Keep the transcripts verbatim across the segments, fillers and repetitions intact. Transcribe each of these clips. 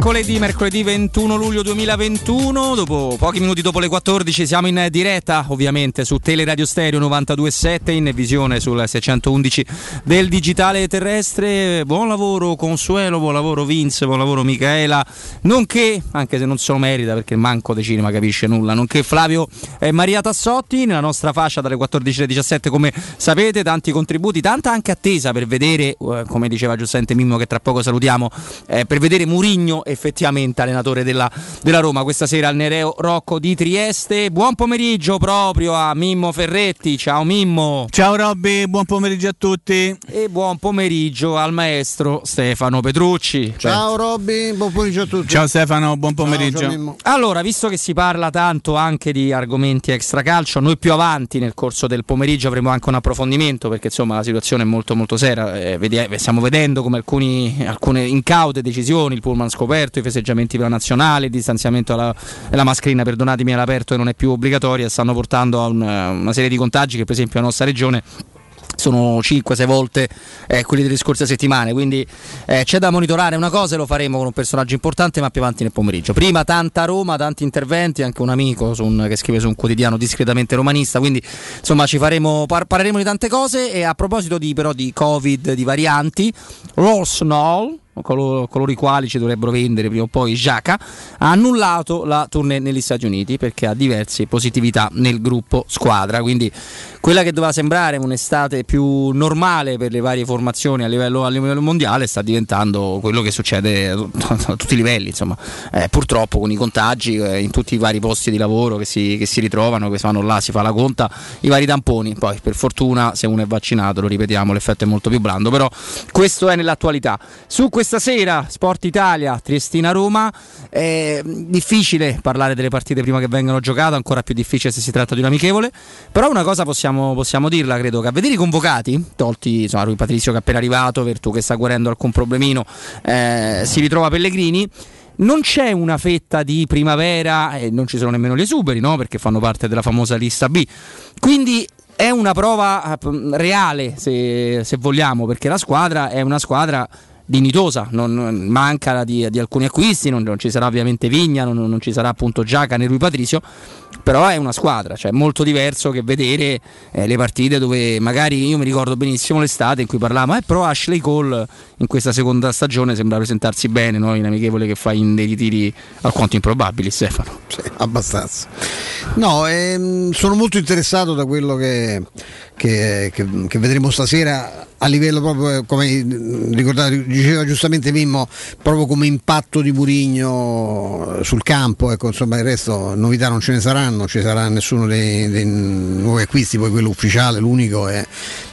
mercoledì, mercoledì ventuno luglio duemilaventuno, dopo pochi minuti dopo le quattordici siamo in diretta ovviamente su Teleradio Stereo novantadue virgola sette, in visione sul seicentoundici del digitale terrestre. Buon lavoro Consuelo, buon lavoro Vince, buon lavoro Micaela, nonché, anche se non se lo merita perché manco di cinema capisce nulla, nonché Flavio e Maria Tassotti nella nostra fascia dalle quattordici alle diciassette. Come sapete, tanti contributi, tanta anche attesa per vedere, come diceva giustamente Mimmo che tra poco salutiamo, eh, per vedere Mourinho effettivamente allenatore della, della Roma questa sera al Nereo Rocco di Trieste. Buon pomeriggio proprio a Mimmo Ferretti. Ciao Mimmo. Ciao Robby, buon pomeriggio a tutti. E buon pomeriggio al maestro Stefano Petrucci. Ciao Robby, buon pomeriggio a tutti. Ciao Stefano, buon pomeriggio. Ciao, ciao allora, visto che si parla tanto anche di argomenti extracalcio, noi più avanti nel corso del pomeriggio avremo anche un approfondimento, perché insomma la situazione è molto molto seria. Eh, vedi- stiamo vedendo come alcuni, alcune incaute decisioni, il pullman scoperto, i festeggiamenti per la nazionale, il distanziamento alla, della mascherina, perdonatemi, all'aperto e non è più obbligatoria, stanno portando a un, una serie di contagi che per esempio la nostra regione sono cinque sei volte eh, quelli delle scorse settimane, quindi eh, c'è da monitorare una cosa e lo faremo con un personaggio importante, ma più avanti nel pomeriggio. Prima tanta Roma, tanti interventi, anche un amico su un, che scrive su un quotidiano discretamente romanista, quindi insomma ci faremo par- parleremo di tante cose. E a proposito di, però di Covid, di varianti, Rosnol, coloro, coloro i quali ci dovrebbero vendere prima o poi Xhaka, ha annullato la tournée negli Stati Uniti perché ha diverse positività nel gruppo squadra, quindi quella che doveva sembrare un'estate più normale per le varie formazioni a livello, a livello mondiale sta diventando quello che succede a tutti i livelli, insomma, eh, purtroppo con i contagi eh, in tutti i vari posti di lavoro che si, che si ritrovano, che vanno là, si fa la conta, i vari tamponi, poi per fortuna se uno è vaccinato, lo ripetiamo, l'effetto è molto più blando, però questo è nell'attualità. Su questa sera Sport Italia, Triestina-Roma, è difficile parlare delle partite prima che vengano giocate, ancora più difficile se si tratta di un amichevole, però una cosa possiamo possiamo dirla, credo, che a vedere i convocati, tolti insomma Rui Patrizio che è appena arrivato, Vertù che sta guarendo alcun problemino, eh, si ritrova Pellegrini, non c'è una fetta di primavera e non ci sono nemmeno gli esuberi, no? Perché fanno parte della famosa lista B, quindi è una prova reale se, se vogliamo, perché la squadra è una squadra dignitosa, non, non manca di, di alcuni acquisti, non, non ci sarà ovviamente Vigna, non, non ci sarà appunto Xhaka né Rui Patrizio, però è una squadra, cioè molto diverso che vedere eh, le partite dove magari, io mi ricordo benissimo l'estate in cui parlavamo, eh, però Ashley Cole in questa seconda stagione sembra presentarsi bene, no? In amichevole che fa in dei ritiri alquanto improbabili, Stefano. Sì, abbastanza. No, ehm, sono molto interessato da quello che, che, che, che vedremo stasera a livello proprio, come ricordate, diceva giustamente Mimmo, proprio come impatto di Mourinho sul campo, ecco, insomma il resto novità non ce ne saranno, non ci sarà nessuno dei, dei nuovi acquisti, poi quello ufficiale, l'unico è,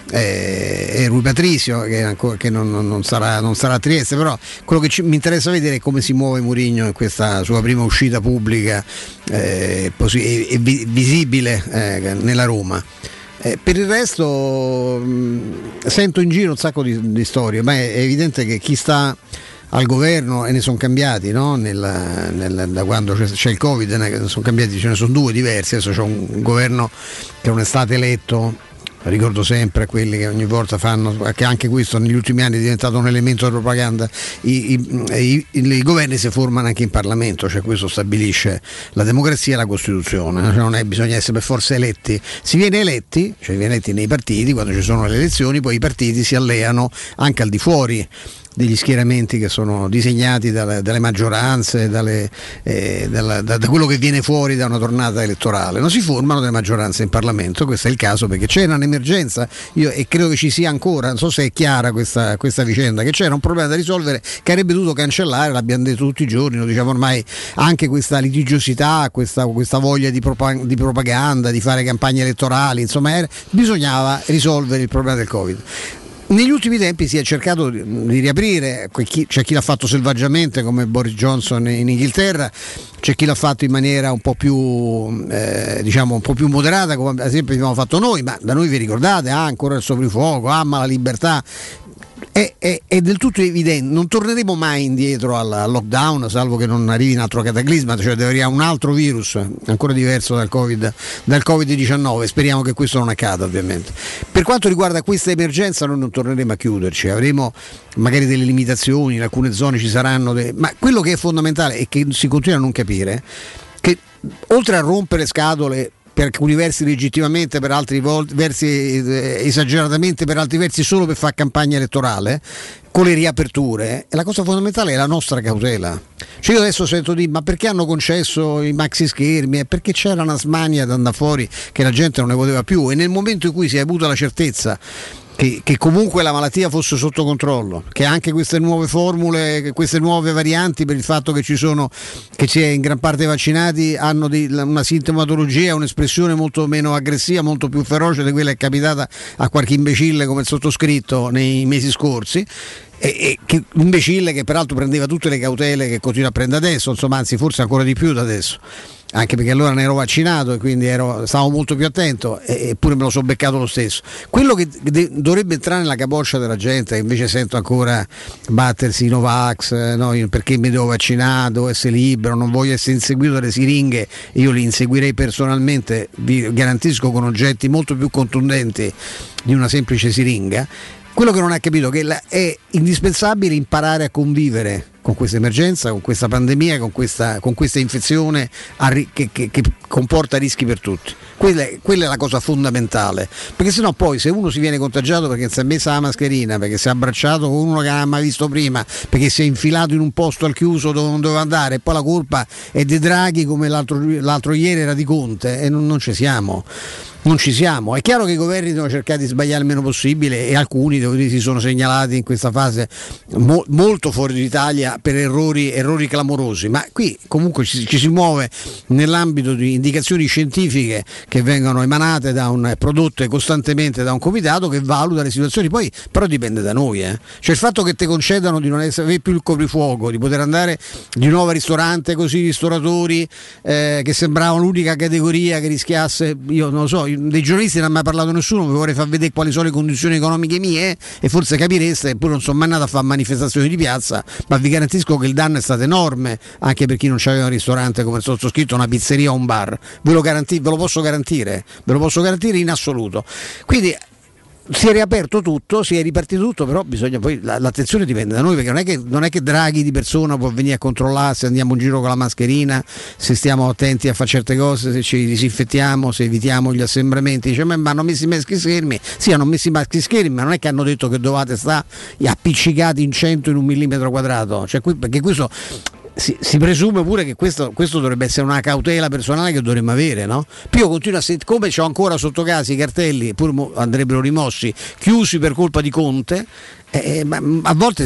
è, è Rui Patrizio che, ancora, che non, non, sarà, non sarà a Trieste, però quello che ci, mi interessa vedere è come si muove Mourinho in questa sua prima uscita pubblica eh, e, e visibile eh, nella Roma. Eh, per il resto mh, sento in giro un sacco di, di storie, ma è, è evidente che chi sta al governo, e ne sono cambiati, no? nel, nel, da quando c'è, c'è il Covid, ne sono cambiati, ce ne sono due diversi, adesso c'è un, un governo che non è stato eletto. Ricordo sempre quelli che ogni volta fanno, che anche questo negli ultimi anni è diventato un elemento di propaganda, I, i, i, i governi si formano anche in Parlamento, cioè questo stabilisce la democrazia e la Costituzione, cioè non è, bisogna essere per forza eletti, si viene eletti, cioè viene eletti nei partiti, quando ci sono le elezioni poi i partiti si alleano anche al di fuori degli schieramenti che sono disegnati dalle, dalle maggioranze, dalle, eh, dalla, da, da quello che viene fuori da una tornata elettorale. Non si formano delle maggioranze in Parlamento, questo è il caso perché c'era un'emergenza, io e credo che ci sia ancora, non so se è chiara questa, questa vicenda, che c'era un problema da risolvere che avrebbe dovuto cancellare, l'abbiamo detto tutti i giorni, lo diciamo ormai, anche questa litigiosità, questa, questa voglia di, propag- di propaganda, di fare campagne elettorali, insomma era, bisognava risolvere il problema del Covid. Negli ultimi tempi si è cercato di riaprire, c'è chi l'ha fatto selvaggiamente come Boris Johnson in Inghilterra, c'è chi l'ha fatto in maniera un po' più eh, diciamo un po' più moderata, come ad esempio abbiamo fatto noi, ma da noi vi ricordate, ah, ancora il soprifuoco, ama la libertà. È, è, è del tutto evidente, non torneremo mai indietro al, al lockdown, salvo che non arrivi un altro cataclisma, cioè arrivare un altro virus ancora diverso dal Covid, dal covid diciannove. Speriamo che questo non accada, ovviamente. Per quanto riguarda questa emergenza, noi non torneremo a chiuderci, avremo magari delle limitazioni, in alcune zone ci saranno delle... ma quello che è fondamentale e che si continua a non capire, che oltre a rompere scatole per alcuni versi legittimamente, per altri versi esageratamente, per altri versi solo per fare campagna elettorale, con le riaperture, la cosa fondamentale è la nostra cautela. Cioè io adesso sento dire, ma perché hanno concesso i maxi schermi? È perché c'era una smania da andare fuori che la gente non ne poteva più, e nel momento in cui si è avuta la certezza Che, che comunque la malattia fosse sotto controllo, che anche queste nuove formule, queste nuove varianti, per il fatto che ci sono, che si è in gran parte vaccinati, hanno di, una sintomatologia, un'espressione molto meno aggressiva, molto più feroce di quella che è capitata a qualche imbecille come il sottoscritto nei mesi scorsi. E, e che, imbecille che peraltro prendeva tutte le cautele che continua a prendere adesso, insomma, anzi forse ancora di più da adesso, anche perché allora ne ero vaccinato e quindi ero, stavo molto più attento, eppure me lo so beccato lo stesso. Quello che de- dovrebbe entrare nella capoccia della gente, che invece sento ancora battersi i Novax, no, perché mi devo vaccinare, devo essere libero, non voglio essere inseguito dalle siringhe, io li inseguirei personalmente, vi garantisco, con oggetti molto più contundenti di una semplice siringa. Quello che non ha capito è che è indispensabile imparare a convivere con questa emergenza, con questa pandemia, con questa, con questa infezione che, che, che comporta rischi per tutti. Quella è, quella è la cosa fondamentale, perché sennò poi se uno si viene contagiato perché si è messa la mascherina, perché si è abbracciato con uno che non ha mai visto prima, perché si è infilato in un posto al chiuso dove non doveva andare, e poi la colpa è dei Draghi come l'altro, l'altro ieri era di Conte, e non, non ci siamo. Non ci siamo. È chiaro che i governi devono cercare di sbagliare il meno possibile, e alcuni devo dire, si sono segnalati in questa fase mo- molto fuori d'Italia per errori, errori clamorosi, ma qui comunque ci, ci si muove nell'ambito di indicazioni scientifiche che vengono emanate da un prodotte costantemente da un comitato che valuta le situazioni. Poi però dipende da noi, eh. Cioè il fatto che ti concedano di non essere, avere più il coprifuoco, di poter andare di nuovo al ristorante, così i ristoratori eh, che sembravano l'unica categoria che rischiasse, io non lo so, dei giornalisti non ha mai parlato nessuno, vi vorrei far vedere quali sono le condizioni economiche mie e forse capireste, eppure non sono mai andato a fare manifestazioni di piazza, ma vi garantisco che il danno è stato enorme anche per chi non c'aveva un ristorante come il sottoscritto, una pizzeria o un bar, ve lo, garanti- ve lo posso garantire, ve lo posso garantire in assoluto. Quindi si è riaperto tutto, si è ripartito tutto, però bisogna poi l'attenzione dipende da noi, perché non è che, non è che Draghi di persona può venire a controllare se andiamo in giro con la mascherina, se stiamo attenti a fare certe cose, se ci disinfettiamo, se evitiamo gli assembramenti. Dice, ma hanno messo i maschi schermi, sì, hanno messo i maschi schermi, ma non è che hanno detto che dovete stare appiccicati in cento in un millimetro quadrato, cioè, qui, perché questo Si, si presume pure che questo, questo dovrebbe essere una cautela personale che dovremmo avere, no? Più io continuo a sentire, come c'ho ancora sotto casa i cartelli, eppure andrebbero rimossi, chiusi per colpa di Conte, eh, ma a volte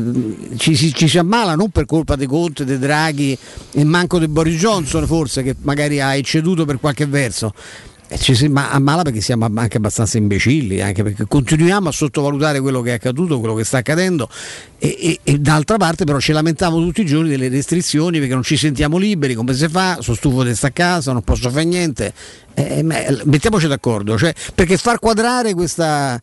ci, ci, ci si ammala non per colpa di Conte, dei Draghi e manco di Boris Johnson, forse, che magari ha ecceduto per qualche verso. Ci si ammala perché siamo anche abbastanza imbecilli, anche perché continuiamo a sottovalutare quello che è accaduto, quello che sta accadendo, e, e, e d'altra parte però ci lamentiamo tutti i giorni delle restrizioni perché non ci sentiamo liberi, come si fa, sono stufo di stare a casa, non posso fare niente, eh, mettiamoci d'accordo, cioè, perché far quadrare questa,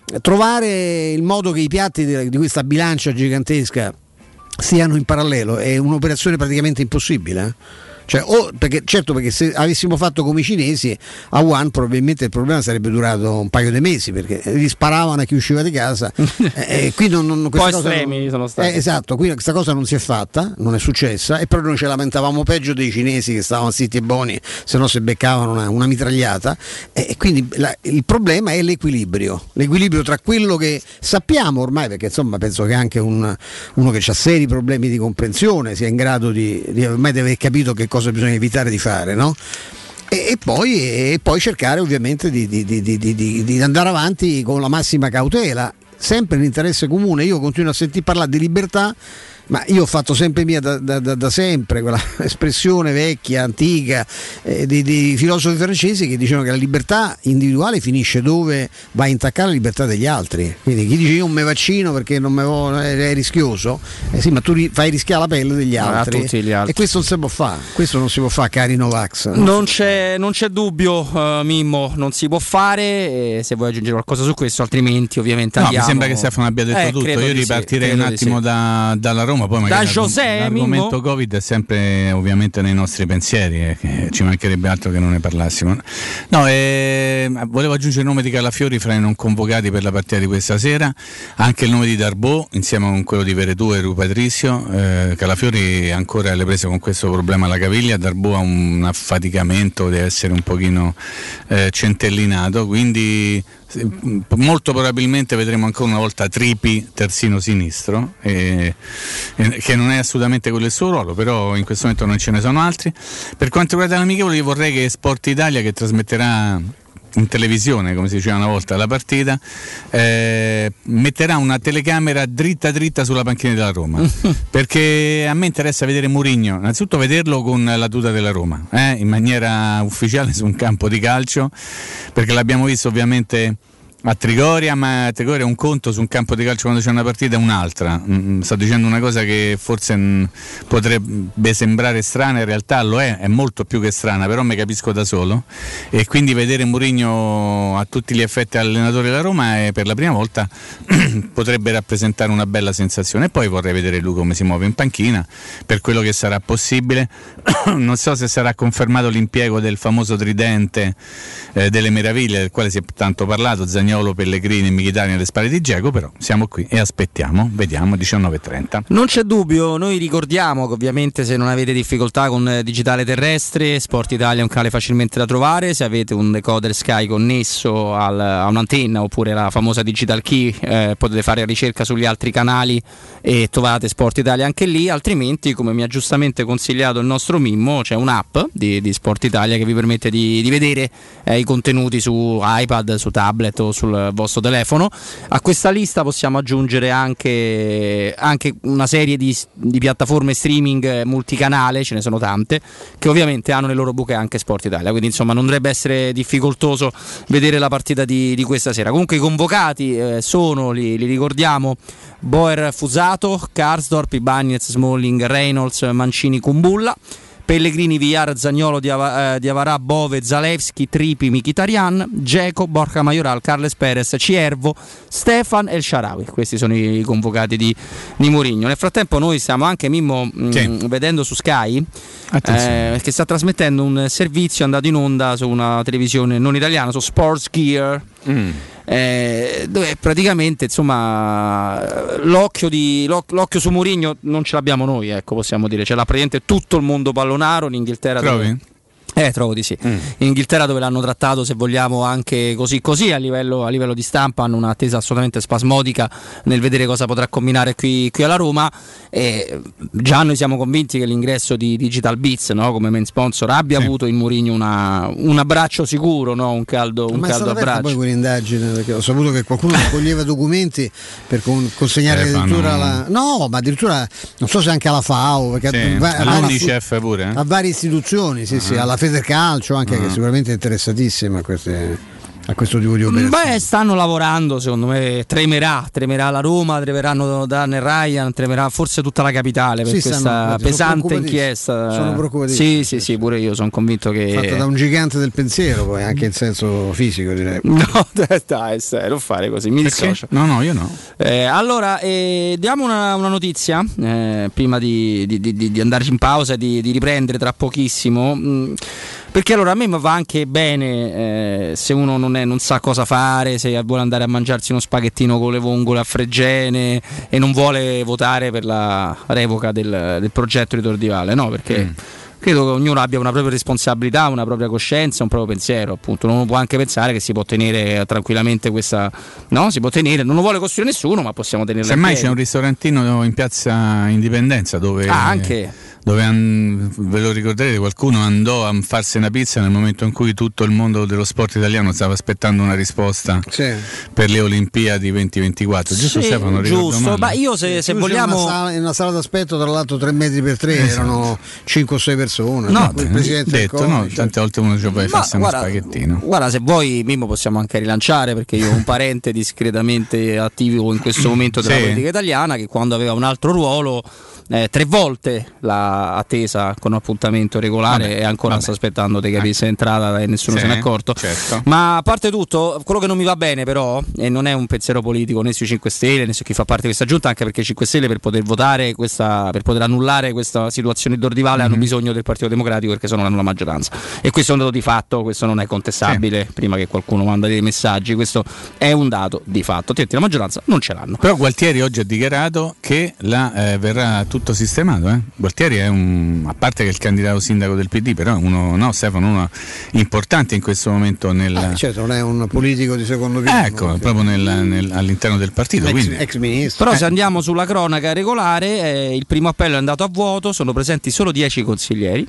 trovare il modo che i piatti di, di questa bilancia gigantesca stiano in parallelo è un'operazione praticamente impossibile, eh? Cioè, oh, perché, certo, perché se avessimo fatto come i cinesi a Wuhan probabilmente il problema sarebbe durato un paio di mesi, perché gli sparavano a chi usciva di casa e qui non, non, poi estremi non, sono stati eh, esatto, qui questa cosa non si è fatta, non è successa, e però noi ci lamentavamo peggio dei cinesi che stavano zitti e buoni, se no si beccavano una, una mitragliata, e, e quindi la, il problema è l'equilibrio l'equilibrio tra quello che sappiamo ormai, perché insomma penso che anche un, uno che ha seri problemi di comprensione sia in grado di, di ormai deve aver capito che cosa bisogna evitare di fare, no? E, e, poi, e poi cercare ovviamente di, di, di, di, di, di andare avanti con la massima cautela, sempre nell'interesse comune. Io continuo a sentir parlare di libertà ma io ho fatto sempre mia da, da, da, da sempre quella espressione vecchia, antica, eh, dei, dei filosofi francesi che dicevano che la libertà individuale finisce dove va a intaccare la libertà degli altri. Quindi chi dice io non mi vaccino perché non me vo- è rischioso, eh sì, ma tu ri- fai rischiare la pelle degli altri. Ah, tutti gli altri. E questo non si può fare, questo non si può fare, cari Novax. No? Non c'è, non c'è dubbio, uh, Mimmo, non si può fare. E se vuoi aggiungere qualcosa su questo, altrimenti ovviamente no, andiamo. mi sembra che Stefano abbia detto eh, tutto. Io ripartirei sì, un attimo sì. da, dalla Roma, poi magari da José, l'argomento Mimmo? Covid è sempre ovviamente nei nostri pensieri, eh, che ci mancherebbe altro che non ne parlassimo. No, eh, volevo aggiungere il nome di Calafiori fra i non convocati per la partita di questa sera, anche il nome di Darboe insieme con quello di Veretù e Rui Patricio. eh, Calafiori ancora alle prese con questo problema alla caviglia, Darboe ha un affaticamento, deve essere un pochino eh, centellinato, quindi molto probabilmente vedremo ancora una volta Tripi terzino sinistro, eh, eh, che non è assolutamente quello il suo ruolo, però in questo momento non ce ne sono altri. Per quanto riguarda l'amichevole, io vorrei che Sport Italia, che trasmetterà in televisione, come si diceva una volta, la partita, eh, metterà una telecamera dritta dritta sulla panchina della Roma, perché a me interessa vedere Mourinho, innanzitutto vederlo con la tuta della Roma, eh, in maniera ufficiale su un campo di calcio, perché l'abbiamo visto ovviamente a Trigoria, ma a Trigoria è un conto, su un campo di calcio quando c'è una partita è un'altra. Mm, sto dicendo una cosa che forse mm, potrebbe sembrare strana, in realtà lo è, è molto più che strana, però mi capisco da solo, e quindi vedere Mourinho a tutti gli effetti allenatore della Roma è, per la prima volta potrebbe rappresentare una bella sensazione. E poi vorrei vedere lui come si muove in panchina, per quello che sarà possibile. Non so se sarà confermato l'impiego del famoso tridente eh, delle meraviglie, del quale si è tanto parlato, Zaniolo, Pellegrini e Mkhitaryan alle spalle di Dzeko, però siamo qui e aspettiamo, vediamo, diciannove e trenta. Non c'è dubbio, noi ricordiamo che ovviamente se non avete difficoltà con digitale terrestre, Sport Italia è un canale facilmente da trovare. Se avete un decoder Sky connesso al, a un'antenna oppure la famosa Digital Key, eh, potete fare ricerca sugli altri canali e trovate Sport Italia anche lì. Altrimenti, come mi ha giustamente consigliato il nostro Mimmo, c'è un'app di, di Sport Italia che vi permette di, di vedere eh, i contenuti su iPad, su tablet o sul vostro telefono. A questa lista possiamo aggiungere anche, anche una serie di, di piattaforme streaming multicanale, ce ne sono tante, che ovviamente hanno le loro buche anche Sport Italia, quindi insomma non dovrebbe essere difficoltoso vedere la partita di, di questa sera. Comunque i convocati eh, sono, li, li ricordiamo: Boer, Fusato, Karsdorp, Ibañez, Smalling, Reynolds, Mancini, Kumbulla, Pellegrini, Villar, Zaniolo, Diava, eh, Diavarà, Bove, Zalewski, Tripi, Mkhitaryan, Dzeko, Borja Mayoral, Carles Perez, Ciervo, Stefan e El Shaarawy. Questi sono i convocati di, di Mourinho. Nel frattempo noi stiamo anche, Mimmo, sì. mh, vedendo su Sky eh, che sta trasmettendo un servizio andato in onda su una televisione non italiana, su Sports Gear, mm. Eh, dove praticamente insomma l'occhio, di, l'occhio su Mourinho non ce l'abbiamo noi, ecco, possiamo dire, ce l'ha praticamente tutto il mondo pallonaro. In Inghilterra trovi? Dove... Eh, trovo di sì. Mm. In Inghilterra, dove l'hanno trattato, se vogliamo, anche così così a livello, a livello di stampa, hanno un'attesa assolutamente spasmodica nel vedere cosa potrà combinare qui, qui alla Roma. E già noi siamo convinti che l'ingresso di Digital Beats, no, come main sponsor, abbia sì. avuto in Mourinho una, un abbraccio sicuro, no? un caldo, un ma caldo è stata abbraccio. Poi quell'indagine, perché ho saputo che qualcuno raccoglieva documenti per con, consegnare eh, addirittura fanno... la no, ma addirittura non so se anche alla FAO, perché sì. va, all'Unicef pure, eh? a varie istituzioni, sì, uh-huh. sì, alla Federcalcio anche, uh-huh. che sicuramente è interessatissima a queste, a questo tipo di operazioni. Beh, stanno lavorando, secondo me. Tremerà, tremerà la Roma, tremeranno Dan e Ryan, tremerà forse tutta la capitale per sì, questa stanno, pesante inchiesta. Sono preoccupatissimi. Sì, sì, sì, pure io sono convinto che. Fatta da un gigante del pensiero, poi anche in senso fisico, direi. No, dai, stai, non fare così, mi dissocio. No, no, io no. Eh, allora, eh, diamo una, una notizia eh, prima di, di, di, di andare in pausa e di, di riprendere tra pochissimo. Mm. Perché allora a me va anche bene eh, se uno non, è, non sa cosa fare, se vuole andare a mangiarsi uno spaghettino con le vongole a Fregene e non vuole votare per la revoca del, del progetto di Tordivale, no? Perché mm. credo che ognuno abbia una propria responsabilità, una propria coscienza, un proprio pensiero, appunto. Non può anche pensare che si può tenere tranquillamente questa, no? Si può tenere, non lo vuole costruire nessuno, ma possiamo tenerla. Semmai c'è un ristorantino in piazza Indipendenza dove ah, anche dove an- ve lo ricorderete, qualcuno andò a farsi una pizza nel momento in cui tutto il mondo dello sport italiano stava aspettando una risposta sì. per le Olimpiadi duemilaventiquattro, giusto sì, Stefano? Giusto, ma io se, se vogliamo una sala, in una sala d'aspetto tra l'altro tre metri per tre esatto. erano cinque o sei persone, no, il presidente detto, Coni, no, cioè. tante volte uno ci può farsi uno spaghettino. Guarda, se vuoi Mimmo possiamo anche rilanciare, perché io ho un parente discretamente attivo in questo momento della sì. politica italiana che quando aveva un altro ruolo Eh, tre volte l'ha attesa con un appuntamento regolare vabbè, e ancora vabbè. sta aspettando di capire l'entrata e nessuno sì, se n'è accorto certo. Ma a parte tutto, quello che non mi va bene però, e non è un pensiero politico né sui cinque Stelle né su chi fa parte di questa giunta, anche perché i cinque Stelle per poter votare questa, per poter annullare questa situazione d'ordivale mm-hmm. hanno bisogno del Partito Democratico, perché se no non hanno la maggioranza, e questo è un dato di fatto, questo non è contestabile sì. prima che qualcuno manda dei messaggi, questo è un dato di fatto, la maggioranza non ce l'hanno. Però Gualtieri oggi ha dichiarato che la eh, verrà tutto sistemato, eh? Gualtieri è un, a parte che è il candidato sindaco del P D, però uno, no Stefano, uno importante in questo momento nel ah, certo, non è un politico di secondo piano, eh, ecco, proprio nel, nel, all'interno del partito, ex, quindi. ex ministro. Però eh. se andiamo sulla cronaca regolare, eh, il primo appello è andato a vuoto, sono presenti solo dieci consiglieri,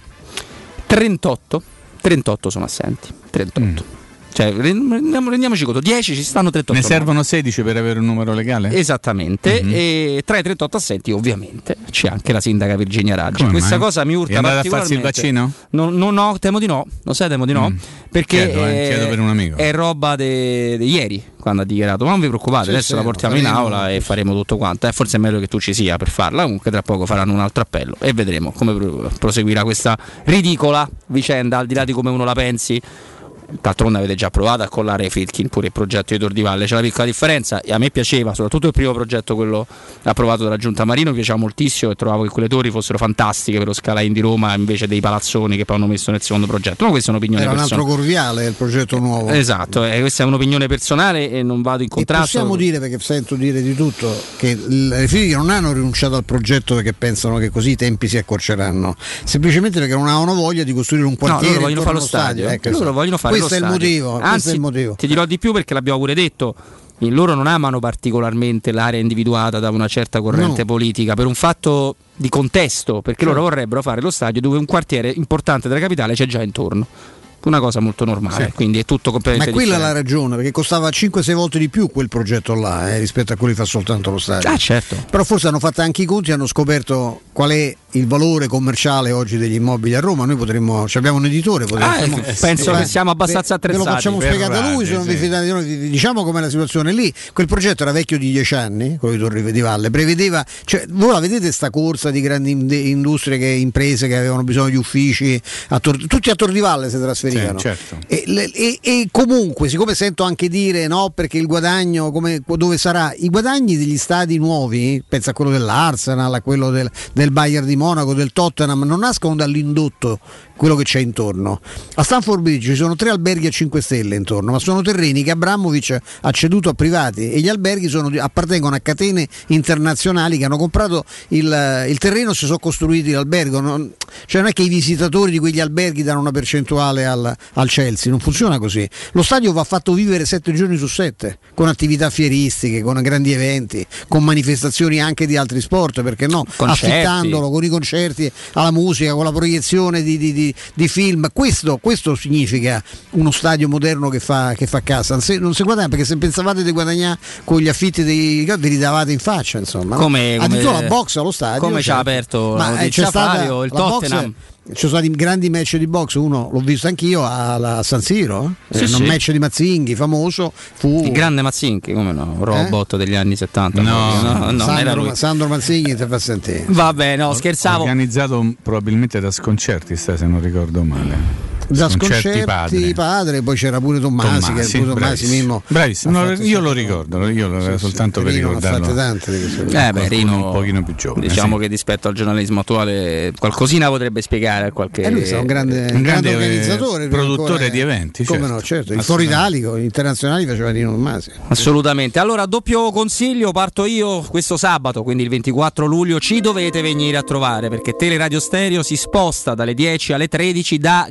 trentotto, trentotto sono assenti, trentotto. Mm. Cioè, rendiamoci conto, dieci ci stanno, trentotto ne servono sedici per avere un numero legale? Esattamente, mm-hmm. e tra i trentotto assenti ovviamente c'è anche la sindaca Virginia Raggi. Come questa mai? cosa mi urta particolarmente. È andata a farsi il vaccino? No, no, no, temo di no, lo sai, temo di no, mm. perché chiedo, eh, chiedo per un amico. È roba di ieri quando ha dichiarato, ma non vi preoccupate, sì, adesso sì, la portiamo in aula e faremo tutto quanto, eh, forse è meglio che tu ci sia per farla, comunque tra poco faranno un altro appello e vedremo come proseguirà questa ridicola vicenda, al di là di come uno la pensi. D'altronde avete già provato a collare Fritkin pure il progetto di Tordivalle, c'è una piccola differenza, e a me piaceva soprattutto il primo progetto, quello approvato dalla Giunta Marino, mi piaceva moltissimo e trovavo che quelle torri fossero fantastiche per lo Scala Inn di Roma invece dei palazzoni che poi hanno messo nel secondo progetto, ma questa è un'opinione era personale. Un altro Corviale il progetto nuovo, esatto, eh, questa è un'opinione personale e non vado in contrasto. E possiamo dire, perché sento dire di tutto, che le Fritkin non hanno rinunciato al progetto perché pensano che così i tempi si accorceranno, semplicemente perché non avevano voglia di costruire un quartiere, no, loro vogliono fare lo stadio, stadio. Ecco, loro vogliono fare questo lo è il stadio. motivo. Anzi, è il motivo. Ti dirò di più, perché l'abbiamo pure detto, loro non amano particolarmente l'area individuata da una certa corrente no. politica per un fatto di contesto, perché sì. loro vorrebbero fare lo stadio dove un quartiere importante della capitale c'è già intorno, una cosa molto normale, sì. quindi è tutto completamente ma quella differente. è la ragione, perché costava cinque sei volte di più quel progetto là eh, rispetto a quello che fa soltanto lo stadio. Ah, certo. Però forse hanno fatto anche i conti e hanno scoperto qual è il valore commerciale oggi degli immobili a Roma. Noi potremmo, abbiamo un editore, potremmo, ah, eh, penso eh, che siamo abbastanza attrezzati. Ve lo facciamo spiegare da lui, se non vi fidate di noi. Diciamo com'è la situazione lì. Quel progetto era vecchio di dieci anni, quello di Torri di Valle, prevedeva, cioè voi la vedete sta corsa di grandi industrie, che imprese che avevano bisogno di uffici, a Tor- tutti a Tor di Valle si trasferivano. Sì, certo. E, e, e comunque, siccome sento anche dire no, perché il guadagno, come, dove sarà? I guadagni degli stadi nuovi, pensa a quello dell'Arsenal, a quello del, del Bayern di Monaco, del Tottenham, non nascono dall'indotto, quello che c'è intorno. A Stamford Bridge ci sono tre alberghi a cinque stelle intorno, ma sono terreni che Abramovich ha ceduto a privati, e gli alberghi sono, appartengono a catene internazionali che hanno comprato il, il terreno e si sono costruiti l'albergo. Non, cioè non è che i visitatori di quegli alberghi danno una percentuale al, al Chelsea, non funziona così. Lo stadio va fatto vivere sette giorni su sette, con attività fieristiche, con grandi eventi, con manifestazioni anche di altri sport, perché no? Concerti. Affittandolo con i concerti, alla musica, con la proiezione di, di, di, di film. Questo, questo significa uno stadio moderno che fa, che fa cassa. Se, non si guadagna, perché se pensavate di guadagnare con gli affitti dei vi li davate in faccia, insomma. Come, no? come addirittura la box allo stadio, come ci ha certo. aperto Ma c'è stato il Tottenham. Ci sono stati grandi match di box, uno l'ho visto anch'io a San Siro, eh? sì, un sì. match di Mazzinghi famoso, fu il grande Mazzinghi, come no, robot eh? degli anni settanta. No, no, no Sandro, era lui. Sandro Mazzinghi ti fa sentire. Vabbè, no, scherzavo. Organizzato probabilmente da Sconcerti, se non ricordo male. Da Sconcerti padre. padre, poi c'era pure Tommasi, Tommasi, che pure Tommasi Mimmo. Bravissimo, no, io lo ricordo, io lo sì, soltanto sì, per Rino ricordarlo. Tante di eh beh, Rino un pochino più giovane. Diciamo sì. che rispetto al giornalismo attuale qualcosina potrebbe spiegare a qualche. E lui è un grande, un grande organizzatore, produttore ancora, di eventi. Come certo. no, certo. Il Foro Italico, internazionali faceva Rino Tommasi. Assolutamente. Allora, doppio consiglio, parto io questo sabato, quindi il ventiquattro luglio, ci dovete venire a trovare, perché Teleradio Stereo si sposta dalle dieci alle tredici da Grini.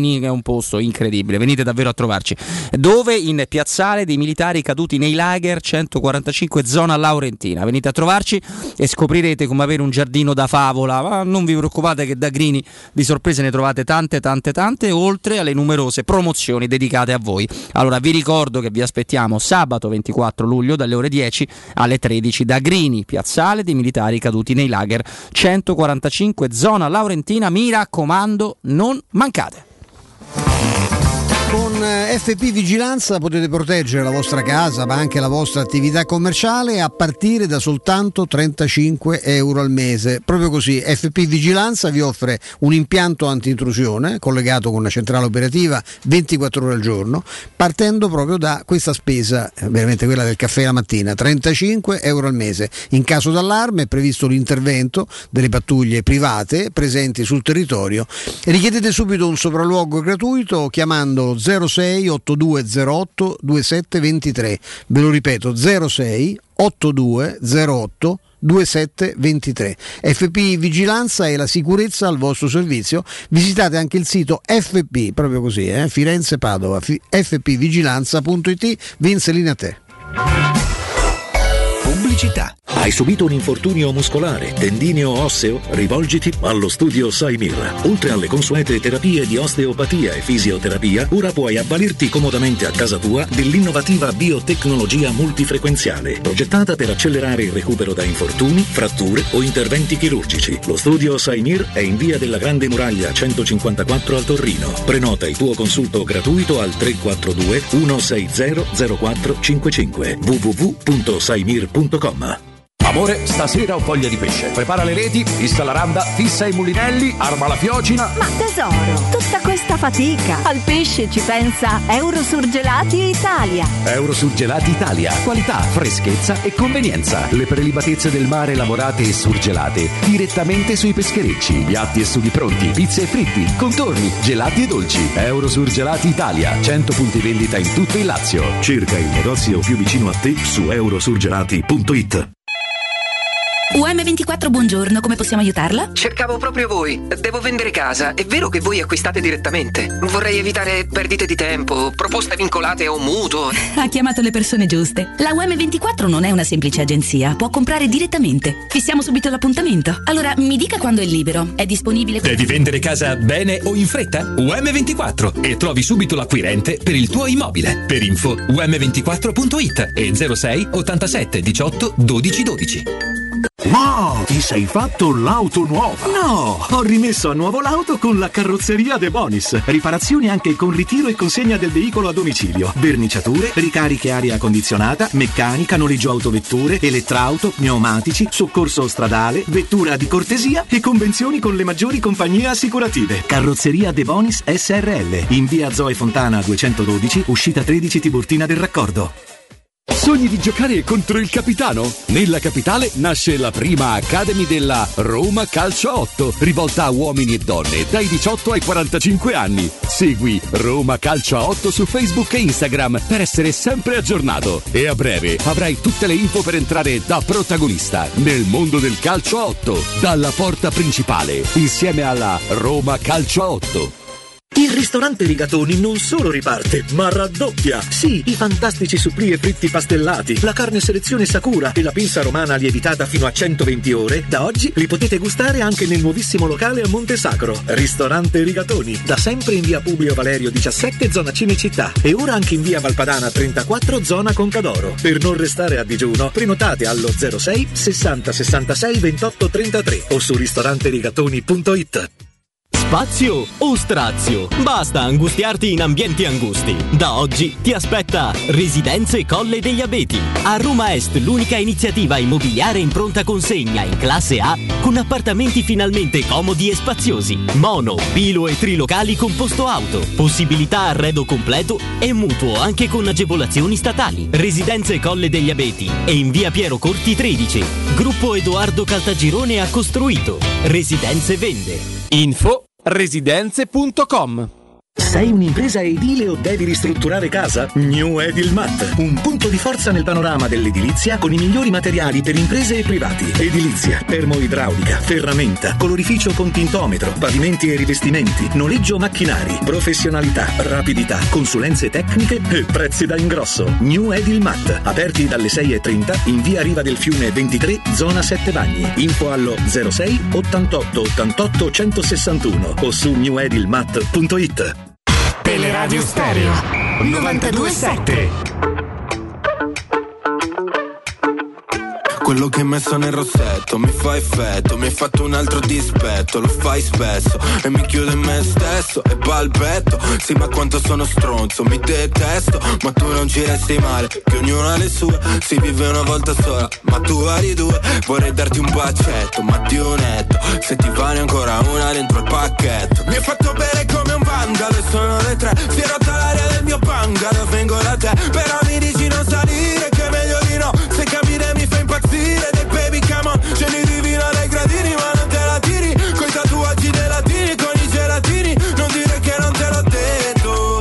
Grini, che è un posto incredibile, venite davvero a trovarci. Dove? In Piazzale dei Militari Caduti nei Lager centoquarantacinque, zona Laurentina. Venite a trovarci e scoprirete come avere un giardino da favola, ma non vi preoccupate che da Grini di sorprese ne trovate tante tante tante, oltre alle numerose promozioni dedicate a voi. Allora vi ricordo che vi aspettiamo sabato ventiquattro luglio dalle ore dieci alle tredici da Grini, Piazzale dei Militari Caduti nei Lager centoquarantacinque, zona Laurentina. Mi raccomando, non mancate. Con F P Vigilanza potete proteggere la vostra casa, ma anche la vostra attività commerciale a partire da soltanto trentacinque euro al mese. Proprio così, F P Vigilanza vi offre un impianto anti-intrusione collegato con una centrale operativa ventiquattro ore al giorno, partendo proprio da questa spesa, veramente quella del caffè la mattina, trentacinque euro al mese. In caso d'allarme è previsto l'intervento delle pattuglie private presenti sul territorio. Richiedete subito un sopralluogo gratuito chiamando zero sei ottantadue zero otto ventisette ventitré, ve lo ripeto zero sei ottantadue zero otto ventisette ventitré. F P Vigilanza e la sicurezza al vostro servizio. Visitate anche il sito F P, proprio così, eh? Firenze Padova, f p vigilanza punto i t. Vince, linea a te. Pubblicità. Hai subito un infortunio muscolare, tendineo o osseo? Rivolgiti allo studio Saimir. Oltre alle consuete terapie di osteopatia e fisioterapia, ora puoi avvalerti comodamente a casa tua dell'innovativa biotecnologia multifrequenziale, progettata per accelerare il recupero da infortuni, fratture o interventi chirurgici. Lo studio Saimir è in via della Grande Muraglia centocinquantaquattro a Torino. Prenota il tuo consulto gratuito al tre quattro due uno sei zero zero quattro cinque cinque w w w punto saimir punto com. Amore, stasera ho voglia di pesce. Prepara le reti, fissa la randa, fissa i mulinelli, arma la fiocina. Ma tesoro, tutta questa fatica. Al pesce ci pensa Eurosurgelati Italia. Eurosurgelati Italia. Qualità, freschezza e convenienza. Le prelibatezze del mare lavorate e surgelate direttamente sui pescherecci. Piatti e sughi pronti, pizze e fritti, contorni, gelati e dolci. Eurosurgelati Italia. cento punti vendita in tutto il Lazio. Cerca il negozio più vicino a te su eurosurgelati punto it. U M ventiquattro, buongiorno, come possiamo aiutarla? Cercavo proprio voi. Devo vendere casa. È vero che voi acquistate direttamente? Vorrei evitare perdite di tempo, proposte vincolate o mutuo. Ha chiamato le persone giuste. La U M ventiquattro non è una semplice agenzia, può comprare direttamente. Fissiamo subito l'appuntamento. Allora, mi dica quando è libero. È disponibile? Devi vendere casa bene o in fretta? U M ventiquattro e trovi subito l'acquirente per il tuo immobile. Per info u m ventiquattro punto it e zero sei ottantasette diciotto dodici dodici. Ma ti sei fatto l'auto nuova? No, ho rimesso a nuovo l'auto con la carrozzeria De Bonis. Riparazioni anche con ritiro e consegna del veicolo a domicilio, verniciature, ricariche aria condizionata, meccanica, noleggio autovetture, elettrauto, pneumatici, soccorso stradale, vettura di cortesia e convenzioni con le maggiori compagnie assicurative. Carrozzeria De Bonis S R L, in via Zoe Fontana duecentododici, uscita tredici Tiburtina del Raccordo. Sogni di giocare contro il capitano? Nella capitale nasce la prima Academy della Roma Calcio otto, rivolta a uomini e donne dai diciotto ai quarantacinque anni. Segui Roma Calcio otto su Facebook e Instagram per essere sempre aggiornato. E a breve avrai tutte le info per entrare da protagonista nel mondo del calcio otto, dalla porta principale, insieme alla Roma Calcio otto. Il ristorante Rigatoni non solo riparte, ma raddoppia. Sì, i fantastici supplì e fritti pastellati, la carne selezione Sakura e la pinza romana lievitata fino a centoventi ore, da oggi li potete gustare anche nel nuovissimo locale a Monte Sacro. Ristorante Rigatoni, da sempre in via Publio Valerio diciassette, zona Cinecittà, e ora anche in via Valpadana trentaquattro, zona Concadoro. Per non restare a digiuno, prenotate allo zero sei sessanta sessantasei ventotto trentatré o su ristoranterigatoni punto it. Spazio o strazio? Basta angustiarti in ambienti angusti. Da oggi ti aspetta Residenze Colle degli Abeti. A Roma Est l'unica iniziativa immobiliare in pronta consegna in classe A con appartamenti finalmente comodi e spaziosi. Mono, bilo e trilocali con posto auto. Possibilità arredo completo e mutuo anche con agevolazioni statali. Residenze Colle degli Abeti e in via Piero Corti tredici. Gruppo Edoardo Caltagirone ha costruito. Residenze vende. Info residenze punto com. Sei un'impresa edile o devi ristrutturare casa? New Edilmat, un punto di forza nel panorama dell'edilizia con i migliori materiali per imprese e privati. Edilizia, termoidraulica, ferramenta, colorificio con tintometro, pavimenti e rivestimenti, noleggio macchinari, professionalità, rapidità, consulenze tecniche e prezzi da ingrosso. New Edilmat, aperti dalle sei e trenta in via Riva del Fiume ventitré, zona Sette Bagni. Info allo zero sei ottantotto ottantotto centosessantuno o su new edilmat punto it. Teleradio Stereo novantadue sette. Quello che hai messo nel rossetto mi fa effetto, mi hai fatto un altro dispetto, lo fai spesso e mi chiudo in me stesso e balbetto. Sì, ma quanto sono stronzo, mi detesto, ma tu non ci resti male, che ognuno ha le sue, si vive una volta sola, ma tu hai due. Vorrei darti un bacetto, ma di un netto, se ti vale ancora una dentro il pacchetto. Mi hai fatto bere come un vandalo e sono le tre, si è rotta l'aria del mio bungalow, vengo da te, però mi dici non salire, che è meglio di no, se capire mi fa impazzire. Dei baby come on, scendi di vino dai gradini, ma non te la tiri, coi tatuaggi dei latini, con i gelatini, non dire che non te l'ho detto.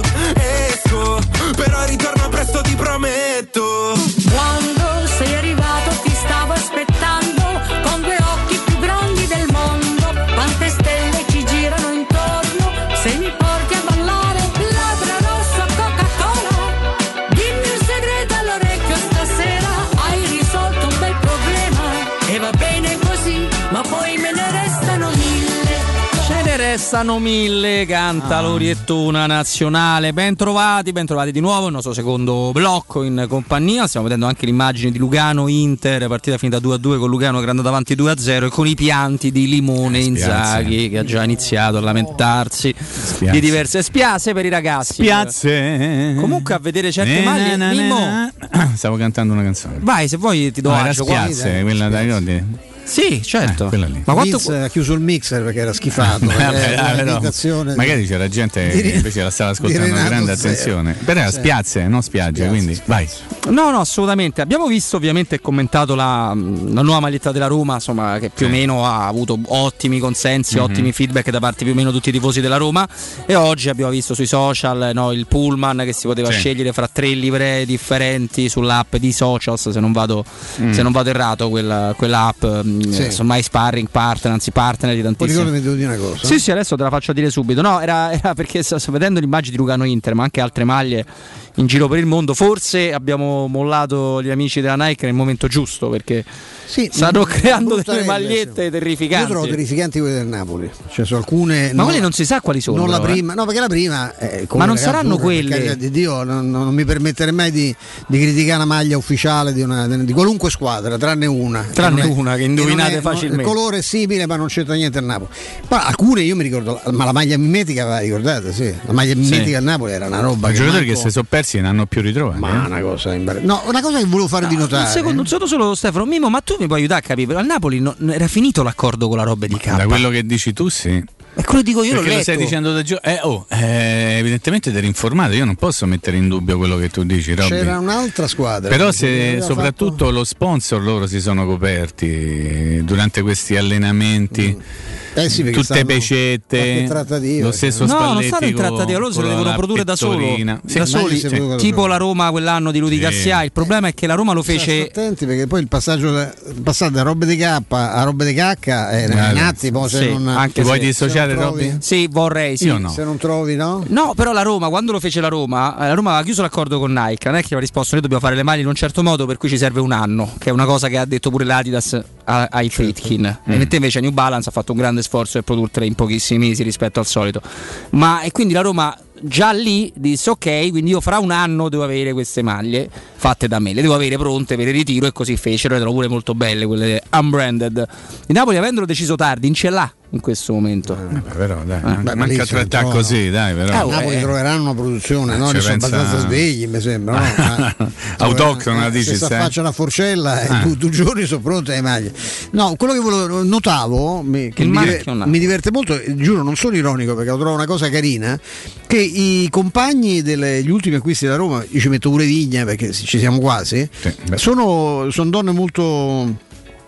Esco, però ritorno presto, ti prometto. Quando sei arrivato ti stavo aspettando, con due occhi più grandi del mondo, quante stelle ci girano intorno, se mi porti a ballare, labbra rossa Coca-Cola, dimmi un segreto all'orecchio stasera, hai risolto un bel problema, e va bene così, ma poi me ne restano mille. Ce ne restano mille, canta ah. l'Oriettona Nazionale. Ben trovati, ben trovati di nuovo il nostro secondo blocco in compagnia. Stiamo vedendo anche l'immagine di Lugano-Inter, partita finita due a due con Lugano che è andata avanti due a zero, e con i pianti di Limone eh, Inzaghi, che ha già iniziato a lamentarsi Spiazze. di diverse spiazze per i ragazzi. Spiazze. Comunque a vedere certe maglie, Mimmo, stavo cantando una canzone. Vai, se vuoi ti do no, agio. Era Spiazze, quella da ricordi? Sì, certo. Eh, lì. Ma quanto Vince ha chiuso il mixer perché era schifato. Vabbè, eh, no. Magari di... c'era gente che invece la stava ascoltando con grande attenzione. Però era spiazze, non spiagge, quindi vai. No, no, assolutamente. Abbiamo visto ovviamente e commentato la, la nuova maglietta della Roma, insomma, che più o meno ha avuto ottimi consensi, mm-hmm. ottimi feedback da parte più o meno tutti i tifosi della Roma. E oggi abbiamo visto sui social, no, il pullman che si poteva sì. scegliere fra tre livree differenti sull'app di Socials, se non vado, mm. se non vado errato, quella, quella app sì. ormai sparring partner, anzi partner di tantissimi. Poi ricordo, mi devo dire una cosa. Sì, sì, adesso te la faccio dire subito. No, era, era perché sto vedendo l'immagine di Lugano Inter, ma anche altre maglie in giro per il mondo. Forse abbiamo mollato gli amici della Nike nel momento giusto, perché sì, stanno creando delle magliette terrificanti. Io trovo terrificanti quelle del Napoli, cioè sono alcune. Ma quelle non si sa quali sono. Non però, la prima, eh. no, perché la prima. Eh, ma non saranno quelle. Di Dio, non, non mi permetterei mai di, di criticare una maglia ufficiale di, una, di qualunque squadra, tranne una. Tranne che una che indovinate che è, facilmente. Il colore è simile, ma non c'entra niente il Napoli. Ma alcune io mi ricordo, ma la maglia mimetica, va ricordate? Sì, la maglia mimetica sì. del Napoli era una roba. I giocatori manco... che si sono persi non hanno più ritrovati. Ma una cosa imbar- no, una cosa che volevo fare no, di notare. Un secondo, un secondo solo Stefano Mimo, ma tu mi puoi aiutare a capire? Al Napoli non, era finito l'accordo con la roba di K. Da quello che dici tu, sì. E quello dico io, perché l'ho lo stai dicendo da giù. Eh, oh, eh, evidentemente ti eri informato. Io non posso mettere in dubbio quello che tu dici, Robby. C'era un'altra squadra. Però se soprattutto fatto... lo sponsor loro si sono coperti durante questi allenamenti. Mm. Eh sì, tutte pecette, lo stesso no, Spalletti. Non stanno in trattativa, loro se lo devono produrre da, solo, sì, da soli, sì. tipo la Roma quell'anno di Rudy sì. Garcia. Il problema è che la Roma lo fece. Attenti perché poi il passaggio da, il passaggio da robe di K a robe di cacca è in attimo. Se sì. non, anche vuoi dissociare, Robby? Sì, vorrei. Sì. Io no. Se non trovi, no? No, però la Roma, quando lo fece la Roma, la Roma aveva chiuso l'accordo con Nike. Non è che aveva risposto: noi dobbiamo fare le maglie in un certo modo, per cui ci serve un anno, che è una cosa che ha detto pure l'Adidas ai Friedkin. Certo. Mm. E invece New Balance ha fatto un grande sforzo per produrre in pochissimi mesi rispetto al solito, ma e quindi la Roma già lì disse ok, quindi io fra un anno devo avere queste maglie fatte da me, le devo avere pronte per il ritiro, e così fecero, erano pure molto belle quelle unbranded. Il Napoli, avendolo deciso tardi, in ce l'ha in questo momento. Eh, però dai, eh. Beh, manca trattare così, dai, però. Eh, Napoli eh. troveranno una produzione, eh, no? Sono pensa... abbastanza svegli, mi sembra, no? Autoctona, dici, se si affacciano a Forcella e ah. due giorni sono pronte le maglie. No, quello che volevo, notavo, mi, che mi, diver, mi diverte molto, giuro, non sono ironico perché lo trovo una cosa carina, che i compagni degli ultimi acquisti della Roma, io ci metto pure Vigna perché ci siamo quasi, sì, sono, sono donne molto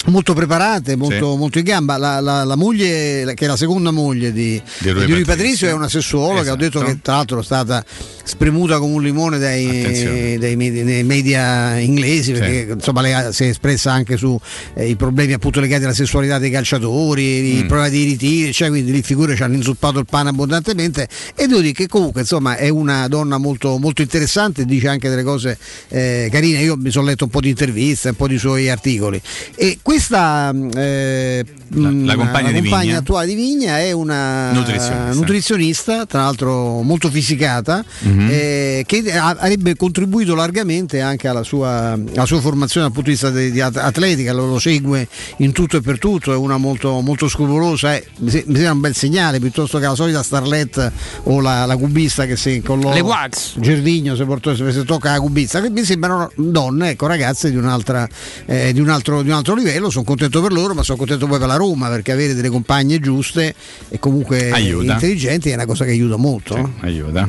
molto preparate, molto, sì. molto in gamba. La, la, la moglie, che è la seconda moglie di, di Rui, di Rui Patrizio, è una sessuologa, esatto. Ho detto che tra l'altro è stata spremuta come un limone dai, dai, media, dai media inglesi, perché sì. insomma lei si è espressa anche su eh, i problemi appunto legati alla sessualità dei calciatori, mm. i problemi di ritiri, cioè, quindi lì figure ci hanno inzuppato il pane abbondantemente, e devo dire che comunque insomma è una donna molto, molto interessante, dice anche delle cose eh, carine. Io mi sono letto un po' di interviste, un po' di suoi articoli, e questa eh, la, la compagna, la di compagna Vigna. attuale di Vigna è una nutrizionista, nutrizionista tra l'altro molto fisicata, mm-hmm. eh, che avrebbe contribuito largamente anche alla sua, alla sua formazione dal punto di vista di, di atletica, lo, lo segue in tutto e per tutto, è una molto, molto scrupolosa, eh, mi sembra un bel segnale, piuttosto che la solita starlet o la, la cubista che si con le wax Gervigno se, portò, se tocca la cubista, che mi sembrano donne, ecco, ragazze di un'altra eh, di un altro di un altro livello. Sono contento per loro, ma sono contento poi per la Roma, perché avere delle compagne giuste e comunque aiuta. Intelligenti è una cosa che aiuta molto. Sì, aiuta.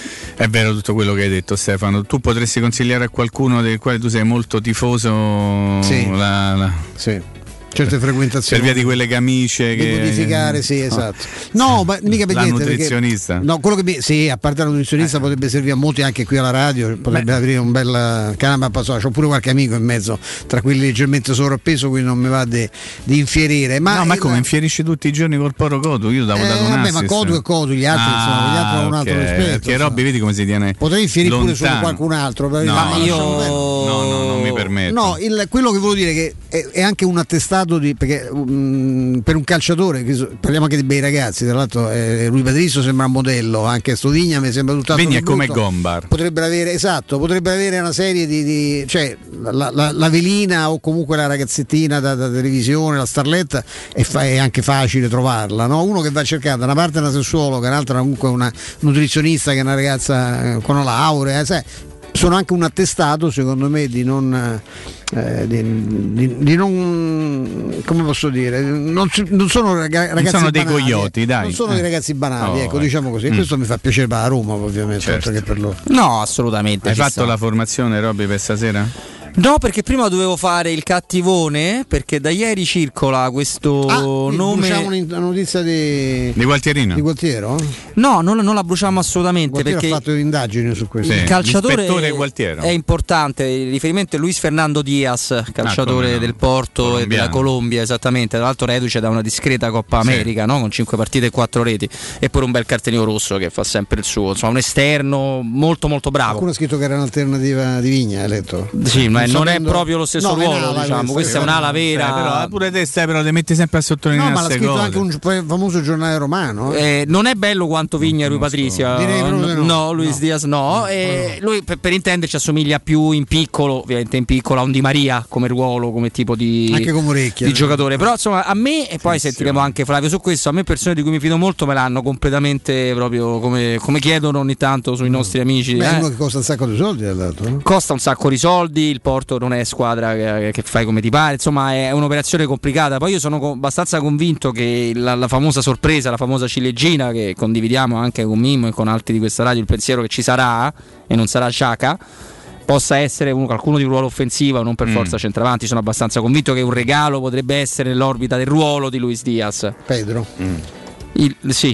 È vero tutto quello che hai detto, Stefano. Tu potresti consigliare a qualcuno del quale tu sei molto tifoso sì. la, la... sì. certe frequentazioni, per via di quelle camicie di che modificare, sì, esatto. No, ma mica per la niente, nutrizionista. Perché, no, quello che mi, sì, a parte la nutrizionista eh. potrebbe servire a molti anche qui alla radio, potrebbe Beh. aprire un bel canale, c'ho pure qualche amico in mezzo tra quelli leggermente sovrappeso, quindi non mi va di, di infierire. Ma no, ma il, come infierisci tutti i giorni col poro Cotu? Io t'avevo eh, dato un vabbè, assist. ma Cotu e Cotu, gli altri, ah, insomma, gli altri hanno un altro okay. rispetto. Perché Robby vedi come si tiene. Potrei infierire lontano. pure su qualcun altro. No, ma io no, no, non mi permetto. No, il, quello che volevo dire che è, è anche un attestato di, perché um, per un calciatore, parliamo anche di bei ragazzi, tra l'altro eh, Rui Patrizio sembra un modello, anche sto Vigna mi sembra tutt'altro. Vigna è come brutto. Gombar. Potrebbe avere, esatto, potrebbe avere una serie di, di cioè la, la, la velina o comunque la ragazzettina da, da televisione, la starletta, è, fa, è anche facile trovarla, no? Uno che va cercata, da una parte è una sessuologa, un'altra comunque una nutrizionista che è una ragazza con una laurea, eh, sai, sono anche un attestato secondo me di non eh, di, di, di non, come posso dire, non, non sono ragazzi non sono dei banali, coglioti, dai. Non sono eh. dei ragazzi banali, oh, ecco, eh. diciamo così. E mm. questo mi fa piacere per la Roma, ovviamente, certo. oltre che per loro. No, assolutamente. Hai fatto sta. la formazione, Robby, per stasera? No, perché prima dovevo fare il cattivone, perché da ieri circola questo ah, nome. Bruciamo una notizia di di Gualtierino? Di Gualtiero? No, non, non la bruciamo assolutamente. Gualtiero perché ha fatto indagini su questo. Sì, il calciatore Gualtiero. È importante. Il riferimento è Luis Fernando Diaz, calciatore ah, no. del Porto Colombiano. E della Colombia, esattamente. Tra l'altro, reduce da una discreta Coppa America, sì. no? Con cinque partite e quattro reti, e pure un bel cartellino rosso che fa sempre il suo. Insomma, un esterno molto, molto bravo. Qualcuno ha scritto che era un'alternativa di Vigna, hai letto? Sì, ma non, non sapendo... è proprio lo stesso no, ruolo, ala, diciamo. Questa è un'ala vera. Sì, però pure te stai, però ti metti sempre a sottolineare. No, ma l'ha scritto cose. anche un famoso giornale romano. Eh. Eh, non è bello quanto Vigna e Rui Patrizio. Direi no, no, no, Luis no. Diaz no. no. Eh, lui per, per intenderci assomiglia più in piccolo, ovviamente in piccolo, a un Di Maria come ruolo, come tipo di, anche come orecchia, di giocatore. Però insomma a me, e poi sentiremo anche Flavio su questo, a me persone di cui mi fido molto me l'hanno completamente proprio come, come chiedono ogni tanto sui nostri amici. Beh, eh. uno che costa un sacco di soldi, dato, no? Costa un sacco di soldi, il Porto non è squadra che, che fai come ti pare, insomma è un'operazione complicata. Poi io sono co- abbastanza convinto che la, la famosa sorpresa, la famosa ciliegina che condividiamo anche con Mimmo e con altri di questa radio, il pensiero che ci sarà e non sarà Xhaka, possa essere uno, qualcuno di un ruolo offensivo, non per forza mm. centravanti. Sono abbastanza convinto che un regalo potrebbe essere nell'orbita del ruolo di Luis Diaz. Pedro mm. Il, sì,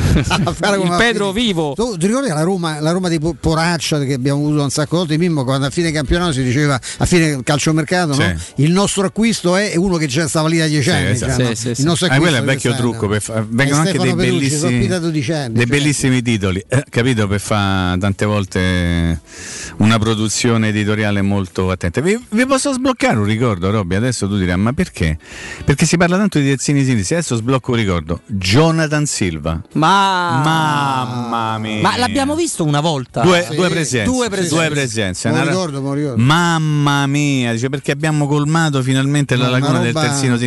il Pedro vivo. Tu ti ricordi la Roma, la Roma di Poraccia che abbiamo avuto un sacco di Mimmo, quando a fine campionato si diceva, a fine calciomercato, sì. no? Il nostro acquisto è uno che già stava lì da dieci sì, anni. Esatto. Già, sì, no? sì, il nostro sì. Ah, quello è il vecchio trucco. Per fa- vengono anche dei Perucci, bellissimi, anni, dei cioè. bellissimi titoli, eh, capito? Per fare tante volte una produzione editoriale molto attenta. Vi, vi posso sbloccare un ricordo, Robby? Adesso tu dirai, ma perché? Perché si parla tanto di terzini sinistri. Adesso sblocco un ricordo. Jonathan Silva. Ma mamma mia, ma l'abbiamo visto una volta. Due, sì. due presenze, due presenze, due presenze. Una... ricordo, ricordo. Mamma mia, dice, perché abbiamo colmato finalmente no, la lacuna roba... del terzino sinistro.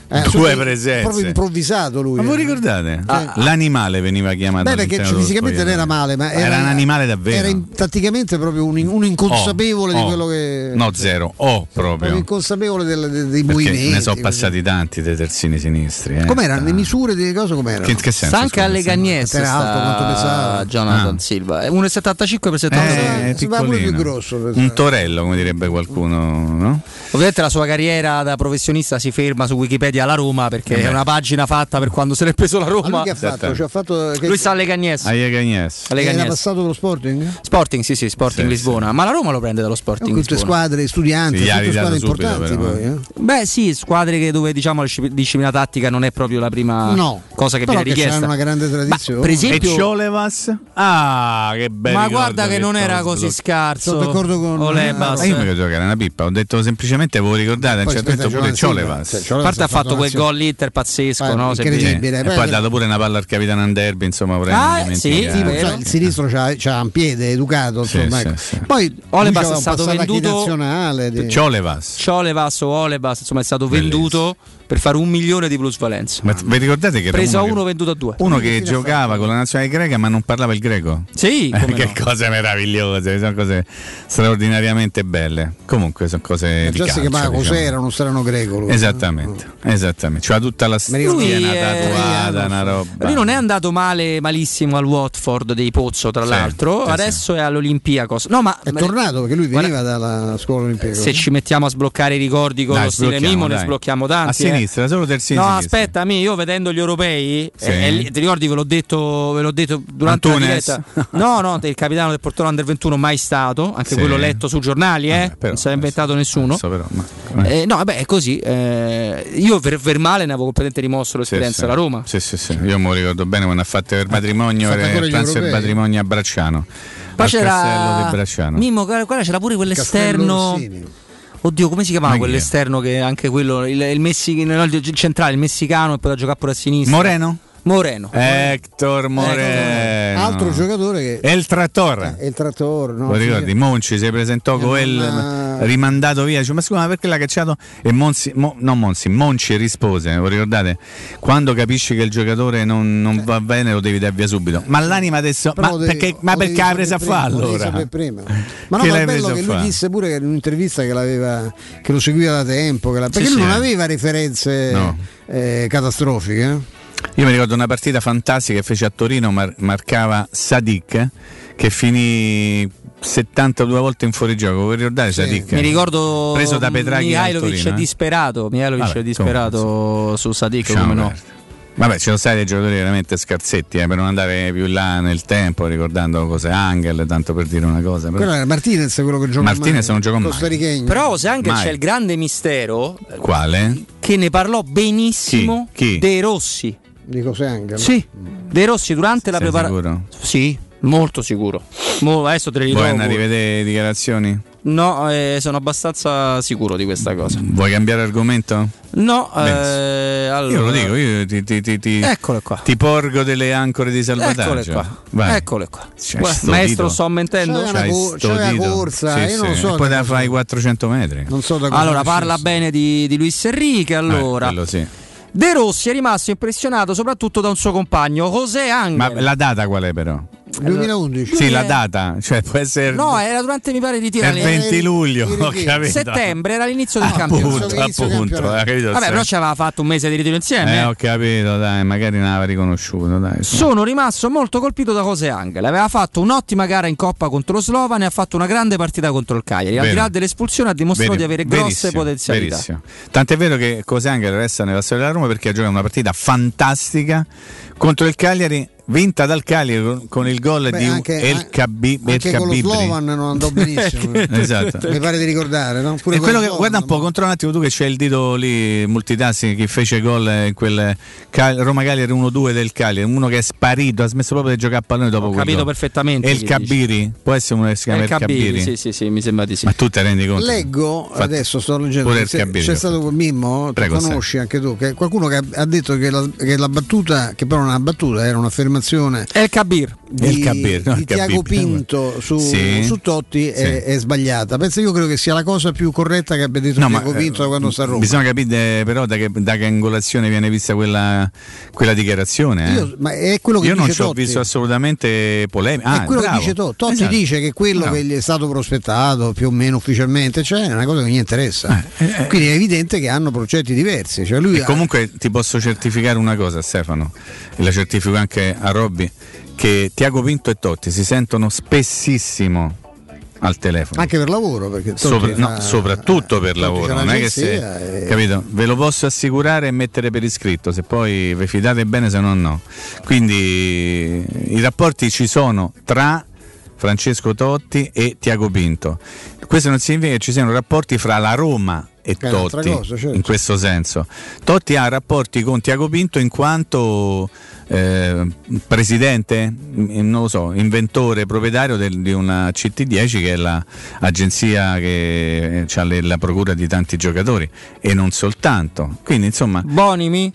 Eh, due proprio, presenze. proprio improvvisato lui. Ma voi eh. ricordate? Ah, L'animale veniva chiamato. Beh, perché fisicamente non era male, ma era, era un animale davvero. Era in, tatticamente proprio un, un inconsapevole oh, di oh, quello che. No, zero, oh proprio. Un inconsapevole del, dei, dei perché movimenti. Ne sono passati tanti dei terzini sinistri. Eh. Com'erano le misure di cosa? Com'erano? Che, che senso? Sta anche alle Gagnesse. Era alto quanto pesava Jonathan Ah. Silva. È uno virgola settantacinque per settantasei. Eh, piccolino. più grosso. Un torello, come direbbe qualcuno, no? Ovviamente la sua carriera da professionista si ferma su Wikipedia alla Roma perché Eh è una pagina fatta per quando se l'è preso la Roma. Ma lui che ha fatto? Cioè, ha fatto che... Lui sta alle Gagnesse. Alle Gagnesse. Alle Era Gagnesse. passato dallo Sporting? Sporting, sì, sì, Sporting Sì, Lisbona. Ma la Roma lo prende dallo Sporting Tutte Lisbona. squadre, studianti, Sì, gli ha tutte squadre ridato subito, importanti però, poi, eh. Beh, sì, squadre che dove diciamo la disciplina tattica non è proprio la prima No, cosa che però viene richiesta. hanno una grande tradizione. Ma, per esempio, E Ciolevas? Ah, che bello. ma guarda che non era così scarso. Sono d'accordo con Olebas. Ma io mi ricordo che era una pippa, ho detto semplicemente voi ricordate, a un Poi certo punto pure Ciolevas. A parte ha fatto quel gol l'Inter pazzesco, Eh, no? Se incredibile. E Poi poi ha che- dato pure una palla al capitano Anderby, insomma, vorrei Ah, non sì, dimenticare. sì, vero. Cioè, il sinistro c'ha, c'ha un piede educato, Sì, insomma, sì, ecco. sì. Poi Olebas lui è stato c'aveva un passato venduto- anche nazionale di- Ciolevas. Ciolevas o Olebas, insomma, è stato venduto per fare un milione di plusvalenza. Ma vi ricordate che era Preso a uno, uno, che, venduto a due. uno che fine ha giocava fatto? con la nazionale greca ma non parlava il greco? Sì, Eh, come che no. cose meravigliose, sono cose straordinariamente belle. Comunque sono cose di Già si calcio, chiamava diciamo. Cos'era, uno strano greco lui. Esattamente, esattamente. C'era tutta la ricordo- schiena Lui è- tatuata, una roba. Lui non è andato male, malissimo al Watford dei Pozzo, tra Sì, l'altro. sì, Adesso è all'Olimpiakos. No, ma È tornato perché lui veniva dalla scuola olimpica. se ci mettiamo a sbloccare i ricordi con Dai, lo stile sblocchiamo, Mimmo, ne dai. sblocchiamo tanti. A sinistra, eh. solo terzini No, sinistra. aspetta, mi, io vedendo gli europei, Sì. eh, eh, ti ricordi, ve l'ho detto, ve l'ho detto durante Antunes. la diretta. No, no, il capitano del Portone Under ventuno mai stato, anche Sì. quello letto sui giornali, eh. Vabbè, però, non se l'ha inventato nessuno. Adesso però, ma- Eh, no, vabbè, è così. Eh, io per Vermale ne avevo completamente rimosso l'esperienza sì, alla Roma. Sì, sì, sì. Io me lo ricordo bene quando ha fatto il matrimonio, ha fatto ancora il gli transfer europei. matrimonio a Bracciano. Poi al c'era castello di Bracciano. Mimmo, quella quella c'era pure Castello quell'esterno. Orsini. Oddio, come si chiamava Ma chi è? quell'esterno che anche quello, il, il, Messi- no, il centrale, il messicano e poi da giocare pure a sinistra. Moreno? Moreno. Hector Moreno. Altro giocatore che E il trattore. è il trattore, no? Lo ricordi? Monci si presentò Eh, con il non- rimandato via. Dice, ma scusa, ma perché l'ha cacciato? E Monsi, Mo, no Monsi, Monci rispose, lo ricordate? Quando capisci che il giocatore non, non va bene lo devi dare via subito. Ma l'anima adesso, Però ma lo devi- perché, ma lo devi perché l'ha presa a sapere fare prima, lo devi allora? sapere prima. Ma no, Che ma l'hai è bello preso a che lui fare? disse pure che in un'intervista che l'aveva che lo seguiva da tempo, che la- perché Sì, lui sì. non aveva referenze No. eh, catastrofiche. eh. Io mi ricordo una partita fantastica che fece a Torino, mar- marcava Sadik, eh, che finì settantadue volte in fuorigioco. Vuoi ricordare Sì. Sadik? Mi ricordo preso da Petraghi al Mihajlovic Torino, è eh. disperato. Mihajlovic Vabbè, è disperato su Sadik, Lasciamo come no? perdere. Vabbè, ci sono stati dei giocatori veramente scarsetti, eh, per non andare più in là nel tempo, ricordando cose Angel, tanto per dire una cosa. Però... Quello era Martinez, quello che gioca Martinez non giocò mai. costarichegno. Però se anche Mai. c'è il grande mistero Quale? che ne parlò benissimo Chi? Chi? De Rossi. di José Angel. Sì, De Rossi durante la Sei preparazione. sicuro? Sì, molto sicuro. Mo adesso te le Vuoi ritrovo. andare a rivedere le dichiarazioni? No, eh, sono abbastanza sicuro di questa cosa. Vuoi cambiare argomento? No, eh, Benissimo. allora. Io lo dico, io ti, ti, ti, ti, Eccole qua. ti porgo delle ancore di salvataggio. Eccole qua. Vai. Eccole qua. C'hai Guarda, sto maestro, dito. sto mentendo? C'aveva C'hai una co- sto c'aveva dito. corsa, Sì, io sì. non so E da poi da cosa- fare i quattrocento metri. Non so da cosa Allora, parla uscisse. bene di, di Luis Enrique. Allora, Eh, quello sì. De Rossi è rimasto impressionato soprattutto da un suo compagno, José Angel. Ma la data qual è però? duemilaundici. Sì, Lui la è- data, cioè può essere No, era durante mi pare di è tirare il venti luglio, i ho righi. capito. settembre, era l'inizio del Appunto, campionato. Inizio appunto, campionato. hai capito? Vabbè, Sai? però ci aveva fatto un mese di ritiro insieme. Eh, eh. ho capito, dai, magari non aveva riconosciuto, dai. su. Sono rimasto molto colpito da José Angel. Aveva fatto un'ottima gara in Coppa contro lo Slovan e ha fatto una grande partita contro il Cagliari. Al di Vero. là dell'espulsione ha dimostrato Vero, di avere grosse verissimo, potenzialità. verissimo. Tant'è vero che José Angel resta nella storia della Roma perché ha giocato una partita fantastica contro il Cagliari, vinta dal Cagliari con, con il gol Beh, di anche- El Kabi- El Anche con lo Kabibri. Slovan non andò benissimo. Esatto. Mi pare di ricordare, no? Pure E con quello lo che, Slovan, guarda un po', controlla un attimo tu che c'è il dito lì multitasking che fece gol in quel Cal- Roma Cagliari uno due del Cagliari, uno che è sparito, ha smesso proprio di giocare a pallone dopo Ho quel capito gol. perfettamente E chi il Kabiri, può essere uno che si chiama El il Kabiri, Kabiri. sì, sì, sì, mi sembra di sì. Ma tu te rendi conto? Leggo, Fatto. adesso sto leggendo, Pure il se- Kabiri c'è ho stato fatto. quel Mimmo, tu Prego, conosci anche tu, che qualcuno che ha- ha detto che la, che la battuta, che però non è una battuta, era un'affermazione l'affermazione El Kabir di, El Kabir, no, di El Tiago Kabir. Pinto su, Sì. su Totti è, Sì. è sbagliata. Penso, io credo che sia la cosa più corretta che abbia detto No, Tiago ma, Pinto da quando sta a Roma. Bisogna capire però da che, da che angolazione viene vista quella, quella dichiarazione. Eh? Io, ma è quello che Io non dice ci ho Totti. visto assolutamente polemica. Ah, è quello bravo. che dice Totti. Totti Esatto. dice che quello Bravo. che gli è stato prospettato più o meno ufficialmente, cioè, è una cosa che gli interessa. Eh, eh, Quindi è evidente che hanno progetti diversi. Cioè lui E ha- comunque ti posso certificare una cosa, Stefano, e la certifico anche a Robby, che Tiago Pinto e Totti si sentono spessissimo al telefono. anche per lavoro, perché Totti Sopra- fa- no, soprattutto per Totti lavoro, c'ha non è che se, un'agenzia e- capito? Ve lo posso assicurare e mettere per iscritto, se poi vi fidate bene, se no no. Quindi i rapporti ci sono tra Francesco Totti e Tiago Pinto. Questo non significa che ci siano rapporti fra la Roma e È un'altra Totti, cosa, certo. in questo senso. Totti ha rapporti con Tiago Pinto in quanto eh, presidente, non lo so, inventore, proprietario del- di una C T dieci, che è l'agenzia che ha la procura di tanti giocatori, e non soltanto. Quindi insomma, Bonimi?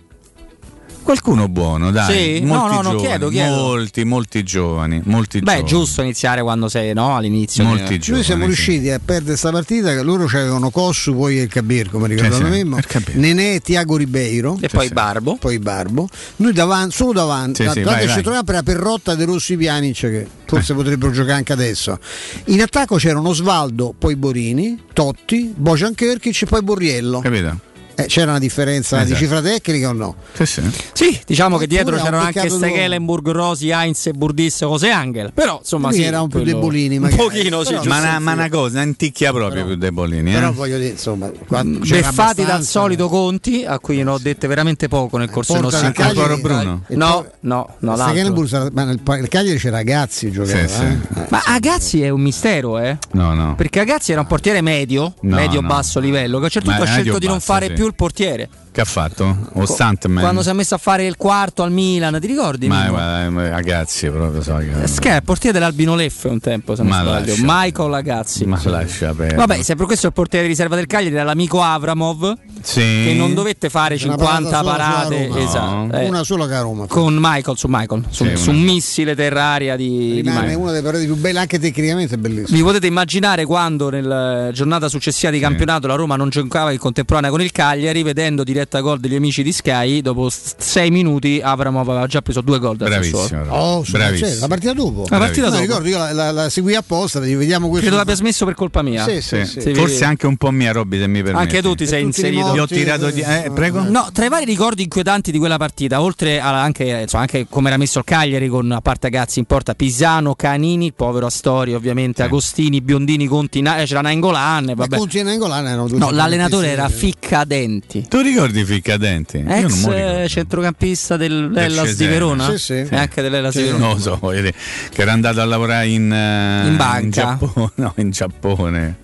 qualcuno buono, dai. Sì? Molti No, no, no, giovani, chiedo, chiedo. molti, molti giovani, molti Beh, è giovani. giusto iniziare quando sei, no? All'inizio. Molti Eh. giovani. Noi siamo sì. riusciti a perdere questa partita, che loro avevano Cossu, poi il Kabir, come ricordava Sì, sì, Memmo, il Kabir. Nenè, Tiago Ribeiro E poi Barbo. poi Barbo. Noi davanti, solo davanti, Sì, sì, davanti vai, al vai. centrocampo era Perrotta, De Rossi, Pjanic, che forse potrebbero giocare anche adesso. In attacco c'erano Osvaldo, poi Borini, Totti, Bojan Kerkic e poi Borriello. Capito? Eh, c'era una differenza Esatto. di cifra tecnica o no? Sì, sì. Sì, diciamo che Oppure dietro ha un c'erano anche peccato d'uomo. Stekelenburg, Rosi, Heinz, Burdis, José Angel. Però insomma Lì sì, erano più quello- debolini, un magari. pochino sì, Però- giusto. Ma una, ma una cosa, una anticchia proprio più debolini. Però Eh? voglio dire, insomma, quando c'era Beffati dal abbastanza- solito Conti, a cui ne ho dette veramente poco nel corso dei Porta nostri il incontri. Cagliari- Bruno? e No, poi- no, no, l'altro. Stekelenburg sarà- ma nel, nel Cagliari c'era Ragazzi giocava, Sì, sì. eh? Eh. Ma Agazzi è un mistero, eh? No, no. Perché Agazzi era un portiere medio, No, medio-basso no. livello, che a un certo Ma punto ha scelto di non medio-basso, fare sì. più il portiere. Che ha fatto? O Stuntman? Quando si è messo a fare il quarto al Milan, ti ricordi? Ma, Mimmo? ma, ma ragazzi, proprio so che... Eh, Che è il portiere dell'Albino Leffe un tempo, se non Ma sbaglio. lascia- Michael Agazzi. Ma lascia perdere. Vabbè, sempre questo è il portiere di riserva del Cagliari, era l'amico Avramov, Sì. che non dovette fare Una cinquanta parata sola parate, sulla Roma. esatto, No. eh, Una sola che a Roma. con Michael su Michael, su, Sì, su una- un missile terraria di, di Rimane Michael. una delle parate più belle, anche tecnicamente è bellissima. Vi potete immaginare quando nella giornata successiva di campionato la Roma non giocava in contemporanea con il Cagliari, vedendo diretta gol degli amici di Sky, dopo s- sei minuti Avramov aveva già preso due gol dal Bravissimo. Sassuolo. Oh, su- Bravissimo. cioè, la partita dopo. La partita No, dopo. ricordo, io la, la, la seguì apposta, perché vediamo questo. Credo l'abbia smesso per colpa mia. Sì, sì, Sì. sì. Forse anche un po' mia, Robby, se mi permetti. Anche tu ti sei tutti i inserito. Gli ho morti, tirato di... Eh, prego? No, tra i vari ricordi inquietanti di quella partita, oltre a anche, insomma, anche come era messo il Cagliari, con a parte Agazzi in porta, Pisano, Canini, il povero Astori ovviamente, Sì. Agostini, Biondini, Conti, Na- eh, c'era Nainggolan, Ma vabbè. Conti e Nainggolan erano due No, giocatori l'allenatore era altissimi. Ficcadenti, Tu ricordi Ficcadenti? Io non ex me lo ricordo. eh, centrocampista dell'Hellas di Cesena. Verona. Sì, sì. E anche dell'Hellas di Sì. Verona. Non lo so, voglio dire, che era andato a lavorare in, eh, In banca. in Giappone, no, in Giappone.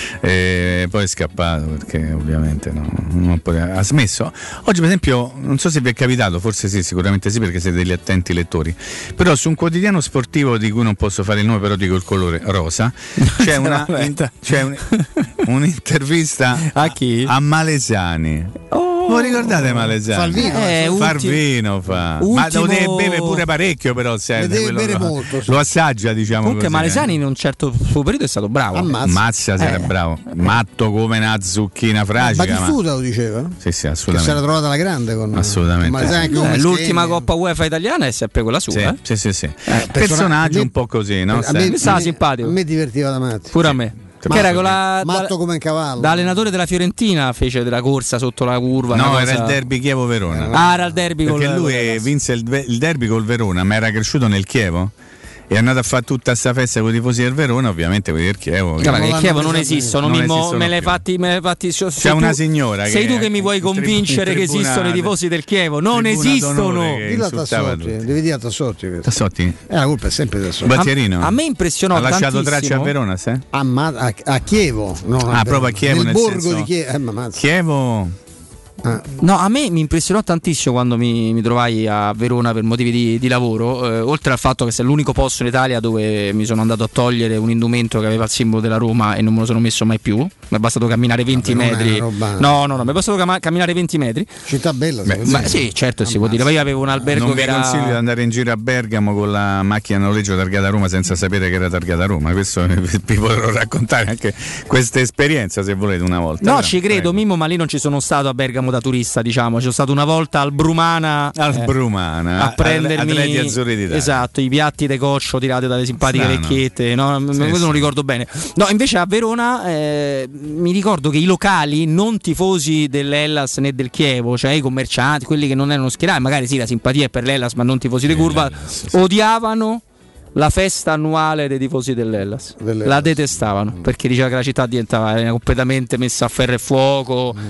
E poi è scappato perché ovviamente no, non poteva- ha smesso. Oggi per esempio, non so se vi è capitato, forse sì, sicuramente sì, perché siete degli attenti lettori, però su un quotidiano sportivo di cui non posso fare il nome, però dico il colore rosa, c'è una in- c'è un- un'intervista A chi? a Malesani. Voi ricordate Malesani? Farvino, Eh, ulti- Farvino fa. Ma ultimo- lo deve bere pure parecchio, però se Ne deve quello bere lo, molto, sì. lo assaggia, diciamo Comunque così. Malesani in un certo suo periodo è stato bravo. Ammazza. Mazza, se era Eh. bravo. Matto come una zucchina fragica. Ma... Battistuta lo diceva, no? Sì, sì, Che si era assolutamente. trovata alla grande con Assolutamente. con Malesani, anche con Eh, Meschini. l'ultima Coppa UEFA italiana è sempre quella sua. Sì, eh. sì, sì, sì. persona- Personaggio a me- un po' così, no? a me, Mi stava a me- simpatico. A me divertiva da matti. Pure a me. Sì. Che era con la, Matto da, come un cavallo. da allenatore della Fiorentina fece della corsa sotto la curva. No, una era cosa- il derby Chievo-Verona. Ah, era il derby Perché col- lui col ragazzo. vinse il, ve- il derby col Verona, ma era cresciuto nel Chievo. E è andato a fare tutta sta festa con i tifosi del Verona, ovviamente quelli del Chievo. Guarda, non che l'hanno Chievo non preso esistono, Non Mimmo, esistono me le più. fatti, me le fatti se C'è tu- una signora che sei tu che mi vuoi in tribu- convincere in che tribuna- esistono i tifosi del Chievo? Non tribuna esistono. d'onore che Dillo a insultava Tassotti, tutti. devi dire a Tassotti questo. Tassotti? Eh, la colpa è sempre di Tassotti. Battierino? A, a me impressionò Ha lasciato tantissimo. tracce a Verona, se? Ah, ma- a, a Chievo, no, Ah, proprio a Chievo, nel nel borgo senso- di Chievo. Eh, ma mazza. Chievo Ah. No, a me mi impressionò tantissimo quando mi, mi trovai a Verona per motivi di, di lavoro, eh, oltre al fatto che è l'unico posto in Italia dove mi sono andato a togliere un indumento che aveva il simbolo della Roma e non me lo sono messo mai più. Mi è bastato camminare venti metri. Roba... No, no, no, mi è bastato cam- camminare venti metri. Città bella, Beh, ma sì, certo, si può dire. Poi io avevo un albergo non che vi era... consiglio di andare in giro a Bergamo con la macchina a noleggio targata a Roma senza sapere che era targata a Roma. Questo vi potrò raccontare anche questa esperienza se volete una volta. No, però, ci credo, prego. Mimmo, ma lì non ci sono stato a Bergamo da turista, diciamo. Ci sono stato una volta al Brumana, al eh, Brumana a prendermi Atleti Azzurri d'Italia. Esatto, i piatti de coccio tirati dalle simpatiche Strano. vecchiette, no? Sì, questo sì. non ricordo bene. No, invece a Verona eh, mi ricordo che i locali non tifosi dell'Hellas né del Chievo, cioè i commercianti, quelli che non erano schierati, magari sì, la simpatia è per l'Hellas ma non tifosi di curva, sì, sì. odiavano la festa annuale dei tifosi dell'Hellas, Dell'Hellas. la detestavano mm. perché diceva che la città diventava era completamente messa a ferro e fuoco mm.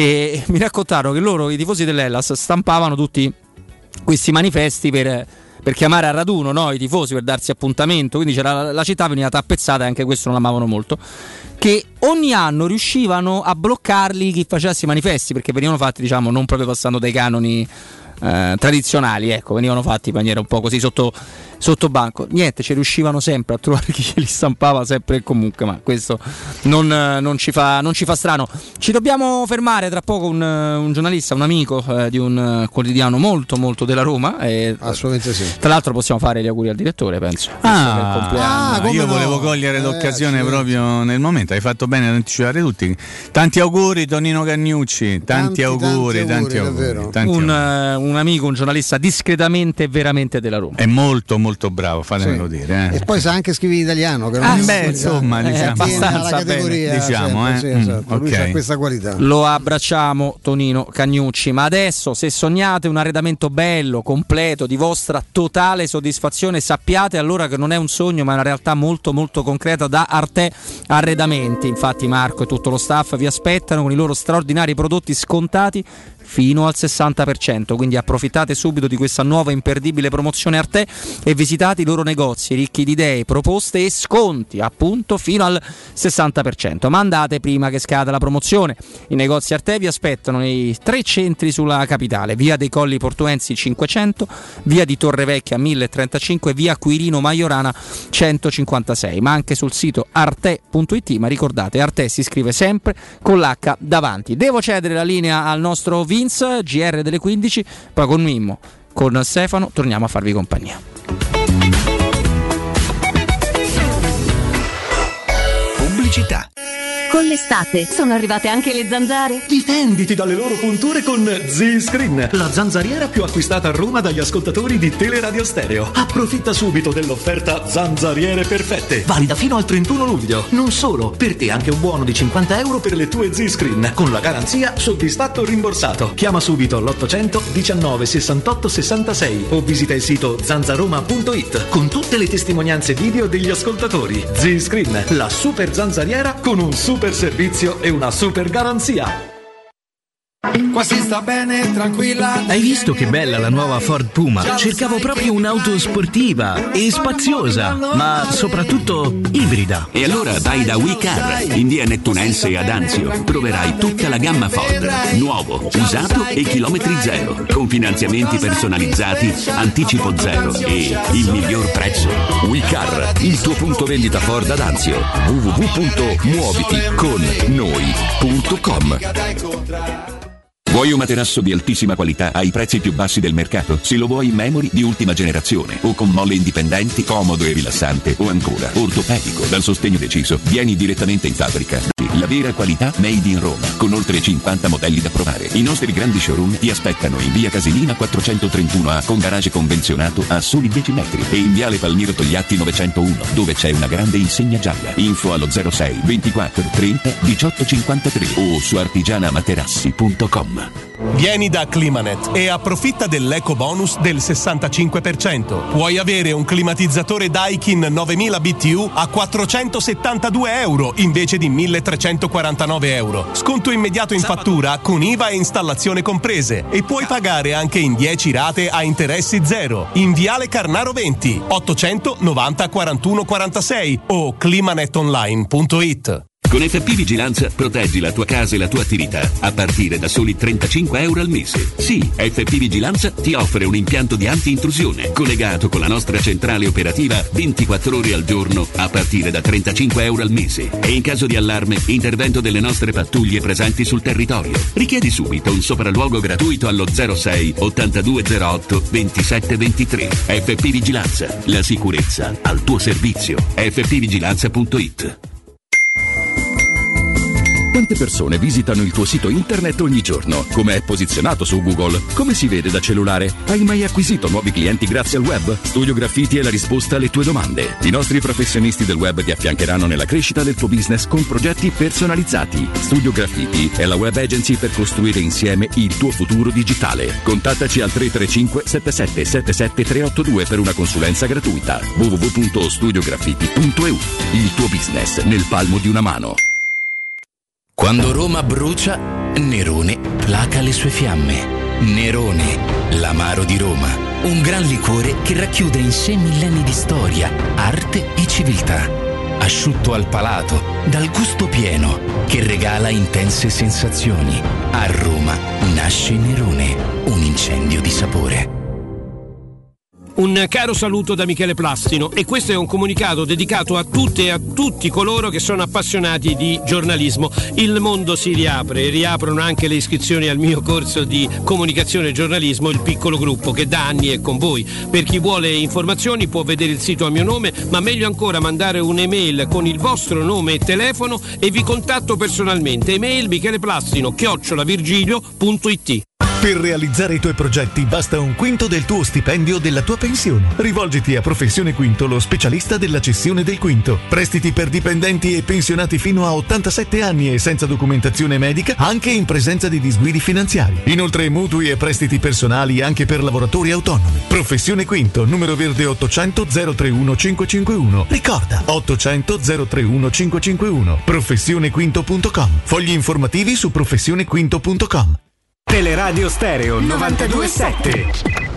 e mi raccontarono che loro, i tifosi dell'Hellas, stampavano tutti questi manifesti per, per chiamare a raduno, no? I tifosi, per darsi appuntamento, quindi c'era la, la città veniva tappezzata e anche questo non l'amavano molto, che ogni anno riuscivano a bloccarli chi facesse i manifesti, perché venivano fatti, diciamo, non proprio passando dai canoni eh, tradizionali, ecco, venivano fatti in maniera un po' così sotto sotto banco. Niente, ci riuscivano sempre a trovare chi li stampava sempre e comunque, ma questo non, non, ci, fa, non ci fa strano. Ci dobbiamo fermare tra poco, un, un giornalista, un amico eh, di un quotidiano molto molto della Roma e, assolutamente sì. Tra l'altro possiamo fare gli auguri al direttore, penso. Ah, ah io no? volevo cogliere eh, l'occasione sì. proprio nel momento. Hai fatto bene ad anticipare tutti. Tanti auguri Tonino Cagnucci, tanti, tanti auguri, tanti auguri, auguri, tanti un, auguri. Uh, un amico, un giornalista discretamente e veramente della Roma. È molto molto bravo, fatemelo sì. dire. Eh. E poi sa anche scrivere in italiano, che non ah, è beh, insomma, eh, diciamo, abbastanza la categoria, bene, diciamo, certo, eh. sì, esatto. Mm, Lui okay. ha questa qualità. Lo abbracciamo, Tonino Cagnucci. Ma adesso, se sognate un arredamento bello, completo, di vostra totale soddisfazione, sappiate allora che non è un sogno ma è una realtà molto molto concreta da Arte Arredamenti. Infatti Marco e tutto lo staff vi aspettano con i loro straordinari prodotti scontati fino al sessanta per cento, quindi approfittate subito di questa nuova imperdibile promozione Arte e visitate i loro negozi ricchi di idee, proposte e sconti, appunto fino al sessanta per cento. Ma andate prima che scada la promozione. I negozi Arte vi aspettano nei tre centri sulla capitale: via dei Colli Portuensi cinquecento, via di Torrevecchia mille e trentacinque, via Quirino Maiorana centocinquantasei, ma anche sul sito arte punto it. Ma ricordate, Arte si scrive sempre con l'H davanti. Devo cedere la linea al nostro Vince, G R delle quindici, poi con Mimmo, con Stefano torniamo a farvi compagnia. Pubblicità. Con l'estate sono arrivate anche le zanzare. Difenditi dalle loro punture con Z-Screen, la zanzariera più acquistata a Roma dagli ascoltatori di Teleradio Stereo. Approfitta subito dell'offerta Zanzariere Perfette, valida fino al trentuno luglio. Non solo, per te anche un buono di cinquanta euro per le tue Z-Screen, con la garanzia soddisfatto o rimborsato. Chiama subito l'ottocento diciannove sessantotto sessantasei o visita il sito zanzaroma punto it con tutte le testimonianze video degli ascoltatori. Z-Screen, la super zanzariera con un super servizio e una super garanzia. Qua si sta bene, tranquilla. Hai visto che bella la nuova Ford Puma? Cercavo proprio un'auto sportiva e spaziosa, ma soprattutto ibrida. E allora vai da WeCar in via Nettunense ad Anzio. Troverai tutta la gamma Ford, nuovo, usato e chilometri zero, con finanziamenti personalizzati, anticipo zero e il miglior prezzo. WeCar, il tuo punto vendita Ford ad Anzio. w w w punto muoviti con noi punto com. Vuoi un materasso di altissima qualità ai prezzi più bassi del mercato? Se lo vuoi in memory di ultima generazione o con molle indipendenti, comodo e rilassante, o ancora ortopedico dal sostegno deciso, vieni direttamente in fabbrica. La vera qualità made in Roma, con oltre cinquanta modelli da provare. I nostri grandi showroom ti aspettano in via Casilina quattrocentotrentuno A con garage convenzionato a soli dieci metri e in viale Palmiro Togliatti novecentouno, dove c'è una grande insegna gialla. Info allo zero sei ventiquattro trenta diciotto cinquantatré o su artigianamaterassi punto com. Vieni da Climanet e approfitta dell'eco bonus del sessantacinque per cento. Puoi avere un climatizzatore Daikin novemila B T U a quattrocentosettantadue euro invece di milletrecentoquarantanove euro. Sconto immediato in fattura con I V A e installazione comprese e puoi pagare anche in dieci rate a interessi zero. In Viale Carnaro venti, ottocento novanta quarantuno quarantasei o climanetonline punto it. Con F P Vigilanza proteggi la tua casa e la tua attività a partire da soli trentacinque euro al mese. Sì, F P Vigilanza ti offre un impianto di anti-intrusione collegato con la nostra centrale operativa ventiquattro ore al giorno a partire da trentacinque euro al mese. E in caso di allarme, intervento delle nostre pattuglie presenti sul territorio. Richiedi subito un sopralluogo gratuito allo zero sei ottantadue zero otto ventisette ventitré. F P Vigilanza, la sicurezza al tuo servizio. F P vigilanza punto it. Quante persone visitano il tuo sito internet ogni giorno? Come è posizionato su Google? Come si vede da cellulare? Hai mai acquisito nuovi clienti grazie al web? Studio Graffiti è la risposta alle tue domande. I nostri professionisti del web ti affiancheranno nella crescita del tuo business con progetti personalizzati. Studio Graffiti è la web agency per costruire insieme il tuo futuro digitale. Contattaci al tre tre cinque sette sette sette sette tre otto due per una consulenza gratuita. w w w punto studio graffiti punto e u. Il tuo business nel palmo di una mano. Quando Roma brucia, Nerone placa le sue fiamme. Nerone, l'amaro di Roma. Un gran liquore che racchiude in sé millenni di storia, arte e civiltà. Asciutto al palato, dal gusto pieno, che regala intense sensazioni. A Roma nasce Nerone, un incendio di sapore. Un caro saluto da Michele Plastino, e questo è un comunicato dedicato a tutte e a tutti coloro che sono appassionati di giornalismo. Il mondo si riapre, riaprono anche le iscrizioni al mio corso di comunicazione e giornalismo, il piccolo gruppo, che da anni è con voi. Per chi vuole informazioni può vedere il sito a mio nome, ma meglio ancora mandare un'email con il vostro nome e telefono e vi contatto personalmente. Email micheleplastino chiocciola virgilio punto it. Per realizzare i tuoi progetti basta un quinto del tuo stipendio o della tua pensione. Rivolgiti a Professione Quinto, lo specialista della cessione del quinto. Prestiti per dipendenti e pensionati fino a ottantasette anni e senza documentazione medica, anche in presenza di disguidi finanziari. Inoltre mutui e prestiti personali anche per lavoratori autonomi. Professione Quinto, numero verde ottocento zero trentuno cinquecentocinquantuno. Ricorda, ottocento zero trentuno cinquecentocinquantuno. professione quinto punto com. Fogli informativi su professione quinto punto com. Teleradio Stereo novantadue sette.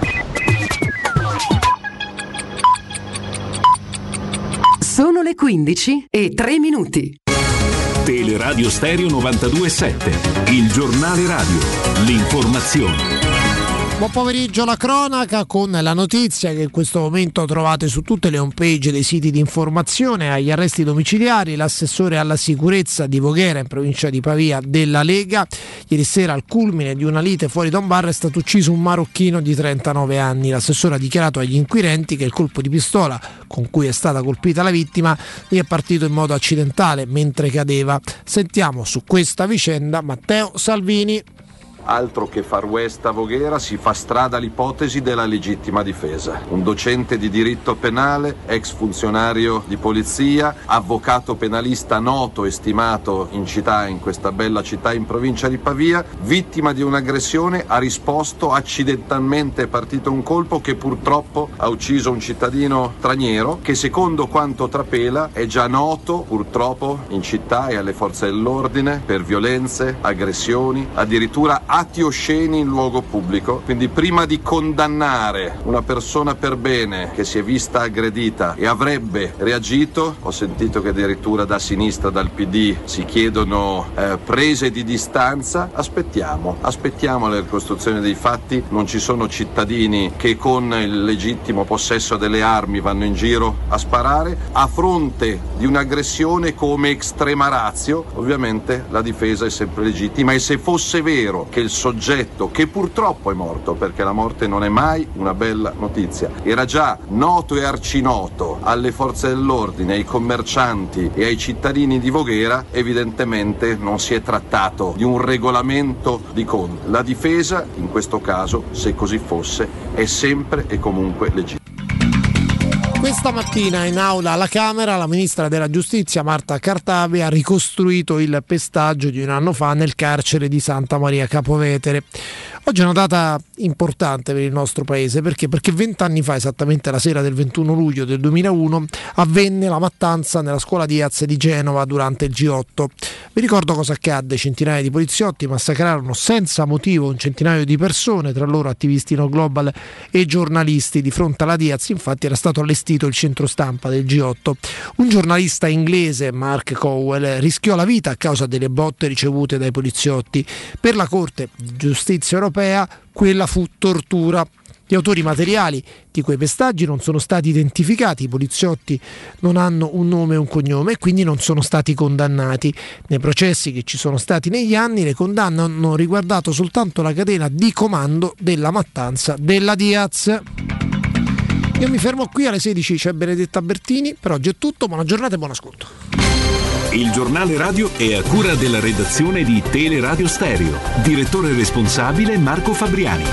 Sono le quindici e tre minuti. Teleradio Stereo novantadue sette, il giornale radio, l'informazione. Buon pomeriggio, la cronaca con la notizia che in questo momento trovate su tutte le homepage dei siti di informazione. Agli arresti domiciliari l'assessore alla sicurezza di Voghera in provincia di Pavia della Lega. Ieri sera, al culmine di una lite fuori da un bar, è stato ucciso un marocchino di trentanove anni. L'assessore ha dichiarato agli inquirenti che il colpo di pistola con cui è stata colpita la vittima gli è partito in modo accidentale mentre cadeva. Sentiamo su questa vicenda Matteo Salvini. Altro che Far West a Voghera, si fa strada l'ipotesi della legittima difesa. Un docente di diritto penale, ex funzionario di polizia, avvocato penalista noto e stimato in città, in questa bella città in provincia di Pavia, vittima di un'aggressione, ha risposto accidentalmente, è partito un colpo che purtroppo ha ucciso un cittadino straniero che, secondo quanto trapela, è già noto purtroppo in città e alle forze dell'ordine per violenze, aggressioni, addirittura atti osceni in luogo pubblico. Quindi prima di condannare una persona per bene che si è vista aggredita e avrebbe reagito, ho sentito che addirittura da sinistra, dal P D, si chiedono eh, prese di distanza. Aspettiamo, aspettiamo la ricostruzione dei fatti. Non ci sono cittadini che con il legittimo possesso delle armi vanno in giro a sparare. A fronte di un'aggressione come extrema ratio, ovviamente la difesa è sempre legittima, e se fosse vero che il soggetto, che purtroppo è morto, perché la morte non è mai una bella notizia, era già noto e arcinoto alle forze dell'ordine, ai commercianti e ai cittadini di Voghera, evidentemente non si è trattato di un regolamento di conti. La difesa, in questo caso, se così fosse, è sempre e comunque legittima. Questa mattina in aula alla Camera la ministra della Giustizia Marta Cartabia ha ricostruito il pestaggio di un anno fa nel carcere di Santa Maria Capovetere. Oggi è una data importante per il nostro paese, perché? Perché vent'anni fa, esattamente la sera del ventuno luglio del duemilauno, avvenne la mattanza nella scuola Diaz di Genova durante il G otto. Vi ricordo cosa accadde: centinaia di poliziotti massacrarono senza motivo un centinaio di persone, tra loro attivisti No Global e giornalisti. Di fronte alla Diaz, infatti, era stato allestito il centro stampa del G otto. Un giornalista inglese, Mark Cowell, rischiò la vita a causa delle botte ricevute dai poliziotti. Per la Corte di Giustizia europea quella fu tortura. Gli autori materiali di quei pestaggi non sono stati identificati, i poliziotti non hanno un nome e un cognome e quindi non sono stati condannati. Nei processi che ci sono stati negli anni le condanne hanno riguardato soltanto la catena di comando della mattanza della Diaz. Io mi fermo qui, alle sedici c'è Benedetta Bertini, per oggi è tutto, buona giornata e buon ascolto. Il giornale radio è a cura della redazione di Teleradio Stereo. Direttore responsabile Marco Fabriani.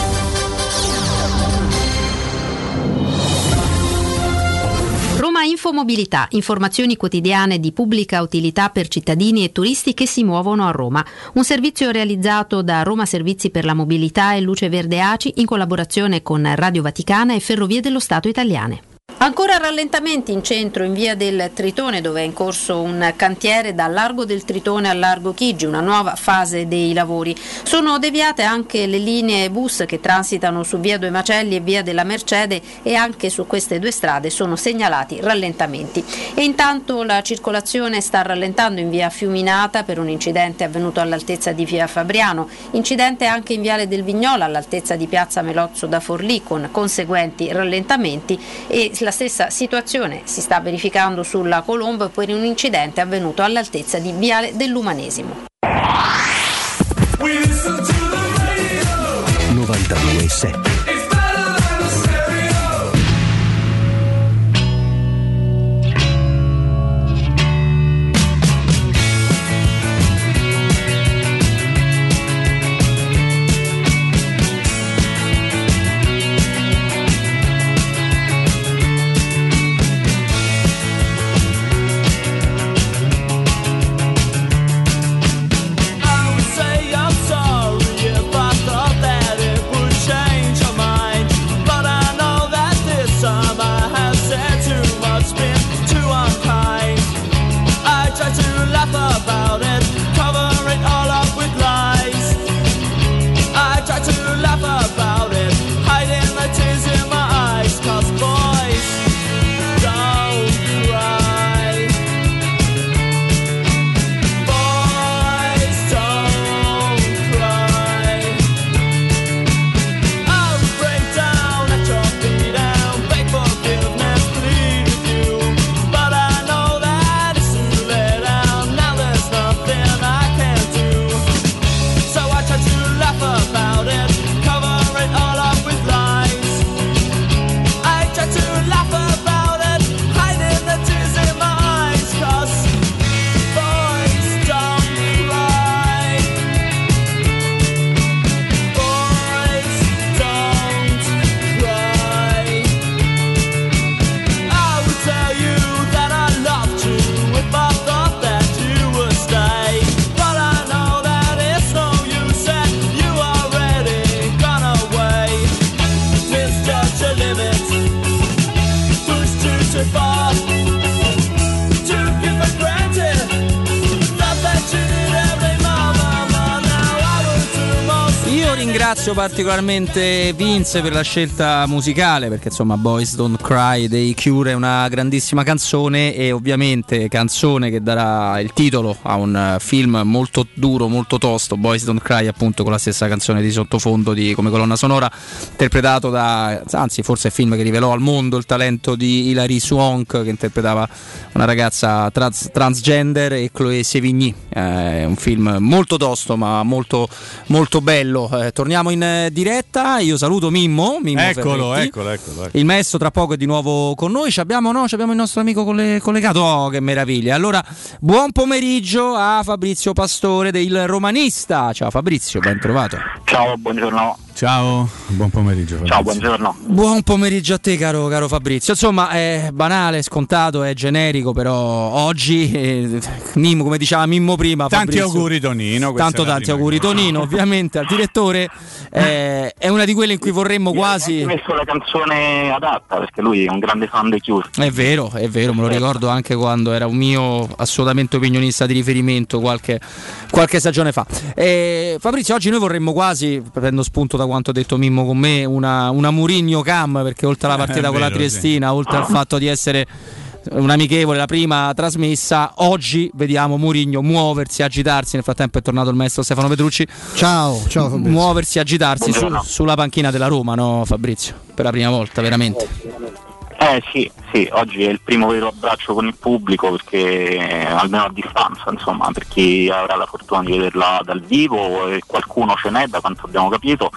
Roma Infomobilità, informazioni quotidiane di pubblica utilità per cittadini e turisti che si muovono a Roma. Un servizio realizzato da Roma Servizi per la Mobilità e Luce Verde A C I in collaborazione con Radio Vaticana e Ferrovie dello Stato Italiane. Ancora rallentamenti in centro, in via del Tritone, dove è in corso un cantiere dal largo del Tritone al largo Chigi, una nuova fase dei lavori. Sono deviate anche le linee bus che transitano su via Due Macelli e via della Mercede e anche su queste due strade sono segnalati rallentamenti. E intanto la circolazione sta rallentando in via Fiuminata per un incidente avvenuto all'altezza di via Fabriano, incidente anche in viale del Vignola all'altezza di piazza Melozzo da Forlì con conseguenti rallentamenti, e la stessa situazione si sta verificando sulla Colombo per un incidente avvenuto all'altezza di viale dell'Umanesimo. novantadue sette Ringrazio particolarmente Vince per la scelta musicale, perché insomma Boys Don't Cry dei Cure è una grandissima canzone, e ovviamente canzone che darà il titolo a un film molto duro, molto tosto, Boys Don't Cry, appunto con la stessa canzone di sottofondo di, come colonna sonora, interpretato da, anzi forse è il film che rivelò al mondo il talento di Hilary Swank, che interpretava una ragazza trans, transgender, e Chloé Sevigny. È un film molto tosto ma molto, molto bello. Eh, torniamo in diretta, io saluto Mimmo, Mimmo eccolo, Ferretti. eccolo, eccolo, eccolo. Il maestro tra poco è di nuovo con noi. Ci abbiamo, no, ci abbiamo il nostro amico coll- collegato. Oh, che meraviglia. Allora, buon pomeriggio a Fabrizio Pastore del Romanista. Ciao Fabrizio, ben trovato. Ciao, buongiorno. Ciao, buon pomeriggio Fabrizio. Ciao, buongiorno. Buon pomeriggio a te, caro, caro Fabrizio. Insomma, è banale, scontato, è generico, però oggi eh, Mimmo, come diceva Mimmo prima, tanti Fabrizio, auguri Tonino. Tanto tanti auguri Tonino, ovviamente al direttore. Eh, è una di quelle in cui vorremmo quasi. Ho messo la canzone adatta, perché lui è un grande fan dei Cure. È vero, è vero, me lo ricordo anche quando era un mio assolutamente opinionista di riferimento qualche, qualche stagione fa. Eh, Fabrizio, oggi noi vorremmo quasi quasi, prendo spunto da quanto ha detto Mimmo con me, una, una Mourinho cam, perché oltre alla partita con la Triestina, sì, oltre al fatto di essere un'amichevole, la prima trasmessa, oggi vediamo Mourinho muoversi, agitarsi. Nel frattempo è tornato il maestro Stefano Petrucci. Ciao, ciao Fabrizio. Muoversi, agitarsi su, sulla panchina della Roma, no Fabrizio? Per la prima volta, veramente. Eh sì, sì, oggi è il primo vero abbraccio con il pubblico, perché eh, almeno a distanza, insomma, per chi avrà la fortuna di vederla dal vivo, e qualcuno ce n'è da quanto abbiamo capito,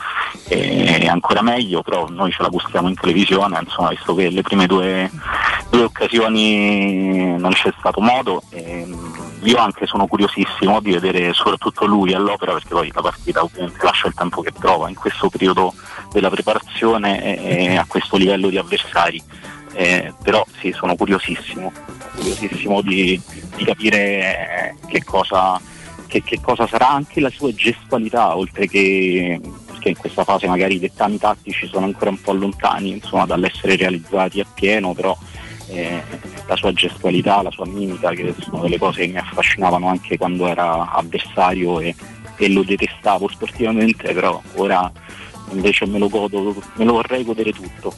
e ancora meglio, però noi ce la gustiamo in televisione, insomma, visto che le prime due, due occasioni non c'è stato modo. E io anche sono curiosissimo di vedere soprattutto lui all'opera, perché poi la partita ovviamente lascia il tempo che trova in questo periodo della preparazione e, e a questo livello di avversari. Eh, però sì, sono curiosissimo, curiosissimo di, di capire che cosa, che, che cosa sarà anche la sua gestualità, oltre che, che in questa fase magari i dettami tattici sono ancora un po' lontani, insomma, dall'essere realizzati appieno, però eh, la sua gestualità, la sua mimica, che sono delle cose che mi affascinavano anche quando era avversario e, e lo detestavo sportivamente, però ora invece me lo godo, me lo vorrei godere tutto.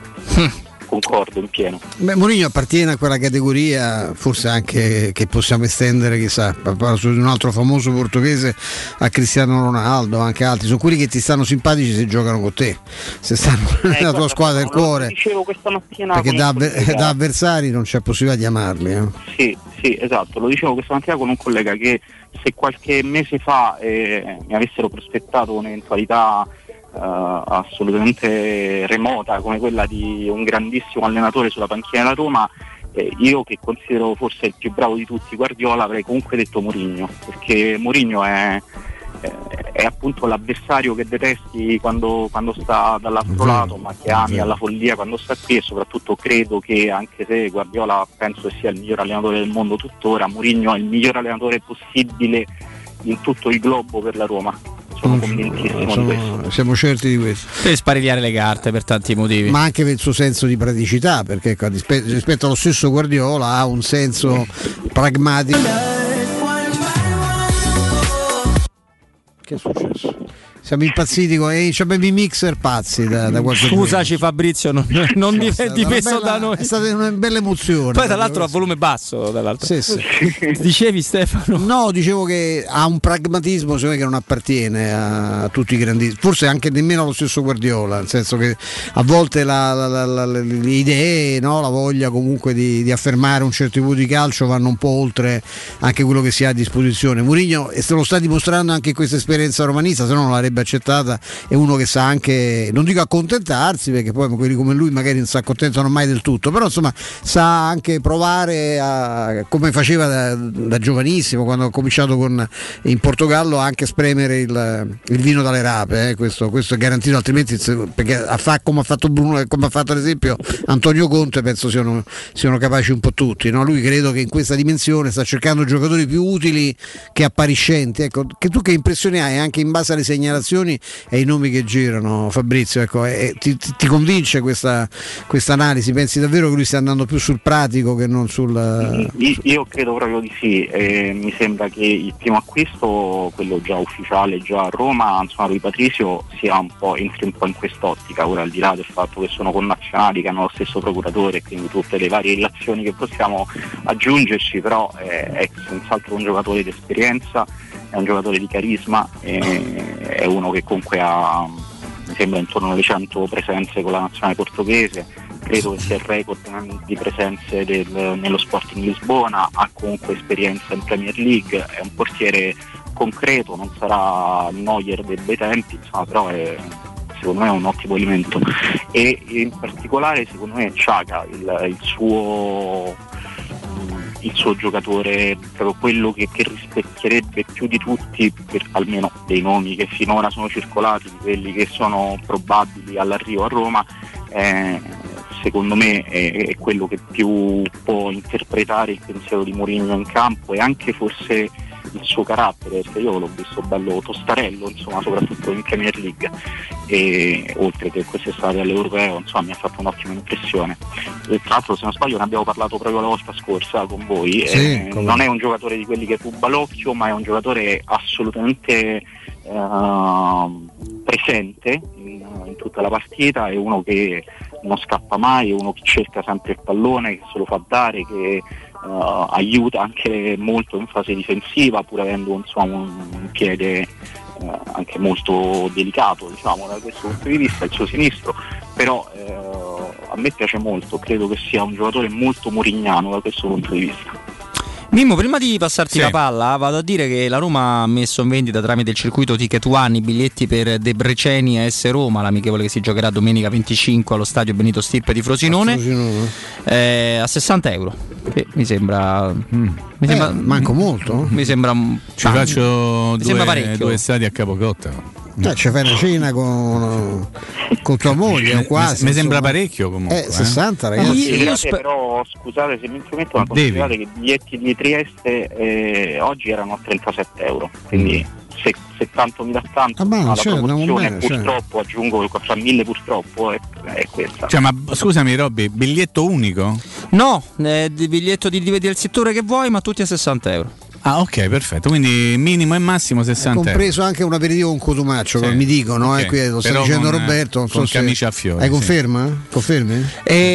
Concordo in pieno. Beh, Mourinho appartiene a quella categoria, forse anche che possiamo estendere, chissà, parlo di un altro famoso portoghese, a Cristiano Ronaldo, anche altri, sono quelli che ti stanno simpatici se giocano con te, se stanno eh, nella tua squadra del cuore. Lo dicevo questa mattina, perché da, avver- da avversari non c'è possibilità di amarli. Eh. Sì, sì, esatto, lo dicevo questa mattina con un collega, che se qualche mese fa eh, mi avessero prospettato un'eventualità Uh, assolutamente remota come quella di un grandissimo allenatore sulla panchina della Roma, eh, io che considero forse il più bravo di tutti Guardiola, avrei comunque detto Mourinho, perché Mourinho è, è, è appunto l'avversario che detesti quando, quando sta dall'altro lato, ma che ami alla follia quando sta qui, e soprattutto credo che, anche se Guardiola penso che sia il miglior allenatore del mondo tuttora, Mourinho è il miglior allenatore possibile in tutto il globo per la Roma. Sono convintissimo sono, di questo. Siamo certi di questo. Per sparigliare le carte per tanti motivi. Ma anche per il suo senso di praticità, perché ecco, rispetto allo stesso Guardiola ha un senso pragmatico. Che è successo? Siamo impazziti con eh, abbiamo i mixer pazzi da, da qualche Scusaci Fabrizio, non, non mi è dipeso da noi. È stata una bella emozione. Poi tra l'altro a volume basso, dall'altro. Sì, sì. Dicevi Stefano? No, dicevo che ha un pragmatismo secondo me che non appartiene a tutti i grandi, forse anche nemmeno allo stesso Guardiola, nel senso che a volte la, la, la, la, le idee, no? La voglia comunque di, di affermare un certo tipo di calcio vanno un po' oltre anche quello che si ha a disposizione. Mourinho, e se lo sta dimostrando anche in questa esperienza romanista, se no non l'avrebbe accettata, è uno che sa anche, non dico accontentarsi, perché poi quelli come lui magari non si accontentano mai del tutto, però insomma sa anche provare a, come faceva da, da giovanissimo quando ha cominciato con, in Portogallo, anche spremere il, il vino dalle rape, eh. questo, questo è garantito, altrimenti perché a come ha fatto Bruno, come ha fatto ad esempio Antonio Conte, penso siano, siano capaci un po' tutti, no? Lui credo che in questa dimensione sta cercando giocatori più utili che appariscenti, ecco. Che tu che impressione hai anche in base alle segnalazioni e i nomi che girano, Fabrizio, ecco, e ti, ti convince questa questa analisi? Pensi davvero che lui stia andando più sul pratico che non sul... Io credo proprio di sì, eh, mi sembra che il primo acquisto, quello già ufficiale già a Roma, insomma Rui Patricio, sia un po', entri un po' in quest'ottica, ora al di là del fatto che sono connazionali, che hanno lo stesso procuratore e quindi tutte le varie relazioni che possiamo aggiungerci, però eh, è senz'altro un giocatore di esperienza, è un giocatore di carisma, eh, è uno che comunque ha, mi sembra, intorno alle cento presenze con la nazionale portoghese, credo che sia il record di presenze del, nello Sporting Lisbona, ha comunque esperienza in Premier League, è un portiere concreto, non sarà il Neuer dei bei tempi, insomma, però è, secondo me è un ottimo elemento, e in particolare secondo me è Xhaka, il, il suo il suo giocatore, proprio quello che, che rispecchierebbe più di tutti, per almeno dei nomi che finora sono circolati, di quelli che sono probabili all'arrivo a Roma, eh, secondo me è, è quello che più può interpretare il pensiero di Mourinho in campo, e anche forse il suo carattere, perché io l'ho visto bello tostarello, insomma, soprattutto in Premier League, e oltre che quest'estate all'Europeo, insomma, mi ha fatto un'ottima impressione. E tra l'altro, se non sbaglio, ne abbiamo parlato proprio la volta scorsa con voi, sì, eh, non è un giocatore di quelli che ruba l'occhio, ma è un giocatore assolutamente Uh, presente in, in tutta la partita, è uno che non scappa mai, è uno che cerca sempre il pallone, che se lo fa dare, che uh, aiuta anche molto in fase difensiva, pur avendo insomma, un, un piede uh, anche molto delicato, diciamo, da questo punto di vista, il suo sinistro, però uh, a me piace molto, credo che sia un giocatore molto murignano da questo punto di vista. Mimmo, prima di passarti Sì. la palla, vado a dire che la Roma ha messo in vendita tramite il circuito Ticket One i biglietti per Debreceni a S Roma, l'amichevole che si giocherà domenica venticinque allo stadio Benito Stirpe di Frosinone, Frosinone. eh, a sessanta euro. Che mi sembra. Mm, mi sembra Eh, manco molto. Mi sembra. Ci faccio mi sembra due, parecchio. due stadi a Capocotta. Eh, ci fai una cena con, con tua moglie, Mi- quasi. mi sembra insomma. parecchio comunque. Eh, sessanta ragazzi. Considerate spe- però, scusate se mi intrometto, ma Devi. considerate che i biglietti di Trieste eh, oggi erano a trentasette euro, quindi se, se tanto mi dà tanto, Ah, ma la cioè, andiamo promozione bene, cioè. purtroppo, aggiungo fra mille purtroppo, è, è questa. Cioè, ma scusami Robby, biglietto unico? No, eh, di biglietto di dividi il settore che vuoi, ma tutti a sessanta euro. Ah, ok, perfetto. Quindi minimo e massimo sessanta euro. Compreso anche un aperitivo con Cotumaccio, Sì. come mi dicono, Ok. eh, qui lo sta Però dicendo con, Roberto. Non con so se- camicia a fiori, Hai sì. conferma? Confermi?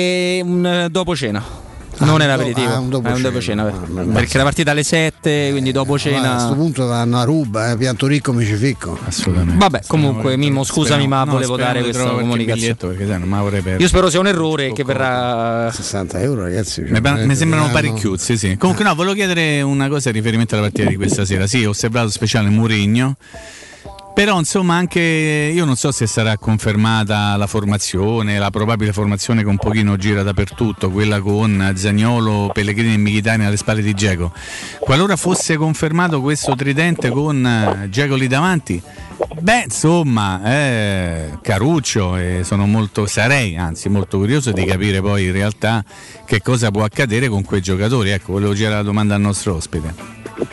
E un eh, dopo cena. Non Ah, è un un do- aperitivo, ah, un dopo è un dopo cena. cena, Ah, ma- perché la partita alle sette, quindi dopo Allora, a cena. questo punto vanno a ruba, eh, pianto ricco mi ci ficco. Assolutamente. Vabbè, comunque Mimmo, scusami, Speriamo- ma no, volevo speriamo dare di questa trovare qualche comunicazione. biglietto, perché sai, non me la vorrei perdere. Io spero sia un errore che verrà. sessanta euro ragazzi. Mi, pa- mi sembrano parecchiuzzi, sì. Comunque no, volevo chiedere una cosa in riferimento alla partita di questa sera. Sì, ho osservato speciale Mourinho. Però insomma anche io non so se sarà confermata la formazione, la probabile formazione che un pochino gira dappertutto, quella con Zaniolo, Pellegrini e Mkhitaryan alle spalle di Dzeko. Qualora fosse confermato questo tridente con Dzeko lì davanti, beh insomma eh, Caruccio, e sono molto, sarei anzi molto curioso di capire poi in realtà che cosa può accadere con quei giocatori. Ecco, volevo girare la domanda al nostro ospite.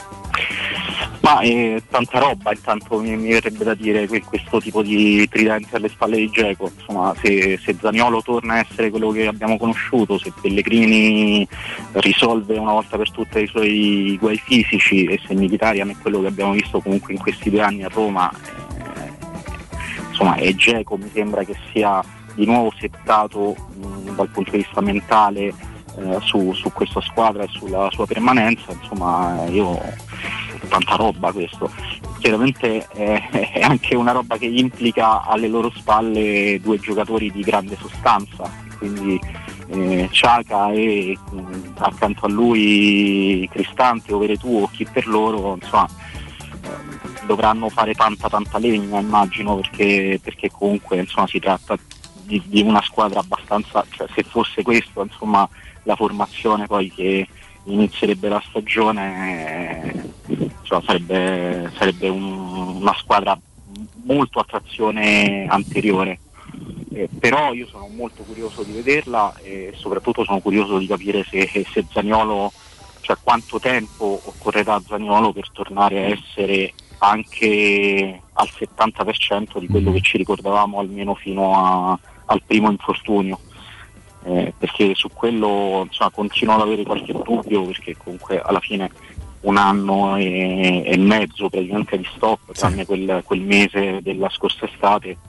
Ma eh, tanta roba intanto mi, mi verrebbe da dire que- questo tipo di tridente alle spalle di Dzeko, insomma se, se Zaniolo torna a essere quello che abbiamo conosciuto, se Pellegrini risolve una volta per tutte i suoi guai fisici e se Mkhitaryan è quello che abbiamo visto comunque in questi due anni a Roma, eh, insomma e Dzeko mi sembra che sia di nuovo settato mh, dal punto di vista mentale eh, su, su questa squadra e sulla sua permanenza, insomma io tanta roba questo. Chiaramente eh, è anche una roba che implica alle loro spalle due giocatori di grande sostanza, quindi eh, Xhaka e mh, accanto a lui Cristante o Veretù o chi per loro, insomma eh, dovranno fare tanta tanta legna immagino, perché, perché comunque insomma si tratta di, di una squadra abbastanza, cioè, se fosse questo insomma la formazione poi che inizierebbe la stagione, eh, cioè sarebbe, sarebbe un, una squadra molto a trazione anteriore, eh, però io sono molto curioso di vederla e soprattutto sono curioso di capire se, se Zaniolo, cioè quanto tempo occorrerà a Zaniolo per tornare a essere anche al settanta per cento di quello che ci ricordavamo almeno fino a, al primo infortunio. Eh, perché su quello insomma, continuo ad avere qualche dubbio, perché comunque alla fine un anno e, e mezzo praticamente di stop, tranne sì. quel, quel mese della scorsa estate, eh,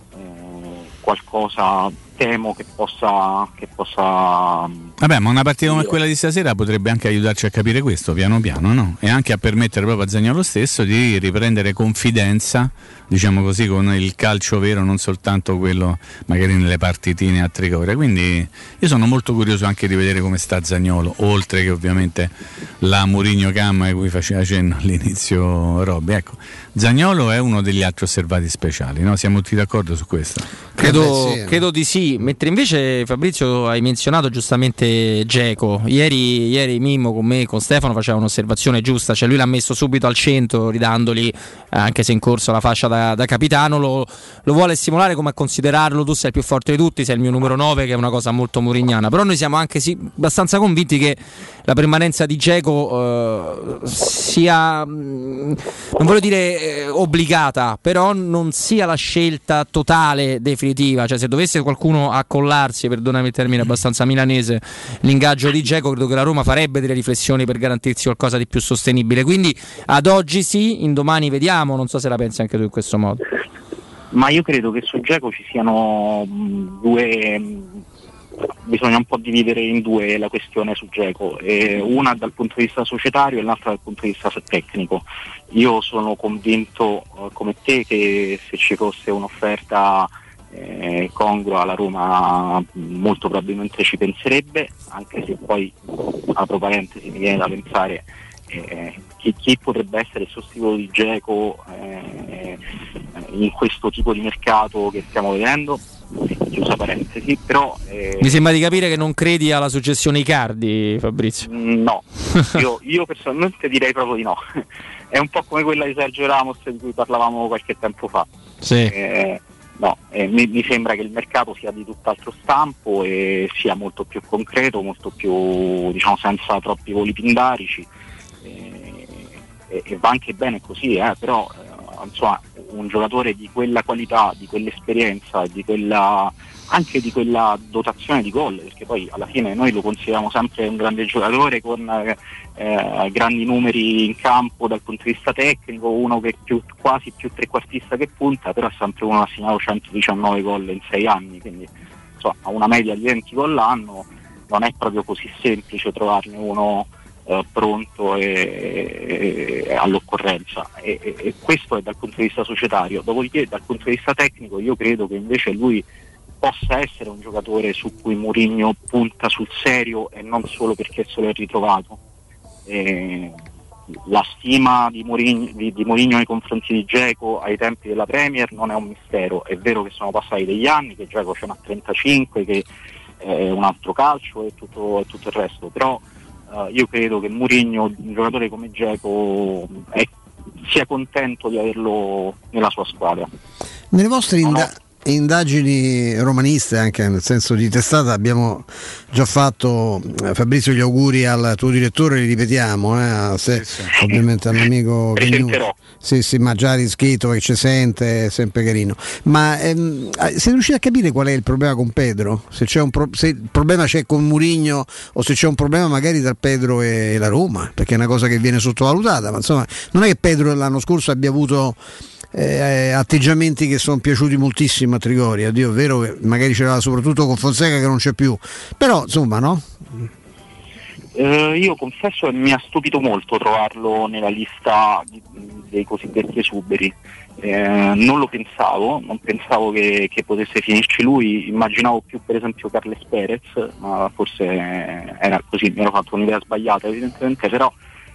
qualcosa temo che possa che possa vabbè, ma una partita come quella di stasera potrebbe anche aiutarci a capire questo piano piano, no? E anche a permettere proprio a Zaniolo stesso di riprendere confidenza, diciamo così, con il calcio vero, non soltanto quello magari nelle partitine a tricore. Quindi io sono molto curioso anche di vedere come sta Zaniolo, oltre che ovviamente la Mourinho Cam a cui faceva cenno all'inizio Robby. Ecco, Zaniolo è uno degli altri osservati speciali, no? Siamo tutti d'accordo su questo? Credo, credo di sì, mentre invece Fabrizio hai menzionato giustamente Dzeko. Ieri, ieri Mimmo con me, con Stefano faceva un'osservazione giusta, cioè lui l'ha messo subito al centro ridandogli, anche se in corso la fascia da, da capitano, lo, lo vuole stimolare come a considerarlo, tu sei il più forte di tutti, sei il mio numero nove, che è una cosa molto murignana, però noi siamo anche sì, abbastanza convinti che la permanenza di Dzeko eh, sia, non voglio dire eh, obbligata, però non sia la scelta totale definitiva, cioè se dovesse qualcuno accollarsi, perdonami il termine abbastanza milanese, l'ingaggio di Dzeko, credo che la Roma farebbe delle riflessioni per garantirsi qualcosa di più sostenibile, quindi ad oggi sì, in domani vediamo, non so se la pensi anche tu in questo modo. Ma io credo che su Dzeko ci siano mh, due, mh, bisogna un po' dividere in due la questione su Dzeko, eh, una dal punto di vista societario e l'altra dal punto di vista tecnico. Io sono convinto eh, come te che se ci fosse un'offerta eh, congrua la Roma molto probabilmente ci penserebbe, anche se poi, apro parentesi, mi viene da pensare Eh, chi, chi potrebbe essere il sostituto di Dzeko eh, in questo tipo di mercato che stiamo vedendo, chiusa parentesi, però eh, mi sembra di capire che non credi alla successione Icardi, Fabrizio. No, io, io personalmente direi proprio di no. È un po' come quella di Sergio Ramos di cui parlavamo qualche tempo fa. Sì. Eh, no, eh, mi, mi sembra che il mercato sia di tutt'altro stampo e sia molto più concreto, molto più, diciamo, senza troppi voli pindarici. E, e va anche bene così, eh, però eh, insomma, un giocatore di quella qualità, di quell'esperienza, di quella, anche di quella dotazione di gol, perché poi alla fine noi lo consideriamo sempre un grande giocatore con eh, grandi numeri in campo dal punto di vista tecnico, uno che è più, quasi più trequartista che punta, però è sempre uno che ha segnato centodiciannove gol in sei anni, quindi insomma, a una media di venti gol l'anno non è proprio così semplice trovarne uno Uh, pronto e, e all'occorrenza e, e, e questo è dal punto di vista societario. Dopodiché dal punto di vista tecnico io credo che invece lui possa essere un giocatore su cui Mourinho punta sul serio e non solo perché se lo è ritrovato. E la stima di Mourinho, di, di Mourinho nei confronti di Dzeko ai tempi della Premier non è un mistero. È vero che sono passati degli anni, che Dzeko ce n'ha trentacinque, che è un altro calcio e tutto, e tutto il resto, però Uh, io credo che Mourinho, un giocatore come Dzeko, è, sia contento di averlo nella sua squadra. Nelle vostre inda- indagini romaniste, anche nel senso di testata, abbiamo già fatto, eh, Fabrizio, gli auguri al tuo direttore, li ripetiamo, eh, a se, sì, sì. Ovviamente all'amico Vignucci. Sì, sì, ma già riscritto che ci sente, è sempre carino. Ma ehm, siete riusciti a capire qual è il problema con Pedro? Se, c'è un pro- se il problema c'è con Mourinho o se c'è un problema magari tra Pedro e la Roma, perché è una cosa che viene sottovalutata, ma insomma non è che Pedro l'anno scorso abbia avuto Eh, atteggiamenti che sono piaciuti moltissimo a Trigoria. Dio, è vero che magari c'era soprattutto con Fonseca che non c'è più, però insomma, no? Eh, io confesso che mi ha stupito molto trovarlo nella lista di, dei cosiddetti esuberi. Eh, non lo pensavo, non pensavo che, che potesse finirci lui, immaginavo più per esempio Carles Perez, ma forse era così, mi ero fatto un'idea sbagliata evidentemente, però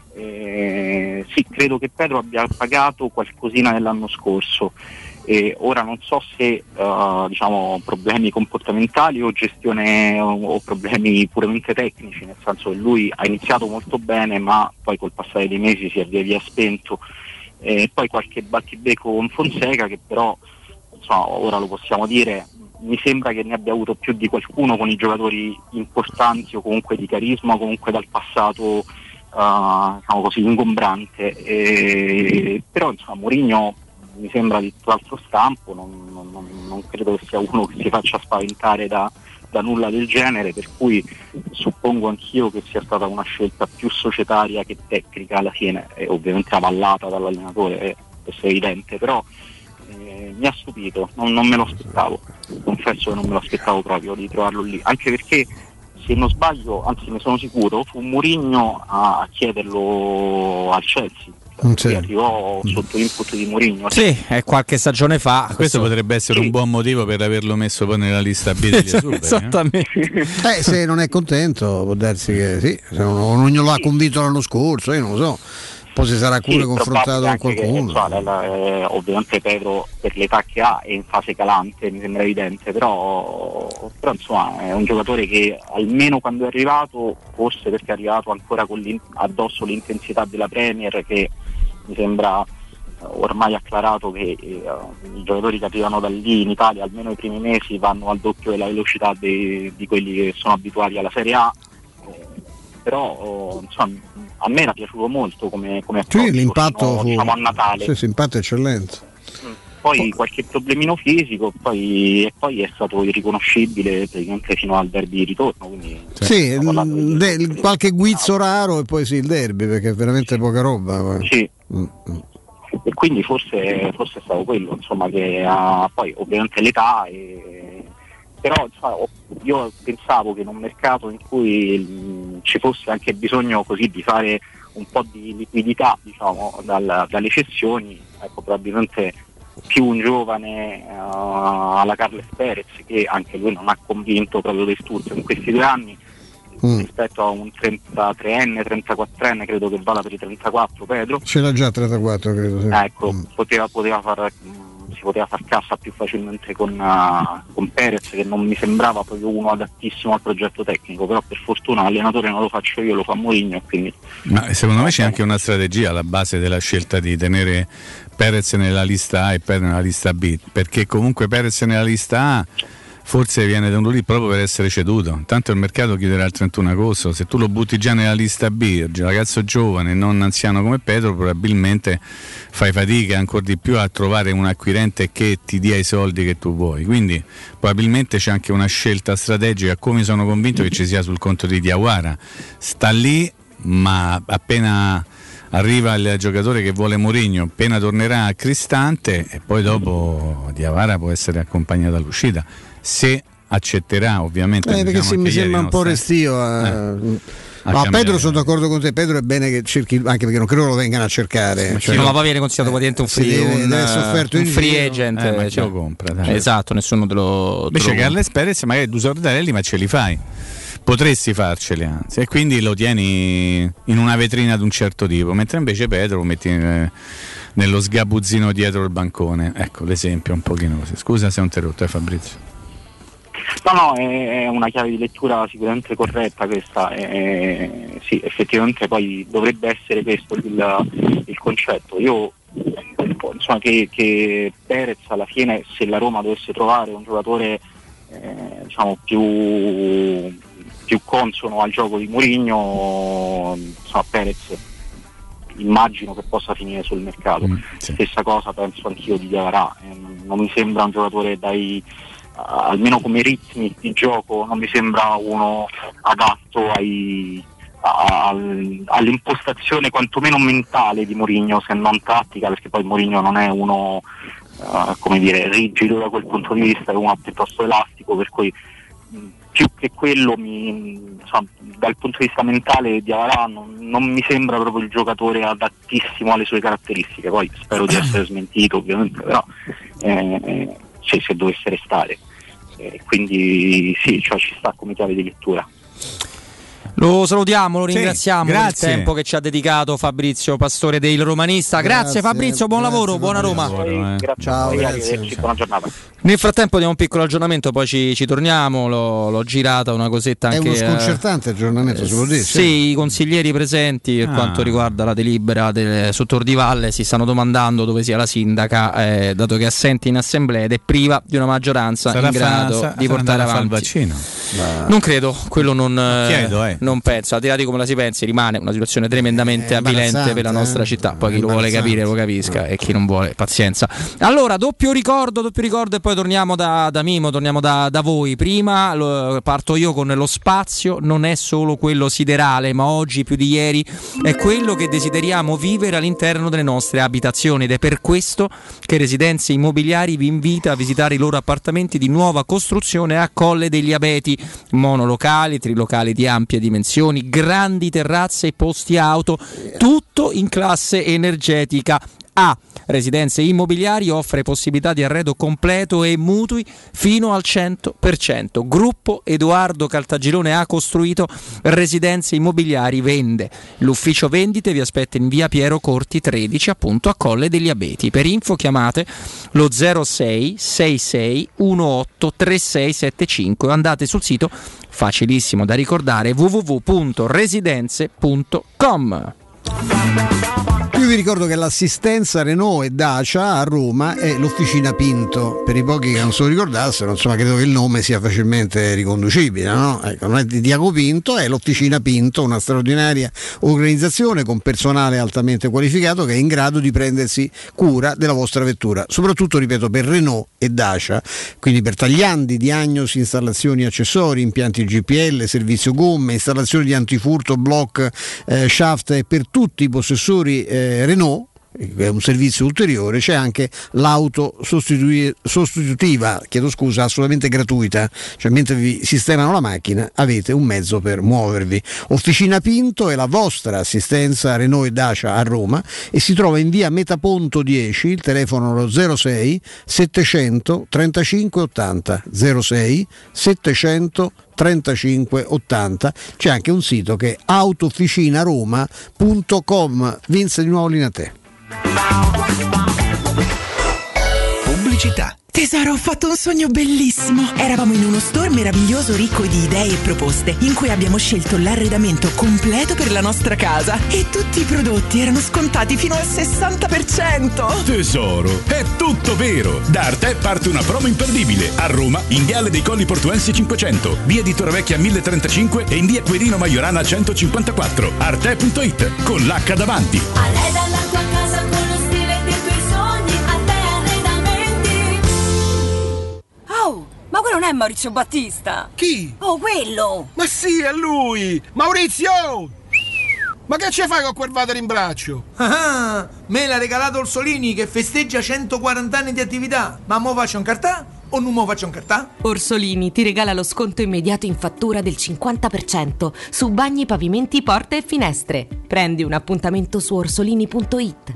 Eh, sì, credo che Pedro abbia pagato qualcosina nell'anno scorso e ora non so se uh, diciamo problemi comportamentali o gestione o, o problemi puramente tecnici, nel senso che lui ha iniziato molto bene ma poi col passare dei mesi si è via via spento e eh, poi qualche battibecco con Fonseca che però insomma, ora lo possiamo dire, mi sembra che ne abbia avuto più di qualcuno con i giocatori importanti o comunque di carisma, comunque dal passato Uh, diciamo così ingombrante, e, però insomma Mourinho mi sembra di tutt'altro stampo, non, non, non credo che sia uno che si faccia spaventare da, da nulla del genere, per cui suppongo anch'io che sia stata una scelta più societaria che tecnica alla fine, e ovviamente avallata dall'allenatore, è, questo è evidente, però eh, mi ha stupito, non, non me lo aspettavo, confesso che non me lo aspettavo proprio di trovarlo lì, anche perché se non sbaglio, anzi ne sono sicuro, fu Mourinho a chiederlo al Chelsea, cioè, sì. Arrivò sotto input di Mourinho. Sì, è qualche stagione fa. Questo, questo potrebbe essere sì. un buon motivo per averlo messo poi nella lista B degli esuberi. Esattamente. Eh? eh, se non è contento può darsi che sì, se non, non glielo ha convinto l'anno scorso, io non lo so. Poi si sarà pure sì, confrontato con qualcuno. Che, insomma, la, eh, ovviamente Pedro per l'età che ha è in fase calante, mi sembra evidente, però, però insomma è un giocatore che almeno quando è arrivato, forse perché è arrivato ancora con addosso l'intensità della Premier, che mi sembra ormai acclarato che eh, i giocatori che arrivano da lì in Italia almeno i primi mesi vanno al doppio della velocità dei, di quelli che sono abituati alla Serie A, eh, però oh, insomma a me era piaciuto molto come, come approccio, sì, l'impatto fino, fu... diciamo a Natale. Sì, sì, impatto eccellente. Mm. Poi oh. qualche problemino fisico, poi, e poi è stato irriconoscibile praticamente fino al derby di ritorno. Quindi, sì, di... de- qualche guizzo raro e poi sì il derby, perché è veramente sì. poca roba. Sì. Mm. e quindi forse, forse è stato quello, insomma, che ha poi ovviamente l'età, e, però insomma, io pensavo che in un mercato in cui mh, ci fosse anche bisogno così di fare un po' di liquidità, diciamo, dal, dalle cessioni, ecco, probabilmente più un giovane uh, alla Carles Perez, che anche lui non ha convinto proprio del tutto in questi due anni, mm. rispetto a un trentatreenne, trentaquattrenne, credo che vada per i trentaquattro, Pedro. Ce l'ha già trentaquattro, credo, sì. Ecco, mm. poteva, poteva far, si poteva far cassa più facilmente con, uh, con Perez, che non mi sembrava proprio uno adattissimo al progetto tecnico, però per fortuna l'allenatore non lo faccio io, lo fa Mourinho, quindi... Ma secondo me c'è anche una strategia alla base della scelta di tenere Perez nella lista A e Perez nella lista B, perché comunque Perez nella lista A forse viene da un lì proprio per essere ceduto, tanto il mercato chiuderà il trentuno agosto. Se tu lo butti già nella lista B, ragazzo giovane, non anziano come Pedro, probabilmente fai fatica ancora di più a trovare un acquirente che ti dia i soldi che tu vuoi, quindi probabilmente c'è anche una scelta strategica, come sono convinto che ci sia sul conto di Diawara. Sta lì, ma appena arriva il giocatore che vuole Mourinho, appena tornerà a Cristante, e poi dopo Diawara può essere accompagnato all'uscita, se accetterà, ovviamente. Eh, perché se mi sembra un po' restio a... eh. Ma Pedro, sono d'accordo con te. Pedro è bene che cerchi, anche perché non credo lo vengano a cercare, cioè, non va bene considerato praticamente un free, deve, un, deve offerto un in free giro. agent, eh, ma cioè, lo compra, dai. Esatto, nessuno te lo. Invece Carles Perez magari due sordelli, ma ce li fai. Potresti farceli, anzi, e quindi lo tieni in una vetrina di un certo tipo, mentre invece Pedro lo metti eh, nello sgabuzzino dietro il bancone. Ecco l'esempio un pochino così. Scusa se ho interrotto, eh, Fabrizio. No, no, è una chiave di lettura sicuramente corretta questa, e, sì, effettivamente poi dovrebbe essere questo il, il concetto. Io insomma che, che Perez alla fine, se la Roma dovesse trovare un giocatore eh, diciamo più, più consono al gioco di Mourinho, insomma Perez immagino che possa finire sul mercato. Mm, sì. Stessa cosa penso anch'io di Diawara, eh, non mi sembra un giocatore dai Uh, almeno come ritmi di gioco non mi sembra uno adatto ai, a, al, all'impostazione quantomeno mentale di Mourinho, se non tattica, perché poi Mourinho non è uno uh, come dire rigido da quel punto di vista, è uno piuttosto elastico, per cui mh, più che quello mi, insomma, dal punto di vista mentale Diawara non, non mi sembra proprio il giocatore adattissimo alle sue caratteristiche. Poi spero di essere smentito ovviamente, però eh, Se, se dovesse restare, eh, quindi sì, cioè ci sta come chiave di lettura. Lo salutiamo, lo ringraziamo sì, per il tempo che ci ha dedicato Fabrizio Pastore del Romanista. Grazie, grazie Fabrizio, buon grazie, lavoro, buona Roma. Lavoro, eh. Grazie, ciao, grazie, grazie. Buona giornata. Nel frattempo diamo un piccolo aggiornamento, poi ci, ci torniamo. L'ho, l'ho girata una cosetta anche. È uno sconcertante eh, aggiornamento, se lo dici. Sì, i consiglieri presenti per ah. quanto riguarda la delibera del, su Tor di Valle si stanno domandando dove sia la sindaca, eh, dato che è assente in assemblea ed è priva di una maggioranza sarà in grado fa, sa, di portare avanti. Vaccino. Ma... Non credo, quello non, Chiedo, eh. non penso. Al di là di come la si pensi, rimane una situazione tremendamente avvilente per la nostra eh? città. Poi chi lo vuole capire lo capisca, e chi non vuole pazienza. Allora, doppio ricordo, doppio ricordo e poi torniamo da, da Mimo, torniamo da, da voi. Prima lo, parto io con lo spazio, non è solo quello siderale, ma oggi più di ieri è quello che desideriamo vivere all'interno delle nostre abitazioni, ed è per questo che Residenze Immobiliari vi invita a visitare i loro appartamenti di nuova costruzione a Colle degli Abeti, monolocali, trilocali di ampie dimensioni, grandi terrazze e posti auto, tutto in classe energetica A. Residenze Immobiliari offre possibilità di arredo completo e mutui fino al cento per cento. Gruppo Edoardo Caltagirone ha costruito, Residenze Immobiliari vende. L'ufficio vendite vi aspetta in via Piero Corti tredici, appunto a Colle degli Abeti. Per info chiamate lo zero sei sei sei uno otto tre sei sette cinque o andate sul sito, facilissimo da ricordare, w w w punto residenze punto com. Io vi ricordo che l'assistenza Renault e Dacia a Roma è l'Officina Pinto. Per i pochi che non se lo ricordassero, insomma, credo che il nome sia facilmente riconducibile, no? Ecco, non è di Diaco Pinto, è l'Officina Pinto, una straordinaria organizzazione con personale altamente qualificato che è in grado di prendersi cura della vostra vettura, soprattutto, ripeto, per Renault e Dacia, quindi per tagliandi, diagnosi, installazioni, accessori, impianti G P L, servizio gomme, installazioni di antifurto, block, eh, shaft, e per tutti i possessori eh, Renault è un servizio ulteriore, c'è anche l'auto sostitui- sostitutiva, chiedo scusa, assolutamente gratuita, cioè mentre vi sistemano la macchina avete un mezzo per muovervi. Officina Pinto è la vostra assistenza Renault e Dacia a Roma e si trova in via Metaponto dieci, il telefono lo zero sei settecento trentacinque ottanta zero sei settecento trentacinque ottanta. C'è anche un sito che è autofficinaroma punto com. Vince, di nuovo linea a te. Pubblicità. Tesoro, ho fatto un sogno bellissimo. Eravamo in uno store meraviglioso ricco di idee e proposte, in cui abbiamo scelto l'arredamento completo per la nostra casa e tutti i prodotti erano scontati fino al sessanta per cento. Tesoro, è tutto vero. Da Arte parte una promo imperdibile. A Roma, in Viale dei Colli Portuensi cinquecento, via di Torrevecchia mille trentacinque e in via Quirino Maiorana centocinquantaquattro. Arte punto it con l'H davanti. Arreda la tua casa con lo stile dei tuoi sogni. Arte Arredamenti. Oh, ma quello non è Maurizio Battista? Chi? Oh, quello! Ma sì, è lui! Maurizio! Ma che ci fai con quel vader in braccio? Ah, me l'ha regalato Orsolini che festeggia centoquaranta anni di attività. Ma mo faccio un cartà o non mo faccio un cartà? Orsolini ti regala lo sconto immediato in fattura del cinquanta per cento su bagni, pavimenti, porte e finestre. Prendi un appuntamento su orsolini punto it.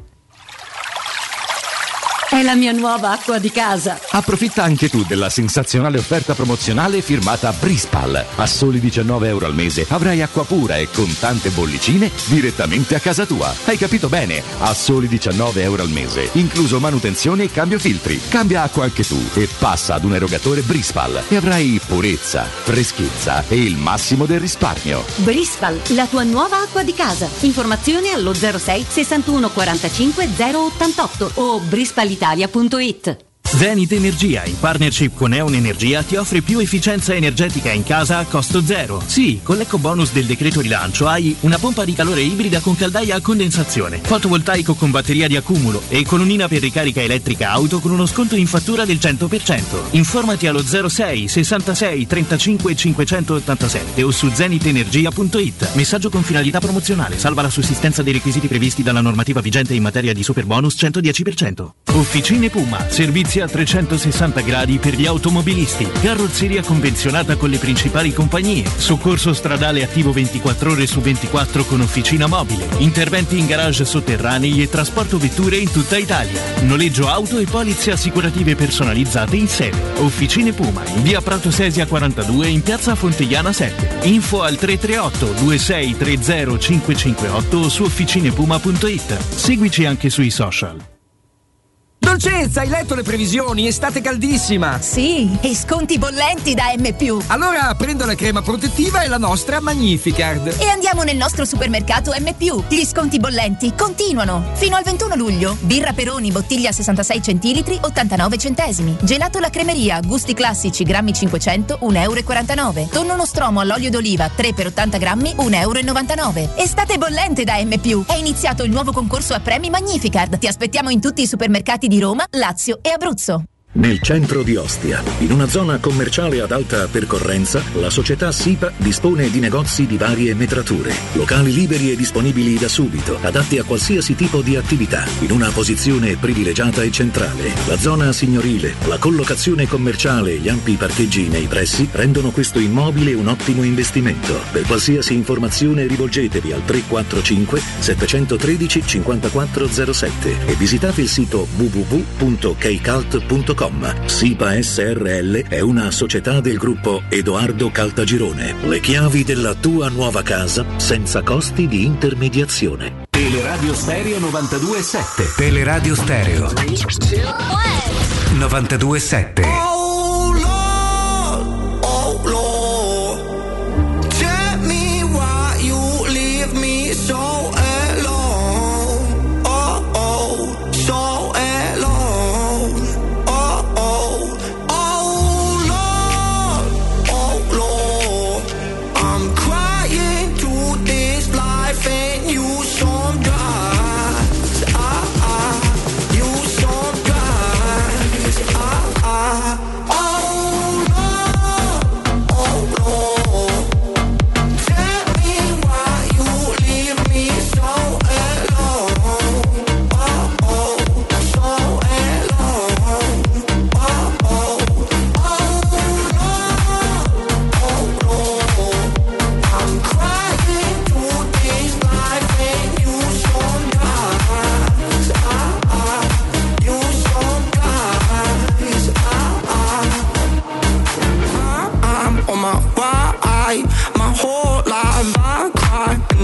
È la mia nuova acqua di casa. Approfitta anche tu della sensazionale offerta promozionale firmata Brispal. A soli diciannove euro al mese avrai acqua pura e con tante bollicine direttamente a casa tua. Hai capito bene? A soli diciannove euro al mese, incluso manutenzione e cambio filtri. Cambia acqua anche tu e passa ad un erogatore Brispal e avrai purezza, freschezza e il massimo del risparmio. Brispal, la tua nuova acqua di casa. Informazioni allo zero sei sessantuno quarantacinque zero ottantotto o brispal italia punto it. Zenith Energia, in partnership con Eon Energia, ti offre più efficienza energetica in casa a costo zero. Sì, con l'eco bonus del decreto rilancio hai una pompa di calore ibrida con caldaia a condensazione, fotovoltaico con batteria di accumulo e colonnina per ricarica elettrica auto con uno sconto in fattura del cento per cento. Informati allo zero sei sessantasei trentacinque cinquecentottantasette o su zenith energia punto it. Messaggio con finalità promozionale, salva la sussistenza dei requisiti previsti dalla normativa vigente in materia di super bonus centodieci per cento. Officine Puma, servizi a trecentosessanta gradi per gli automobilisti, carrozzeria convenzionata con le principali compagnie, soccorso stradale attivo ventiquattro ore su ventiquattro con officina mobile, interventi in garage sotterranei e trasporto vetture in tutta Italia, noleggio auto e polizze assicurative personalizzate in sede. Officine Puma in via Prato Sesia quarantadue in piazza Fonteiana sette. Info al tre tre otto due sei tre zero cinque cinque otto o su officinepuma punto it. Seguici anche sui social. Dolcezza, hai letto le previsioni? Estate caldissima! Sì, e sconti bollenti da M più. Allora prendo la crema protettiva e la nostra Magnificard. E andiamo nel nostro supermercato M più. Gli sconti bollenti continuano. Fino al ventuno luglio. Birra Peroni, bottiglia sessantasei centilitri, ottantanove centesimi. Gelato La Cremeria, gusti classici, grammi cinquecento, un euro e quarantanove. Tonno Nostromo all'olio d'oliva, tre per ottanta grammi, un euro e novantanove. Estate bollente da M più. È iniziato il nuovo concorso a premi Magnificard. Ti aspettiamo in tutti i supermercati di Roma, Lazio e Abruzzo. Nel centro di Ostia, in una zona commerciale ad alta percorrenza, la società SIPA dispone di negozi di varie metrature, locali liberi e disponibili da subito, adatti a qualsiasi tipo di attività, in una posizione privilegiata e centrale. La zona signorile, la collocazione commerciale e gli ampi parcheggi nei pressi rendono questo immobile un ottimo investimento. Per qualsiasi informazione rivolgetevi al tre quattro cinque sette uno tre cinque zero sette e visitate il sito w w w punto keicalt punto com. SIPA S R L è una società del gruppo Edoardo Caltagirone. Le chiavi della tua nuova casa senza costi di intermediazione. Teleradio Stereo novantadue sette. Teleradio Stereo novantadue sette. Oh Lord, oh Lord, tell me why you leave me so alone. Oh oh, so alone. Ah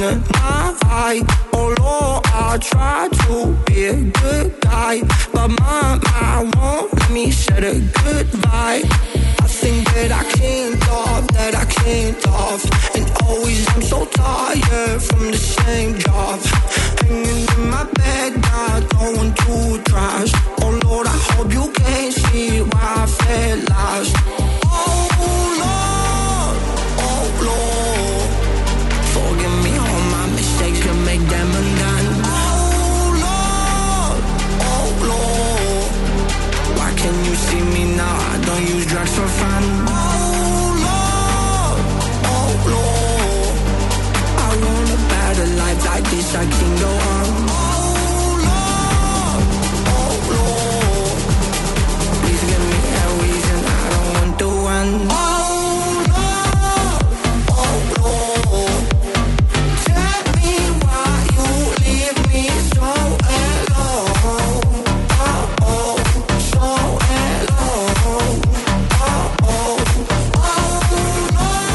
the night. Oh Lord, I try to be a good guy, but my mind won't let me set a good vibe. I think that I can't love, that I can't love, and always I'm so tired from the same job. Hanging in my bed now, going to trash. Oh Lord, I hope you can see why I feel lost. Oh Lord, oh Lord, forgive me all my mistakes, can make them undone. Oh Lord, oh Lord, why can't you see me now? I don't use drugs for fun. Oh Lord, oh Lord, I want a better life like this, I can go on. Oh Lord, oh Lord, please give me a reason, I don't want to run. Oh Lord, oh Lord, tell me why you leave me so alone. Oh oh, so alone. Oh oh, oh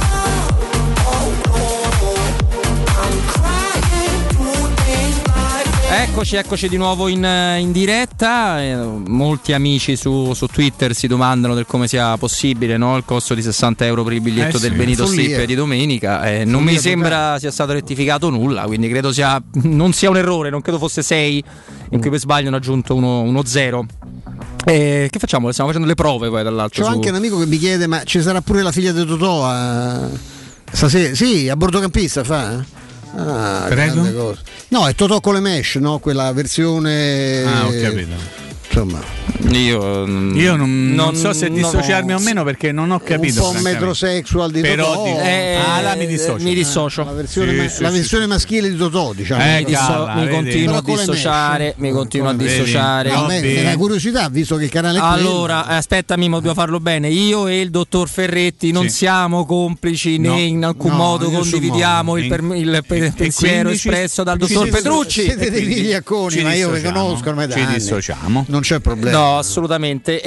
Lord, oh Lord, I'm crying through this life. Eccoci, eccoci di nuovo in, in diretta. Eh, molti amici su, su Twitter si domandano del come sia possibile, no? Il costo di sessanta euro per il biglietto Eh sì, del Benito follia. Strip di domenica. Eh, non Follia mi sembra sia stato rettificato nulla, quindi credo sia non sia un errore, non credo fosse sei, in cui per sbaglio hanno aggiunto uno, uno zero. Eh, che facciamo? Stiamo facendo le prove poi dall'altro. C'ho su... anche un amico che mi chiede: ma ci sarà pure la figlia di Totò a... stasera? Sì, a bordocampista fa? Ah, Prego? grande cosa. No, è Totò con le mesh, no? Quella versione. Ah, ho capito. Insomma, io, Io non, non so se non dissociarmi ho- o meno perché non ho capito. un po' francamente. metrosexual di Però Totò. di- Eh, ah, là mi dissocio. mi dissocio. La versione, Sì, ma- sì, la sì, versione sì. maschile di Totò, diciamo. Eh, mi, disso- cala, mi vedi? continuo a Però con le dissociare, mesh. mi continuo a Con le mesh. dissociare. No, No, beh, beh. è una curiosità, visto che il canale è quello. Allora, aspetta Mimo, dobbiamo farlo bene. Io e il dottor Ferretti non Sì. siamo complici No. né in alcun No, modo in nessun condividiamo modo. il, per- il E- pe- e pensiero quindi ci- espresso dal ci dottor siete- Petrucci. Siete dei quindi vigliacconi, ci ma io vi dissociamo. conosco ormai da Ci anni. dissociamo. Non c'è problema. No, assolutamente.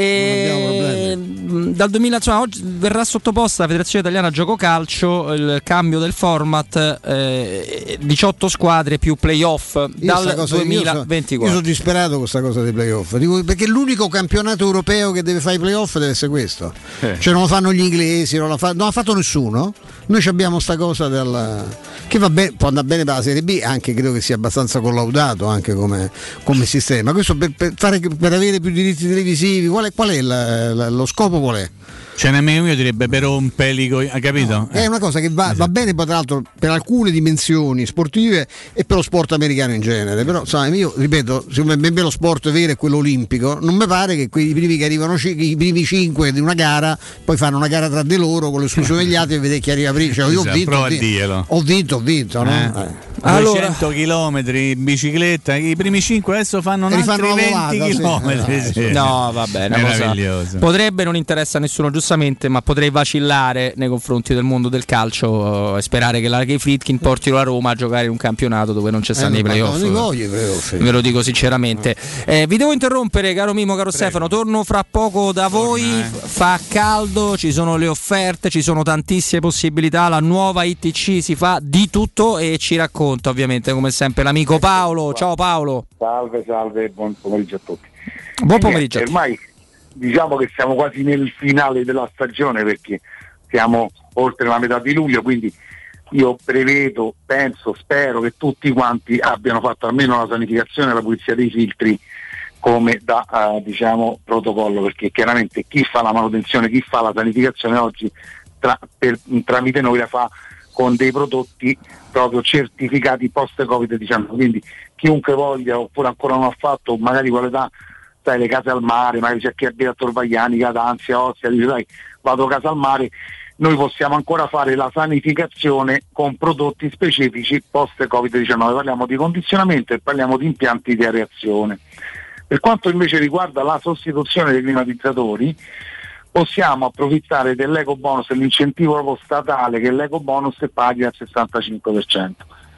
E mh, dal duemila, insomma, oggi verrà sottoposta alla Federazione Italiana Gioco Calcio il cambio del format, eh, diciotto squadre più playoff Io dal sta cosa- io so- duemilaventiquattro. Io sono disperato con questa cosa dei playoff. Dico, perché l'unico campionato europeo che deve fare i playoff deve essere questo. Eh. Cioè non lo fanno gli inglesi, non, la fa- non l'ha fatto nessuno. Noi abbiamo sta cosa del, che va bene, può andare bene per la Serie B, anche credo che sia abbastanza collaudato anche come, come sistema. Questo per, per, fare, per avere più diritti televisivi, qual è, qual è la- la- lo scopo qual è? Cioè nemmeno io direbbe per un pelico, hai capito? È una cosa che va, va bene poi tra l'altro per alcune dimensioni sportive e per lo sport americano in genere, però sai, io ripeto, secondo me lo sport vero è quello olimpico, non mi pare che quei primi che arrivano ci- i primi cinque di una gara poi fanno una gara tra di loro con l'esclusione degli altri e vedere chi arriva prima. Cioè, io ho Esatto, vinto, prova ho a vinto, dirlo. ho vinto, ho vinto, no? Eh. Eh. Allora- duecento chilometri in bicicletta, i primi cinque adesso fanno un E rifanno altri una volata, venti sì. chilometri. Eh, sì. No, va bene, una cosa- meraviglioso. potrebbe non interessa a nessuno giustamente, ma potrei vacillare nei confronti del mondo del calcio, eh, e sperare che la Kay Friedkin portino la Roma a giocare in un campionato dove non ci stanno Eh, i ma playoff. non li voglio i playoff. Ve lo dico sinceramente. Eh, vi devo interrompere, caro Mimo, caro Stefano. Torno fra poco da voi. eh. Fa caldo, ci sono le offerte, ci sono tantissime possibilità. La nuova I T C si fa di tutto e ci racconta, ovviamente, come sempre, l'amico Paolo. Ciao Paolo. Salve, salve, buon pomeriggio a tutti. Buon Eh, pomeriggio. a niente, ormai diciamo che siamo quasi nel finale della stagione perché siamo oltre la metà di luglio, quindi io prevedo, penso, spero che tutti quanti abbiano fatto almeno la sanificazione e la pulizia dei filtri come da eh, diciamo protocollo, perché chiaramente chi fa la manutenzione, chi fa la sanificazione oggi tra, per, tramite noi la fa con dei prodotti proprio certificati post-Covid diciannove, quindi chiunque voglia oppure ancora non ha fatto, magari vuole da sai, le case al mare, magari c'è chi abita a Torvagliani, Catanzia, Ostia, dice dai vado a casa al mare, noi possiamo ancora fare la sanificazione con prodotti specifici post-Covid diciannove, parliamo di condizionamento e parliamo di impianti di areazione. Per quanto invece riguarda la sostituzione dei climatizzatori, possiamo approfittare dell'eco bonus, dell'incentivo proprio statale che è l'eco bonus e paghi al sessantacinque per cento.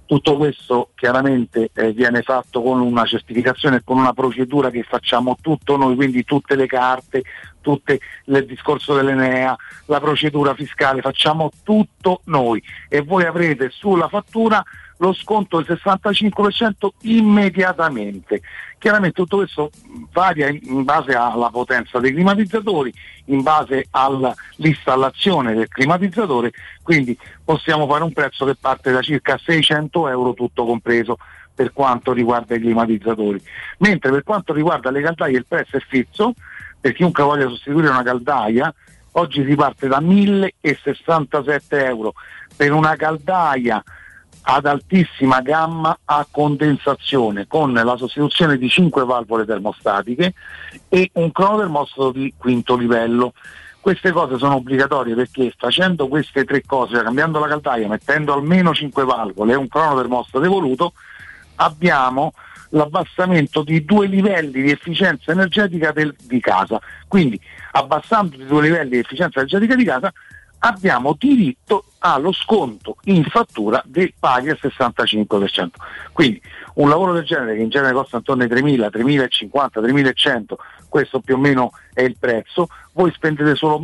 Tutto questo chiaramente eh, viene fatto con una certificazione, con una procedura che facciamo tutto noi, quindi tutte le carte, tutte il discorso dell'Enea, la procedura fiscale, facciamo tutto noi e voi avrete sulla fattura lo sconto del sessantacinque per cento immediatamente. Chiaramente tutto questo varia in base alla potenza dei climatizzatori, in base all'installazione del climatizzatore, quindi possiamo fare un prezzo che parte da circa seicento euro tutto compreso per quanto riguarda i climatizzatori, mentre per quanto riguarda le caldaie il prezzo è fisso. Per chiunque voglia sostituire una caldaia oggi si parte da millesessantasette euro per una caldaia ad altissima gamma a condensazione con la sostituzione di cinque valvole termostatiche e un cronotermostato di quinto livello. Queste cose sono obbligatorie perché facendo queste tre cose, cioè cambiando la caldaia, mettendo almeno cinque valvole e un cronotermostato evoluto, abbiamo l'abbassamento di due livelli di efficienza energetica del, di casa. Quindi abbassando i due livelli di efficienza energetica di casa abbiamo diritto allo sconto in fattura del pari al sessantacinque per cento. Quindi un lavoro del genere, che in genere costa intorno ai tremila, tremilacinquanta, tremilacento, questo più o meno è il prezzo, voi spendete solo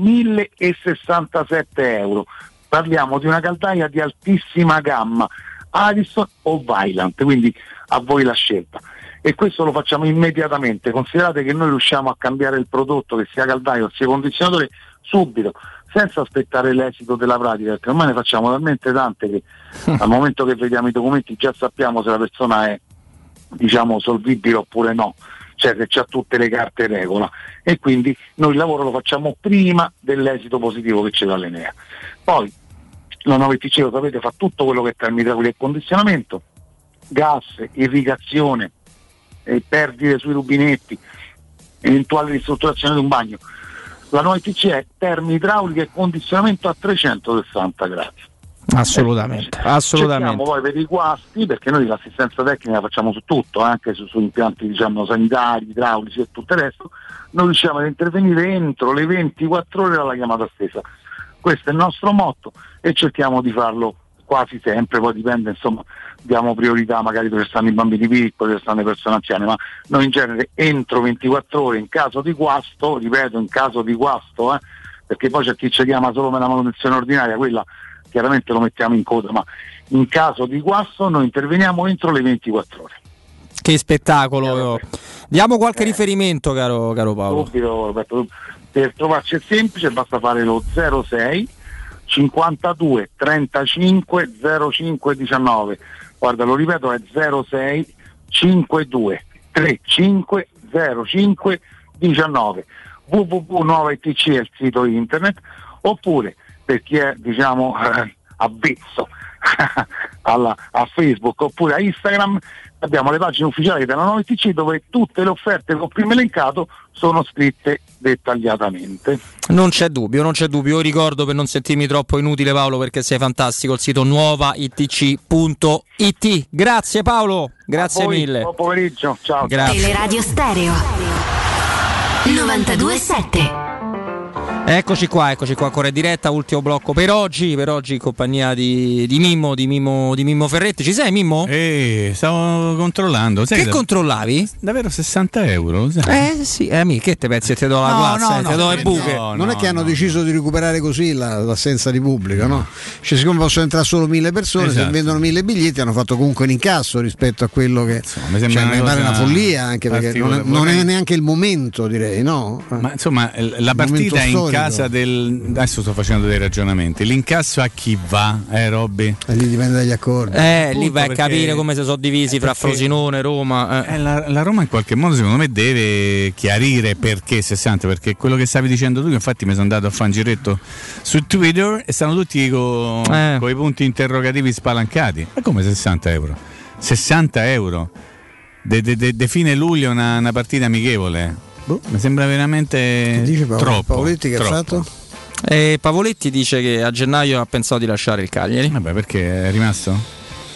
millesessantasette euro. Parliamo di una caldaia di altissima gamma, Ariston o Vaillant, quindi a voi la scelta. E questo lo facciamo immediatamente. Considerate che noi riusciamo a cambiare il prodotto, che sia caldaio sia condizionatore, subito, senza aspettare l'esito della pratica, perché ormai ne facciamo talmente tante che al momento che vediamo i documenti già sappiamo se la persona è, diciamo, solvibile oppure no, cioè se c'ha tutte le carte in regola, e quindi noi il lavoro lo facciamo prima dell'esito positivo che ci dà l'Enea. Poi la nove T C, lo sapete, fa tutto quello che è termodinamica e condizionamento, gas, irrigazione, eh, perdite sui rubinetti, eventuale ristrutturazione di un bagno. La nuova T C è termoidraulica e condizionamento a trecentosessanta gradi. Assolutamente, eh, assolutamente. Cerchiamo poi per i guasti, perché noi l'assistenza tecnica la facciamo su tutto, anche su, su impianti, diciamo, sanitari, idraulici e tutto il resto, noi riusciamo ad intervenire entro le ventiquattro ore dalla chiamata stessa. Questo è il nostro motto e cerchiamo di farlo quasi sempre, poi dipende, insomma, diamo priorità magari dove stanno i bambini piccoli, dove stanno le persone anziane, ma noi in genere entro ventiquattro ore, in caso di guasto, ripeto, in caso di guasto, eh, perché poi c'è chi ci chiama solo per la manutenzione ordinaria, quella chiaramente lo mettiamo in coda, ma in caso di guasto noi interveniamo entro le ventiquattro ore. Che spettacolo! Eh, Diamo qualche eh, riferimento, caro, caro Paolo. Subito, Roberto, per trovarci è semplice, basta fare lo zero sei cinquantadue trentacinque zero cinque diciannove. Guarda, lo ripeto, è zero sei cinquantadue trentacinque zero cinque diciannove. w w w punto nuova i t c è il sito internet, oppure per chi è, diciamo, eh, avvezzo alla, a Facebook oppure a Instagram, abbiamo le pagine ufficiali della nuova I T C dove tutte le offerte che ho prima elencato sono scritte dettagliatamente. Non c'è dubbio, non c'è dubbio. Io ricordo, per non sentirmi troppo inutile, Paolo, perché sei fantastico, il sito nuova i t c punto i t. Grazie Paolo, grazie mille. Buon pomeriggio, ciao. Grazie. Teleradio Stereo novantadue sette. Eccoci qua, eccoci qua, ancora in diretta, ultimo blocco per oggi, per oggi in compagnia di, di Mimmo, di Mimmo, di Mimmo Ferretti. Ci sei, Mimmo? Eh, stavo controllando. Sai che da... controllavi? Davvero sessanta euro? Sai? Eh sì, eh, che te pensi che ti do la no, guazza, no, eh, no, ti do le buche? No, non no, è che hanno no. deciso di recuperare così la, l'assenza di pubblico, no? Cioè, siccome possono entrare solo mille persone, esatto. Se vendono mille biglietti hanno fatto comunque un incasso rispetto a quello che insomma, mi sembra, cioè, una, pare una follia, anche perché non è, non è neanche il momento, direi, no? Ma insomma, la partita è in casa del... Adesso sto facendo dei ragionamenti. L'incasso a chi va, eh Robby? E lì dipende dagli accordi. Eh, Appunto, lì vai a capire come si sono divisi eh, fra Frosinone, Roma. Eh. Eh, la, la Roma in qualche modo secondo me deve chiarire perché sessanta, perché quello che stavi dicendo tu, che infatti mi sono andato a fare un giretto su Twitter e stanno tutti con eh. i punti interrogativi spalancati. Ma come sessanta euro? sessanta euro? De, de, de, de fine luglio una, una partita amichevole? Boh, mi sembra veramente dice Paolo, troppo. Paoletti che troppo. ha fatto? E Pavoletti dice che a gennaio ha pensato di lasciare il Cagliari. Vabbè, perché è rimasto?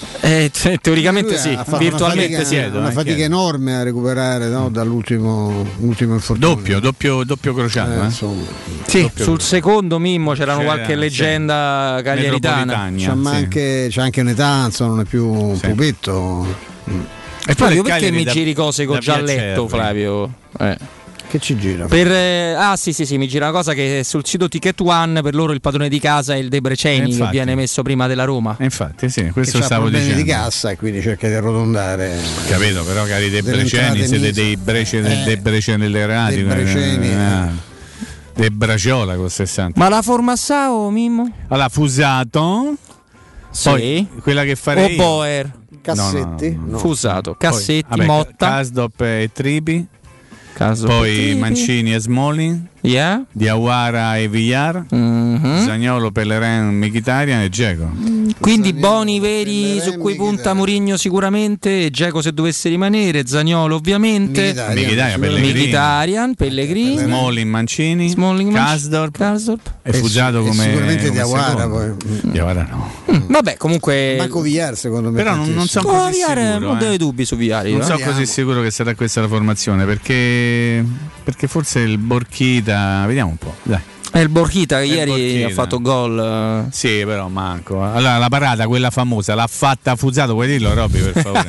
Eh, te- teoricamente sì, virtualmente una fatica, sì. una fatica enorme a recuperare, no, dall'ultimo ultimo infortunio. Doppio, doppio, doppio crociato. Eh, Eh, insomma. Sì, Doppio sul crociato. secondo Mimmo c'erano C'era, qualche sì. leggenda cagliaritana. Metropolitania, C'ha, ma sì. anche, c'ha anche un'età, insomma, non è più un Sì. pupetto. E Flavio, poi perché mi da- giri cose che ho da già Piacerri. letto, Flavio? Eh. Che ci gira? Per, eh, ah sì sì sì, mi gira una cosa che sul sito Ticket One per loro il padrone di casa è il Debreceni, Eh, infatti. che viene messo prima della Roma. E infatti, sì, Che questo c'ha stavo problemi dicendo. di cassa e quindi cerca di arrotondare. Capito, però cari Delle Debreceni, entrate siete mise. dei breci del Eh. Debreceni delle radio. Debreceni, eh, De Braciola con sessanta. Ma la Formassao, Mimmo? Allora, Fusato. Sì. Poi quella che farei O io- Boer? Cassetti? No, no, No. Fusato, Poi, Cassetti, vabbè, Motta, Kasdop e Tripi. Caso Poi Petripi. Mancini e Smolin. Yeah. Diawara e Villar. Mhm. Zagnolo, Pellerin, Mkhitaryan e Dzeko. Quindi Boni veri su cui punta Mourinho sicuramente, Dzeko se dovesse rimanere, Zagnolo ovviamente, Mkhitaryan, Mkhitaryan, Pellegrini. Mkhitaryan, Pellegrini, Smolin, Mancini, Smalling, Kasdorp Karsdorp. e Fusato e come sicuramente come Diawara, secondo. poi. Diawara no. Vabbè, comunque Manco Villar secondo me. Però non, non sono Oh, così Viare, sicuro. non eh. dei dubbi su Viari. Non no? sono Vediamo. così sicuro che sarà questa la formazione perché, perché forse il Borchita, vediamo un po', dai. È il Borchita che È il ieri Borchita. ha fatto gol. Sì, però manco. Allora la parata, quella famosa, l'ha fatta Fusato, puoi dirlo Robby per favore?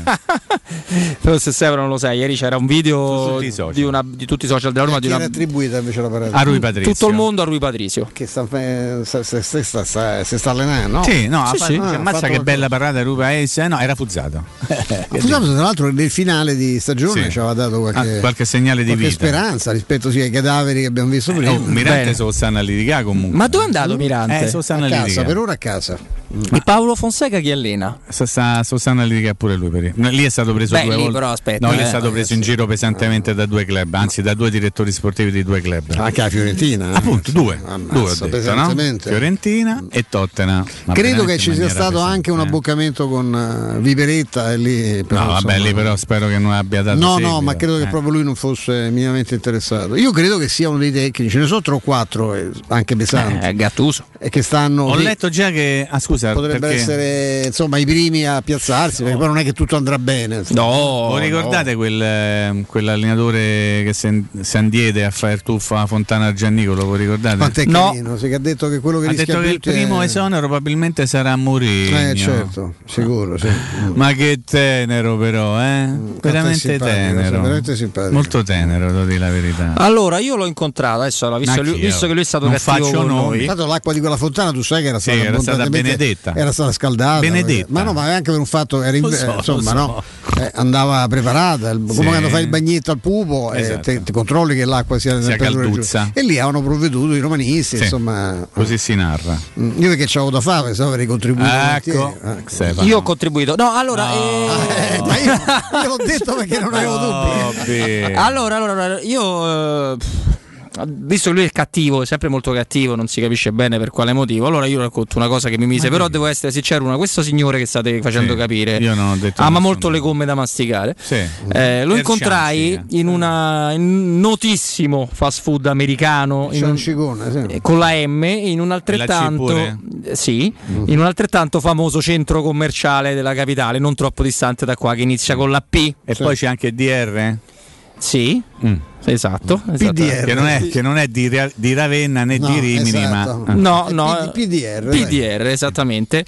Però se Severo non lo sai, ieri c'era un video Su tutti i social. di, una, di tutti i social della Roma Chi di era una, attribuita invece la parata? A Rui Patrizio. tutto il mondo a Rui Patrizio. Che sta, eh, sta, sta, sta, sta, sta, si sta allenando, no? Sì, no, Sì, ha sì. fatto- Ah, ha ammazza fatto che qualcosa. bella parata Rupa eh, no, era Fusato. Fusato, tra l'altro nel finale di stagione Sì. ci aveva dato qualche, Ah, qualche segnale di qualche vita. speranza rispetto sì, ai cadaveri che abbiamo visto prima. Oh, Mirante Bene. se lo stanno a litigare comunque. Ma dove è andato Mirante? Eh, se lo stanno a a casa, litigare. per ora a casa. E Paolo Fonseca chi allena? Sta, sta, sto stanno a litigare pure lui per lì. Lì è stato preso Beh, due lì volte. però aspetta, no, lì è eh. stato preso in giro pesantemente da due club, anzi da due direttori sportivi di due club. Anche la Fiorentina. eh. Appunto, due. Ammazza, due ho detto, no? pesantemente. Fiorentina e Tottenham. Ma Credo veramente che ci in sia maniera stato pesante, anche un eh. abboccamento con uh, Viperetta e lì però, No, vabbè, insomma, lì però spero che non abbia dato No, seguito. no, ma credo che Eh. proprio lui non fosse minimamente interessato. Io credo che sia uno dei tecnici, ne so tre o quattro, eh, anche pesanti, Eh, Gattuso. e che stanno. Ho lì. letto già che ah scusa, Potrebbero perché essere insomma i primi a piazzarsi, perché poi non è che tutto andrà bene. insomma. No, voi ricordate quel, eh, quell'allenatore che si si andiede a fare il tuffo a Fontana Giannicolo, voi ricordate? Quanto è No. carino, sì, che ha detto che quello che Ha rischia detto che il tutti primo è... esonero probabilmente sarà Mourinho. Eh certo, sicuro, sì. Ma che tenero però, eh? Veramente simpatico, tenero. sì, veramente simpatico. Molto tenero, devo dire la verità. Allora io l'ho incontrato, adesso allora, visto, Anch'io. lui- visto che lui è stato Non cattivo faccio con nomi. noi. Tanto l'acqua di quella fontana tu sai che era Sì, stata, era stata abbondantemente- benedetta. era stata scaldata, Benedetta. ma no, ma anche per un fatto era in- Lo so, eh, insomma lo so. no, eh, andava preparata, il- Sì. come quando fai il bagnetto al pupo e Esatto. te, ti controlli che l'acqua sia, Sia temperatura calduzza. giusta. E lì avevano provveduto i romanisti, Sì. insomma. Così si narra. Mm, Io perché c'avevo da fare, pensavo avrei contribuito. Ecco, volentieri. Eh. Stefano. Io ho contribuito. No, allora. Eh, ma io, io l'ho detto perché non avevo dubbi. Robby. Allora, allora, allora, io eh, visto che lui è cattivo, è sempre molto cattivo, non si capisce bene per quale motivo. Allora io racconto una cosa che mi mise, Ma però che- devo essere sincero, una, questo signore che state facendo Sì, capire io non ho detto ama nessun molto le nome. gomme da masticare. Sì. Eh, lo Per incontrai Ciancica. in una in un notissimo fast food americano in un- Ciancicone, sì. eh, con la M in un altrettanto pure? eh, sì, in un altrettanto famoso centro commerciale della capitale, non troppo distante da qua, che inizia con la P. E poi c'è anche D R? Sì, Mm. esatto, P D R. Che non è, che non è di, Ra- di Ravenna né No, di Rimini, esatto. ma No, È no, P D R, P D R, esattamente.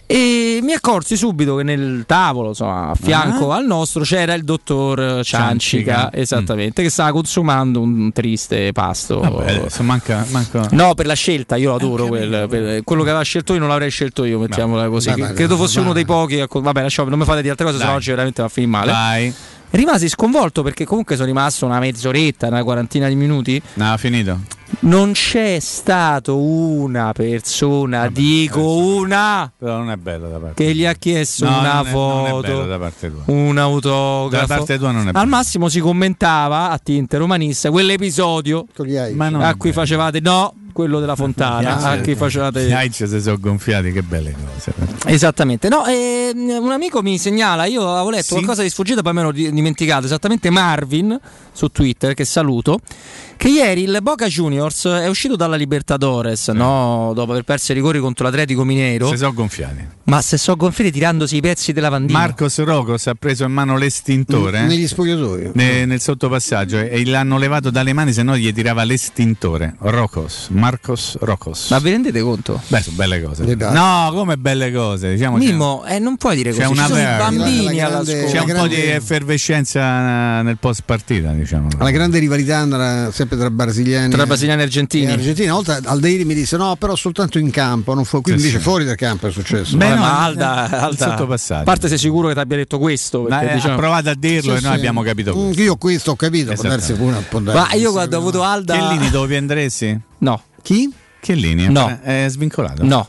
E mi accorsi subito che nel tavolo, insomma, a fianco al nostro c'era il dottor Ciancica, Ciancica. esattamente, che stava consumando un triste pasto. vabbè, adesso manca, manca... No, per la scelta, io lo adoro. Quel, per- quello che aveva scelto io non l'avrei scelto io, mettiamola così. vabbè, Credo fosse vabbè. uno dei pochi. a- Vabbè, lasciamo, non mi fate di altre cose, Dai. sennò oggi veramente va a finire male. Vai. Rimasi sconvolto perché comunque sono rimasto una mezz'oretta, una quarantina di minuti. No, ha finito. Non c'è stato una persona, Vabbè, dico adesso- una, Però non è bello da parte che gli ha chiesto No, una non è- non è bello foto, da parte tua. un Da autografo. parte tua non è Al bello. massimo si commentava a tinte romanista quell'episodio Con gli Aici. Ma non a è cui bello. facevate no, quello della fontana, Gli a cui facevate Gli Aici si sono gonfiati, che belle cose. esattamente. No, ehm, un amico mi segnala, io avevo letto Sì? qualcosa di sfuggito, poi me l'ho di- dimenticato, esattamente Marvin su Twitter, che saluto, Che ieri il Boca Juniors è uscito dalla Libertadores, no? Dopo aver perso i rigori contro l'Atletico Mineiro. Si sono gonfiati. Ma se so gonfiati tirandosi i pezzi della lavandina. Marcos Rocos ha preso in mano l'estintore N- negli spogliatoi ne, nel sottopassaggio e, e l'hanno levato dalle mani, se no gli tirava l'estintore. Rocos, Marcos Rocos. Ma vi rendete conto? Beh, sono belle cose. No, come belle cose, diciamo. Mimmo, eh, non puoi dire c'è così. una Ci sono i ver- bambini la alla grande- scuola. c'è un la po' grande- di effervescenza nel post partita, diciamo. La grande rivalità andrà sempre tra brasiliani Tra brasiliani e argentini. e argentini. Una volta Aldeiri mi disse no, però soltanto in campo, non fu- qui Sì, invece sì. fuori dal campo è successo. Beh, Eh, ma ma- Alda, Alda sottopassaggio. a parte sei sicuro che ti abbia detto questo? Ma Perché, eh, diciamo- ha provato a dirlo Sì, e noi sì. abbiamo capito Mm, questo. io questo ho capito, può darsi Esattamente. pure, può darsi. Ma io quando ho avuto Alda. Chiellini dove andresti? No. Chi? Chiellini? No. È svincolato? No.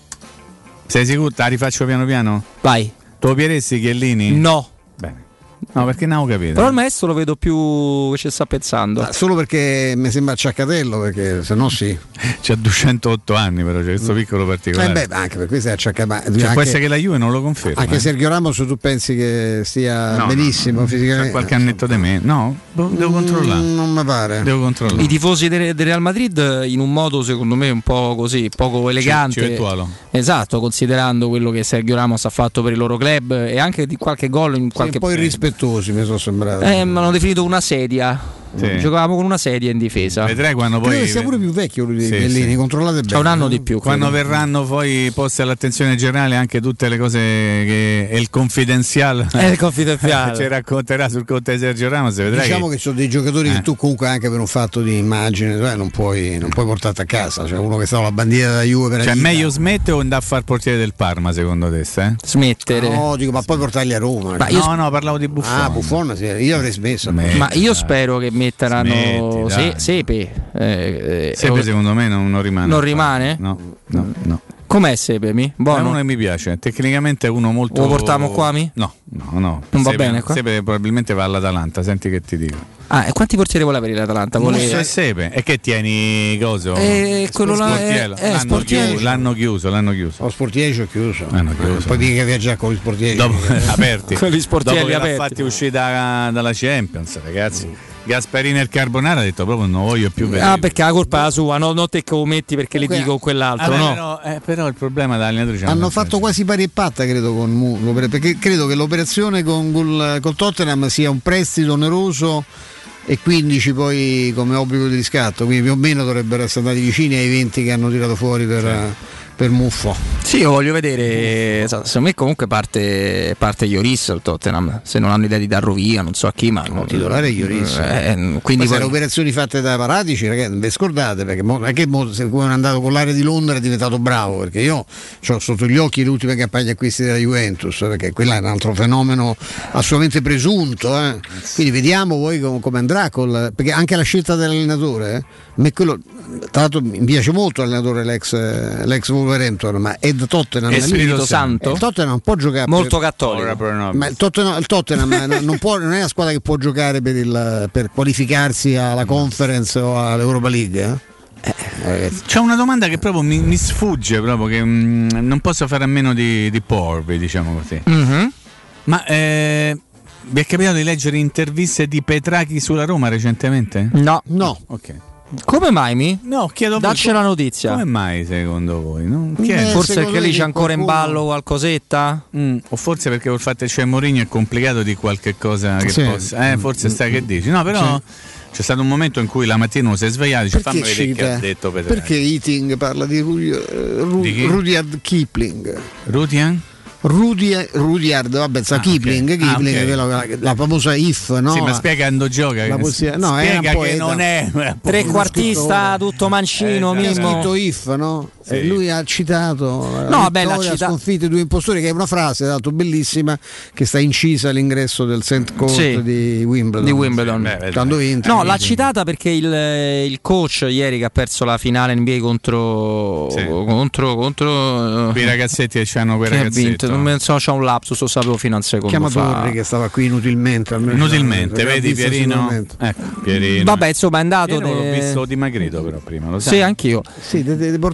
Sei sicuro? La rifaccio piano piano? Vai. Topieresti Chiellini? No. Bene. No, perché non ho capito. Però il maestro lo vedo più che ci sta pensando. Ma solo perché mi sembra acciaccatello, perché se no sì. C'ha duecentootto anni, però c'è questo piccolo Eh particolare. beh, anche per questo è acciaccatello. Cioè, può essere che la Juve non lo conferma. Anche eh. Sergio Ramos tu pensi che stia No, benissimo no, no. fisicamente? C'ha qualche annetto di me. No, Bo- devo controllare. Mm, non mi pare. Devo controllare. I tifosi del del Real Madrid in un modo secondo me un po' così, poco elegante. Civettuolo. Esatto, considerando quello che Sergio Ramos ha fatto per il loro club e anche di qualche gol in Sì, qualche un po' irrispettosi mi sono sembrato. Eh, mi hanno definito una sedia. Sì. Giocavamo con una sedia in difesa. Vedrai quando poi. Credo che sia pure più vecchio lui di Sì, Chiellini, sì. controllate bene. C'ha un anno di più. Quando credo. verranno poi poste all'attenzione generale anche tutte le cose che è il confidenziale È il confidenziale. ci racconterà sul conto di Sergio Ramos, vedrai Diciamo che, che... sono dei giocatori Eh. che tu comunque anche per un fatto di immagine eh, non puoi, non puoi portarti a casa. Cioè uno che sta con la bandiera della Juve per la Cioè vita. meglio smette o andare a far portiere del Parma secondo te? Eh? Smettere. No, dico, ma poi portarli a Roma. Ma Cioè. io- No, no, parlavo di Buffon. Ah, Buffon, sì, io avrei smesso. Smetti, Ma io dai. spero che metteranno Smetti, Se- dai. Sepe. Eh, eh, Sepe eh, secondo me non, non rimane. Non rimane? No, no, no. Com'è Sepe? Mi? È Buono? uno che mi piace, tecnicamente è uno molto. Lo portiamo qua, mi? No, no, no. Non va Sepe- bene qua? Sepe probabilmente va all'Atalanta, senti che ti dico. Ah, e quanti portieri vuole avere l'Atalanta? Vuole... Musso e Sepe. E che tieni coso? Eh, quello là è- Sportiello. è l'hanno, Sportiello. chiuso, l'hanno chiuso, l'hanno chiuso. Lo sportiere ho chiuso. L'hanno chiuso. Poi dica che viaggia con gli sportieri. Dopo aperti. Con gli sportielli Dopo che l'ha aperti. fatti uscire da- dalla Champions, ragazzi. Gasperini e il Carbonara ha detto proprio non voglio più vedere. Ah, perché la colpa è la sua, no, non te che lo metti perché le dico quell'altro, Vabbè, no? però, eh, però il problema dall'allenatore c'è Hanno fatto quasi pari e patta, credo, con Mu, perché credo che l'operazione con col, col Tottenham sia un prestito oneroso e quindici poi come obbligo di riscatto, quindi più o meno dovrebbero essere andati vicini ai venti che hanno tirato fuori per, per Muffo. Sì, io voglio vedere, esatto, secondo me comunque parte, parte Lloris il Tottenham, se non hanno idea di darlo via, non so a chi, ma No, titolare Lloris. eh, quindi Poi se poi- le operazioni fatte da Paratici, ragazzi, non vi scordate, perché mo, non è che mo, se come è andato con l'area di Londra è diventato bravo, perché io ho sotto gli occhi le ultime campagne acquisti della Juventus, perché quella è un altro fenomeno assolutamente presunto, eh. Quindi vediamo poi com- come andrà col, perché anche la scelta dell'allenatore, eh, me quello, tra l'altro mi piace molto l'allenatore l'ex, l'ex Wolverhampton, ma Ed Tottenham E Spirito Santo? il Tottenham non può giocare molto per- cattolico. ma il Tottenham, il Tottenham non, non può- non è una squadra che può giocare per, il, per qualificarsi alla Conference o all'Europa League, eh? Eh, C'è una domanda che proprio mi, mi sfugge, proprio che mm, non posso fare a meno di, di porvi, diciamo così. Mhm. Ma eh, vi è capitato di leggere interviste di Petrachi sulla Roma recentemente? No. No. Ok. Come mai mi? No, chiedo a voi, Dacci la notizia. Come mai secondo voi? No? Chi è? Eh, Forse secondo perché me lì c'è ancora in qualcuno- ballo qualcosetta? Mm, o forse perché col fatto che c'è Mourinho è complicato di qualche cosa che Sì. possa. Eh, forse stai che dici. No, però c'è stato un momento in cui la mattina uno si è svegliato e dice fammi perché, vedere che cita- ha detto Petrachi. perché Eating parla di, Ru- eh, Ru- Di chi? Rudyard Kipling? Rudian? Rudy, Rudyard, vabbè, sa Ah, Kipling, ok. Kipling, Ah, ok. quella- la, la famosa If, no? Sì, ma spiega quando gioca. La che- poesia- no, era spiega un che poeta. non è Trequartista, tutto mancino, Eh, Che ha esatto. Mimmo. scritto If, no? Sì. E lui ha citato la No, vabbè, l'ha vittoria cita- sconfitta i due impostori, che è una frase tra l'altro bellissima che sta incisa all'ingresso del Saint Court Sì. di Wimbledon. Di Wimbledon. Beh, vedi. Quando vince. No, l'ha citata perché il, il coach ieri che ha perso la finale N B A contro Sì. contro contro Quei ragazzetti che hanno quei che ha ragazzetti. vinto, non me- so, c'ha un lapsus, lo sapevo fino a un secondo Chiama fa. Torri che stava qui inutilmente. almeno Inutilmente, l'ha vedi vista Pierino? sicuramente. Ecco, Pierino. Vabbè, insomma, è andato Pierino l'ho ne- visto dimagrito però prima, lo sai. Sì, anch'io. Sì, dei, dei portafogli.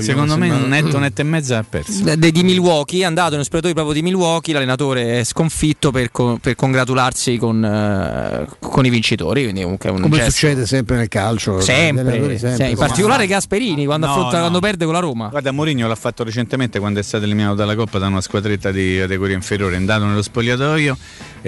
Secondo me un netto, netto e mezzo ha perso. De, di Milwaukee, è andato in un spogliatoio proprio di Milwaukee, l'allenatore è sconfitto per, con, per congratularsi con, uh, con i vincitori, quindi comunque è un come gesto. Succede sempre nel calcio, sempre, sempre. in particolare Gasperini quando, no, affronta, no. quando perde con la Roma. Guarda, Mourinho l'ha fatto recentemente quando è stato eliminato dalla Coppa da una squadretta di categoria inferiore, è andato nello spogliatoio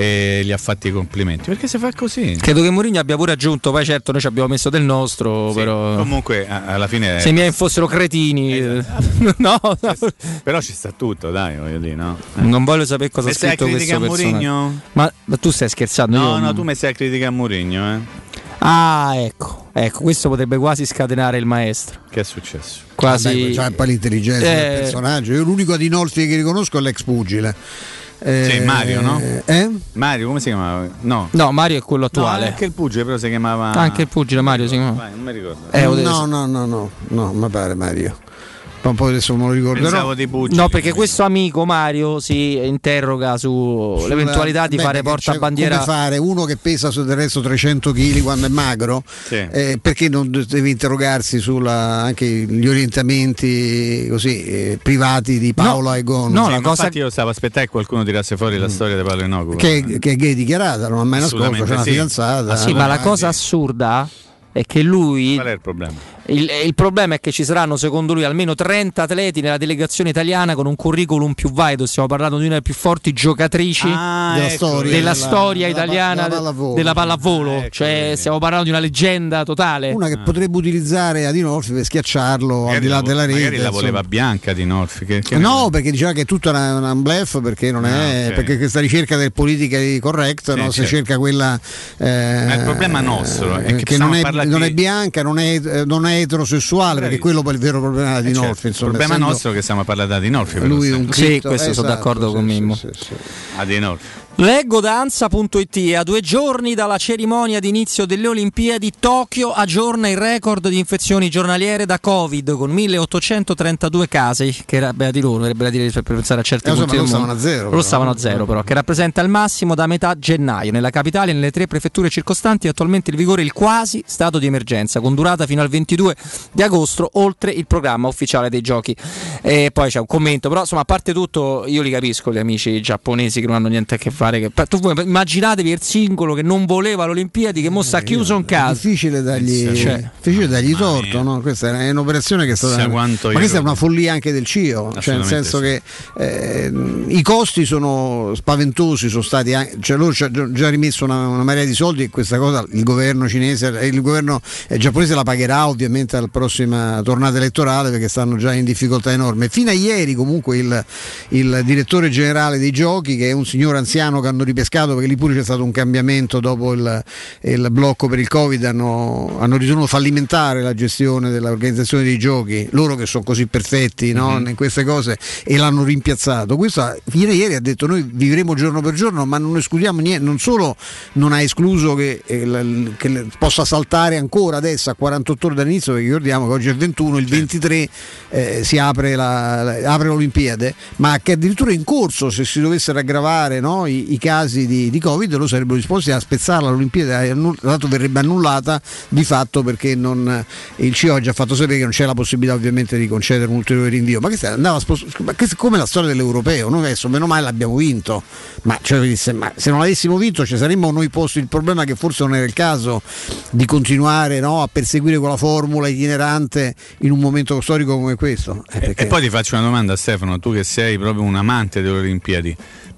e gli ha fatti i complimenti, perché si fa così. Credo che Mourinho abbia pure aggiunto, poi certo noi ci abbiamo messo del nostro, sì, però comunque alla fine se i miei fossero cretini, esatto. no, no. Però ci sta tutto, dai, voglio dire, no? Non voglio sapere cosa ha scritto questo personaggio. Ma, ma tu stai scherzando? No, Io... no, tu mi stai a criticare Mourinho, eh? Ah, ecco, ecco, questo potrebbe quasi scatenare il maestro. Che è successo? Quasi. C'ha un po' l'intelligenza eh... del personaggio. Io l'unico Adinolfi che riconosco è l'ex pugile. Eh, sì, Mario, no? Eh? Mario, come si chiamava? No, no, Mario è quello attuale. No, anche il pugile, però si chiamava. Anche il pugile, Mario si chiamava. Vai, non mi ricordo. Eh, no, no, no, no, no, mi pare Mario. Un po' adesso me lo ricorderò. No, perché questo amico Mario si interroga sull'eventualità di beh, fare portabandiera. Come fare uno che pesa del resto trecento chili quando è magro? Sì. Eh, perché non deve interrogarsi sulla anche gli orientamenti così eh, privati di Paola no, Egon? No, sì, la cosa infatti io stavo aspettando che qualcuno tirasse fuori mm. la storia di Paolo Enoco. Che, che è gay dichiarata, non ha mai nascosto, c'è una sì. fidanzata. Ah, sì, ma la cosa assurda è che lui. Qual è il problema? Il, il problema è che ci saranno, secondo lui, almeno trenta atleti nella delegazione italiana con un curriculum più valido. Stiamo parlando di una delle più forti giocatrici ah, della, ecco, storia, della della, storia della, italiana della pallavolo, della pallavolo. Ah, ecco, cioè, vedi. stiamo parlando di una leggenda totale. Una che ah. potrebbe utilizzare Adinolfi per schiacciarlo magari al di là la, della rete. Magari la voleva bianca Adinolfi. Che, che no, ne... perché diceva che è tutta una, una bluff, perché non è ah, okay. perché questa ricerca del politica correct, sì, no? certo. Si cerca quella. Eh, ma il problema nostro è che, che non, è, parlati... non è bianca, non è, non è eterosessuale, perché quello poi è il vero problema di eh Adinolfi. certo. Il problema nostro è che stiamo a parlare di Adinolfi. Lui un sì, cripto, questo esatto, sono d'accordo sì, con Mimmo. Sì, sì, sì. Adinolfi. Leggo da Ansa punto it, a due giorni dalla cerimonia di inizio delle Olimpiadi, Tokyo aggiorna il record di infezioni giornaliere da Covid con milleottocentotrentadue casi, che era beh, di loro, verrebbe da dire per pensare a certi eh, punti lo del stavano mondo. a zero. Lo stavano a zero però, che rappresenta il massimo da metà gennaio. Nella capitale e nelle tre prefetture circostanti è attualmente in vigore il quasi stato di emergenza, con durata fino al ventidue di agosto, oltre il programma ufficiale dei giochi. E poi c'è un commento, però insomma, a parte tutto, io li capisco gli amici giapponesi che non hanno niente a che fare. Che, tu vuoi immaginatevi il singolo che non voleva le Olimpiadi, che mo sta chiuso in casa. È difficile dargli, cioè, difficile dargli torto, no? Questa è un'operazione che è stata. Ma questa è una follia anche del C I O, cioè nel senso sì. che eh, i costi sono spaventosi, sono stati anche, cioè loro ci hanno già rimesso una, una marea di soldi e questa cosa il governo cinese, il governo giapponese la pagherà ovviamente alla prossima tornata elettorale, perché stanno già in difficoltà enorme. Fino a ieri comunque il, il direttore generale dei giochi, che è un signor anziano che hanno ripescato, perché lì pure c'è stato un cambiamento dopo il, il blocco per il Covid, hanno, hanno ritenuto fallimentare la gestione dell'organizzazione dei giochi, loro che sono così perfetti, no? mm-hmm. in queste cose, e l'hanno rimpiazzato. Questo ieri, ieri ha detto noi vivremo giorno per giorno, ma non escludiamo niente, non solo non ha escluso che, eh, che possa saltare ancora adesso a quarantotto ore dall'inizio, perché ricordiamo che oggi è il ventuno, il ventitré eh, si apre, la, la, apre l'Olimpiade, ma che addirittura in corso, se si dovessero aggravare, no, i, i casi di, di Covid, lo sarebbero disposti a spezzarla l'Olimpiade, tra l'altro verrebbe annullata di fatto, perché non, il C I O ha già fatto sapere che non c'è la possibilità ovviamente di concedere un ulteriore rinvio. Ma che andava spost- ma che, come la storia dell'europeo, noi adesso meno male l'abbiamo vinto, ma, cioè, se, ma se non l'avessimo vinto ci saremmo noi posti il problema che forse non era il caso di continuare, no, a perseguire quella formula itinerante in un momento storico come questo. Eh, perché... E poi ti faccio una domanda, Stefano, tu che sei proprio un amante delle Olimpiadi,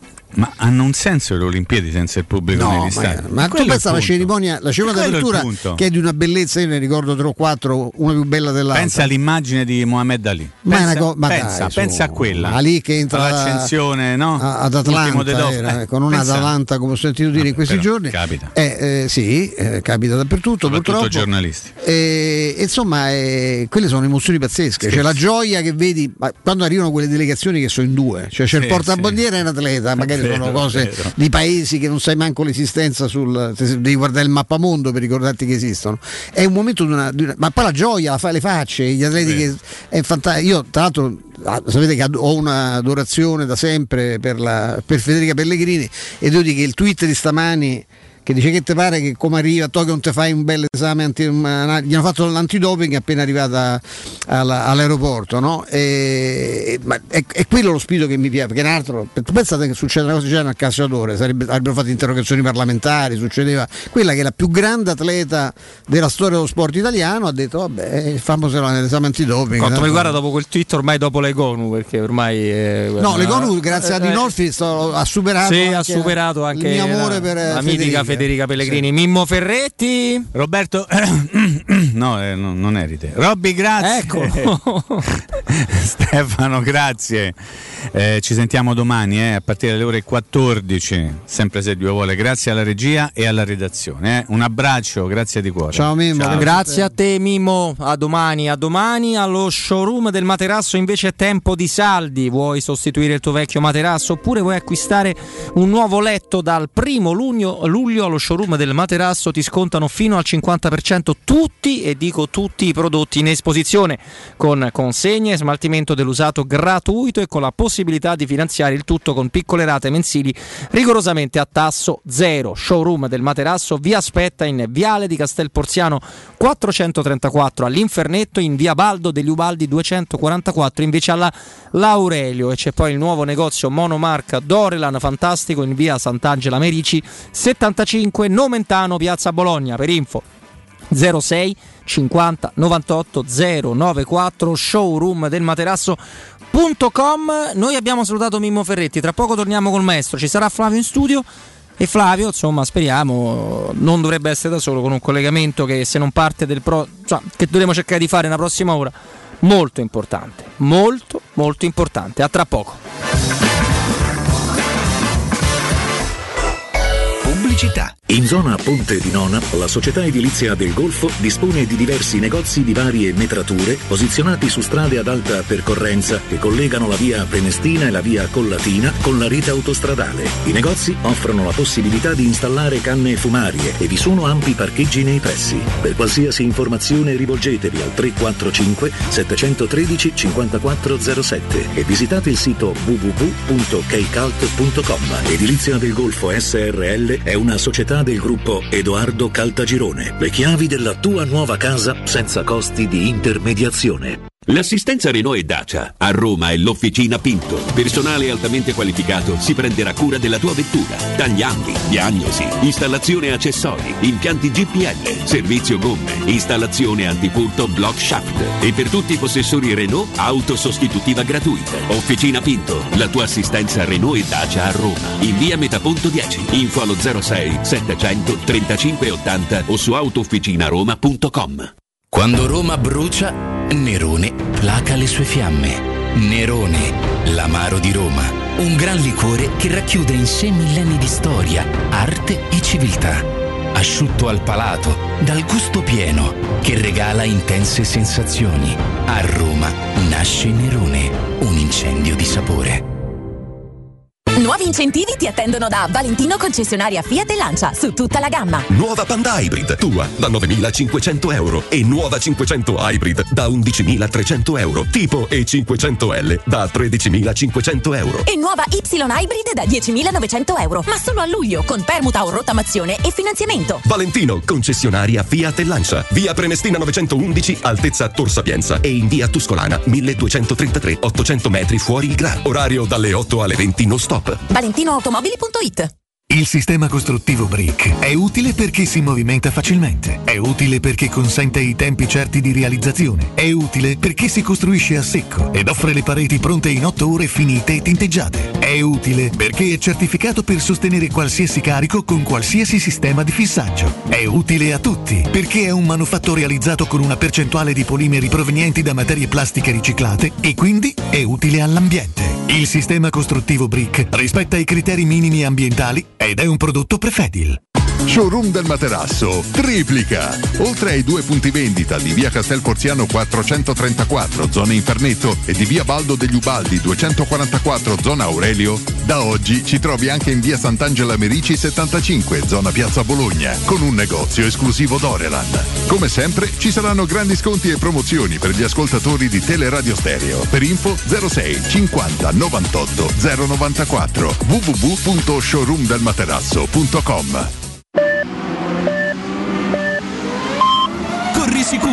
ma hanno un senso le Olimpiadi senza il pubblico no, negli stadi? Ma, ma tu pensa alla cerimonia, la cerimonia d'apertura, che è di una bellezza, io ne ricordo tre o quattro, una più bella dell'altra. Pensa all'immagine di Mohamed Ali. Ma pensa, co- ma pensa, dai, pensa a quella. Ali che entra all'ascensione, no? ad Atlanta, era, eh, con una pensa. Atalanta, come ho sentito dire in questi però, giorni. Capita. Eh, eh, sì, eh, capita dappertutto, soprattutto purtroppo. giornalisti. E, insomma, eh, quelle sono emozioni pazzesche. C'è cioè, la gioia che vedi quando arrivano quelle delegazioni che sono in due, cioè c'è sì, il portabandiera sì. e un atleta, magari vero, sono cose vero. Di paesi che non sai manco l'esistenza, sul, devi guardare il mappamondo per ricordarti che esistono. È un momento di una, di una, ma poi la gioia, la fa, le facce, gli atleti che è fantastico. Io tra l'altro sapete che ho un'adorazione da sempre per, la, per Federica Pellegrini, e devo dire che il tweet di stamani, che dice che te pare che come arriva a Tokyo non te fai un bel esame anti, una, gli hanno fatto l'antidoping appena arrivata alla, all'aeroporto, no? E, ma è, è quello lo spirito che mi piace, perché un altro, pensate che succede una cosa del genere al calciatore, sarebbe, avrebbero fatto interrogazioni parlamentari, succedeva quella che è la più grande atleta della storia dello sport italiano, ha detto vabbè famoselo nell'esame antidoping. Quanto mi riguarda dopo quel tweet ormai dopo l'Egonu, perché ormai eh, no, l'Egonu grazie a Dinolfi sto, ha superato sì, anche, ha superato anche il mio amore per la Federica. mitica Federica Pellegrini. Sì. Mimmo Ferretti, Roberto no, eh, no non eri te. Robby, grazie. Ecco. Stefano, grazie. Eh, ci sentiamo domani eh, a partire dalle ore quattordici, sempre se Dio vuole. Grazie alla regia e alla redazione. Eh. Un abbraccio, grazie di cuore. Ciao Mimmo. Ciao. Grazie a te Mimmo, a domani, a domani. Allo showroom del materasso invece è tempo di saldi. Vuoi sostituire il tuo vecchio materasso oppure vuoi acquistare un nuovo letto? Dal primo luglio, luglio allo showroom del materasso ti scontano fino al cinquanta per cento tutti, e dico tutti, i prodotti in esposizione, con consegne e smaltimento dell'usato gratuito e con la possibilità di finanziare il tutto con piccole rate mensili rigorosamente a tasso zero. Showroom del materasso vi aspetta in Viale di Castel Porziano quattrocentotrentaquattro all'Infernetto, in Via Baldo degli Ubaldi duecentoquarantaquattro invece alla Laurelio, e c'è poi il nuovo negozio monomarca Dorelan Fantastico in Via Sant'Angela Merici settantacinque, Nomentano, Piazza Bologna. Per info zero sei cinquanta novantotto zero novantaquattro, showroom del materasso punto com. Noi abbiamo salutato Mimmo Ferretti, tra poco torniamo col maestro, ci sarà Flavio in studio e Flavio, insomma, speriamo non dovrebbe essere da solo, con un collegamento che se non parte del pro, cioè, che dovremo cercare di fare nella prossima ora, molto importante, molto molto importante. A tra poco. Pubblicità. In zona Ponte di Nona, la società edilizia del Golfo dispone di diversi negozi di varie metrature posizionati su strade ad alta percorrenza che collegano la via Prenestina e la via Collatina con la rete autostradale. I negozi offrono la possibilità di installare canne fumarie e vi sono ampi parcheggi nei pressi. Per qualsiasi informazione rivolgetevi al tre quattro cinque sette uno tre cinque zero sette e visitate il sito w w w punto keicalt punto com. Edilizia del Golfo S R L è una società del gruppo Edoardo Caltagirone. Le chiavi della tua nuova casa senza costi di intermediazione. L'assistenza Renault e Dacia a Roma è l'Officina Pinto. Personale altamente qualificato si prenderà cura della tua vettura. Tagliandi, diagnosi, installazione e accessori, impianti G P L, servizio gomme, installazione antifurto block shaft. E per tutti i possessori Renault, auto sostitutiva gratuita. Officina Pinto, la tua assistenza Renault e Dacia a Roma. In via Metaponto dieci. Info allo zero sei settecento trentacinque ottanta o su autofficinaroma punto com. Quando Roma brucia, Nerone placa le sue fiamme. Nerone, l'amaro di Roma. Un gran liquore che racchiude in sé millenni di storia, arte e civiltà. Asciutto al palato, dal gusto pieno, che regala intense sensazioni. A Roma nasce Nerone, un incendio di sapore. Nuovi incentivi ti attendono da Valentino concessionaria Fiat e Lancia su tutta la gamma. Nuova Panda Hybrid tua da novemilacinquecento euro e nuova cinquecento Hybrid da undicimilatrecento euro. Tipo E cinquecento L da tredicimilacinquecento euro. E nuova Y Hybrid da diecimilanovecento euro, ma solo a luglio con permuta o rottamazione e finanziamento. Valentino concessionaria Fiat e Lancia. Via Prenestina novecentoundici, altezza Tor Sapienza, e in via Tuscolana milleduecentotrentatré, ottocento metri fuori il Gra. Orario dalle otto alle venti non stop. valentinoautomobili punto it. Il sistema costruttivo Brick è utile perché si movimenta facilmente, è utile perché consente i tempi certi di realizzazione, è utile perché si costruisce a secco ed offre le pareti pronte in otto ore finite e tinteggiate, è utile perché è certificato per sostenere qualsiasi carico con qualsiasi sistema di fissaggio, è utile a tutti perché è un manufatto realizzato con una percentuale di polimeri provenienti da materie plastiche riciclate e quindi è utile all'ambiente. Il sistema costruttivo Brick rispetta i criteri minimi ambientali ed è un prodotto Prefedil. Showroom del materasso triplica. Oltre ai due punti vendita di via Castel Porziano quattrocentotrentaquattro, zona Infernetto, e di via Baldo degli Ubaldi duecentoquarantaquattro, zona Aurelio, da oggi ci trovi anche in via Sant'Angela Merici settantacinque, zona Piazza Bologna, con un negozio esclusivo Dorelan. Come sempre ci saranno grandi sconti e promozioni per gli ascoltatori di Teleradio Stereo. Per info zero sei cinquanta novantotto zero novantaquattro w w w punto showroom del materasso punto com.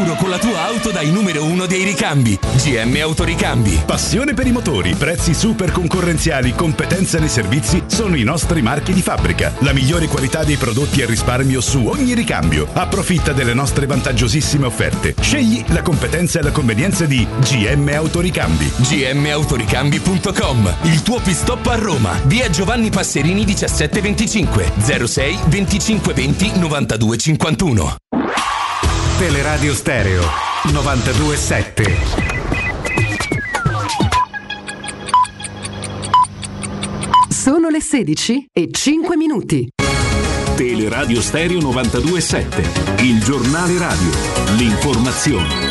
sicuro con la tua auto dai numero uno dei ricambi. G M Autoricambi. Passione per i motori, prezzi super concorrenziali, competenza nei servizi sono i nostri marchi di fabbrica. La migliore qualità dei prodotti e risparmio su ogni ricambio. Approfitta delle nostre vantaggiosissime offerte. Scegli la competenza e la convenienza di G M Autoricambi. G M Autoricambi punto com. Il tuo pit stop a Roma. Via Giovanni Passerini diciassette venticinque zero sei venticinque venti novantadue cinquantuno. Teleradio Stereo novantadue sette. Sono le sedici e cinque minuti. Teleradio Stereo novantadue sette, il giornale radio, l'informazione.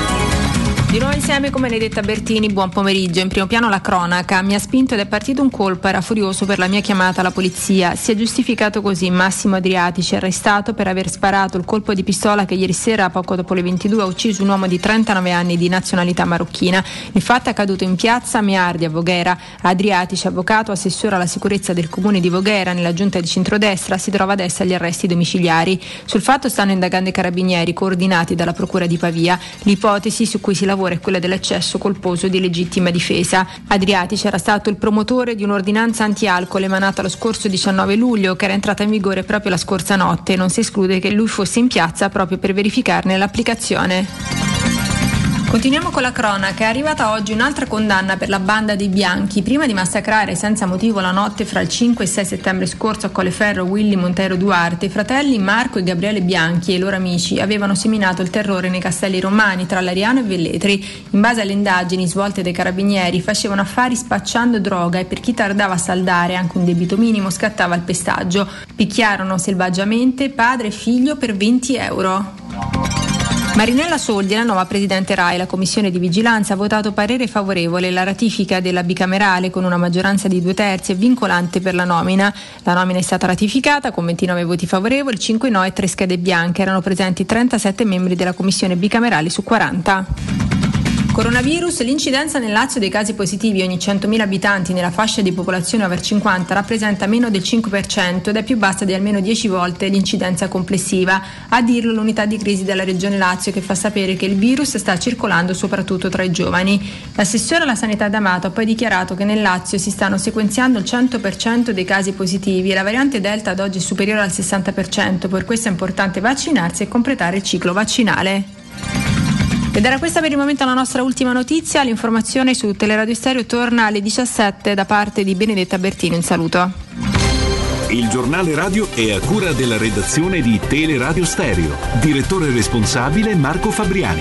Di nuovo insieme con Benedetta Bertini, buon pomeriggio. In primo piano la cronaca. Mi ha spinto ed è partito un colpo, era furioso per la mia chiamata alla polizia. Si è giustificato così Massimo Adriatici, arrestato per aver sparato il colpo di pistola che ieri sera, poco dopo le ventidue, ha ucciso un uomo di trentanove anni di nazionalità marocchina. Il fatto è accaduto in piazza Meardi a Voghera. Adriatici, avvocato, assessore alla sicurezza del comune di Voghera nella giunta di centrodestra, si trova adesso agli arresti domiciliari. Sul fatto stanno indagando i carabinieri coordinati dalla procura di Pavia. L'ipotesi su cui si lavora è quella dell'eccesso colposo di legittima difesa. Adriatici era stato il promotore di un'ordinanza anti-alcol emanata lo scorso diciannove luglio, che era entrata in vigore proprio la scorsa notte. Non si esclude che lui fosse in piazza proprio per verificarne l'applicazione. Continuiamo con la cronaca. È arrivata oggi un'altra condanna per la banda dei Bianchi. Prima di massacrare senza motivo la notte fra il cinque e sei settembre scorso a Colleferro Willy Montero Duarte, i fratelli Marco e Gabriele Bianchi e i loro amici avevano seminato il terrore nei castelli romani tra Lariano e Velletri. In base alle indagini svolte dai carabinieri, facevano affari spacciando droga e per chi tardava a saldare anche un debito minimo scattava il pestaggio. Picchiarono selvaggiamente padre e figlio per venti euro. Marinella Soldi è la nuova presidente RAI. La commissione di vigilanza ha votato parere favorevole. La ratifica della bicamerale con una maggioranza di due terzi è vincolante per la nomina. La nomina è stata ratificata con ventinove voti favorevoli, cinque no e tre schede bianche. Erano presenti trentasette membri della commissione bicamerale su quaranta. Coronavirus, l'incidenza nel Lazio dei casi positivi ogni centomila abitanti nella fascia di popolazione over cinquanta rappresenta meno del cinque per cento ed è più bassa di almeno dieci volte l'incidenza complessiva. A dirlo l'unità di crisi della Regione Lazio, che fa sapere che il virus sta circolando soprattutto tra i giovani. L'assessore alla sanità D'Amato ha poi dichiarato che nel Lazio si stanno sequenziando il cento per cento dei casi positivi e la variante Delta ad oggi è superiore al sessanta per cento. Per questo è importante vaccinarsi e completare il ciclo vaccinale. Ed era questa per il momento la nostra ultima notizia. L'informazione su Teleradio Stereo torna alle diciassette da parte di Benedetta Bertini. Un saluto. Il giornale radio è a cura della redazione di Teleradio Stereo. Direttore responsabile Marco Fabriani.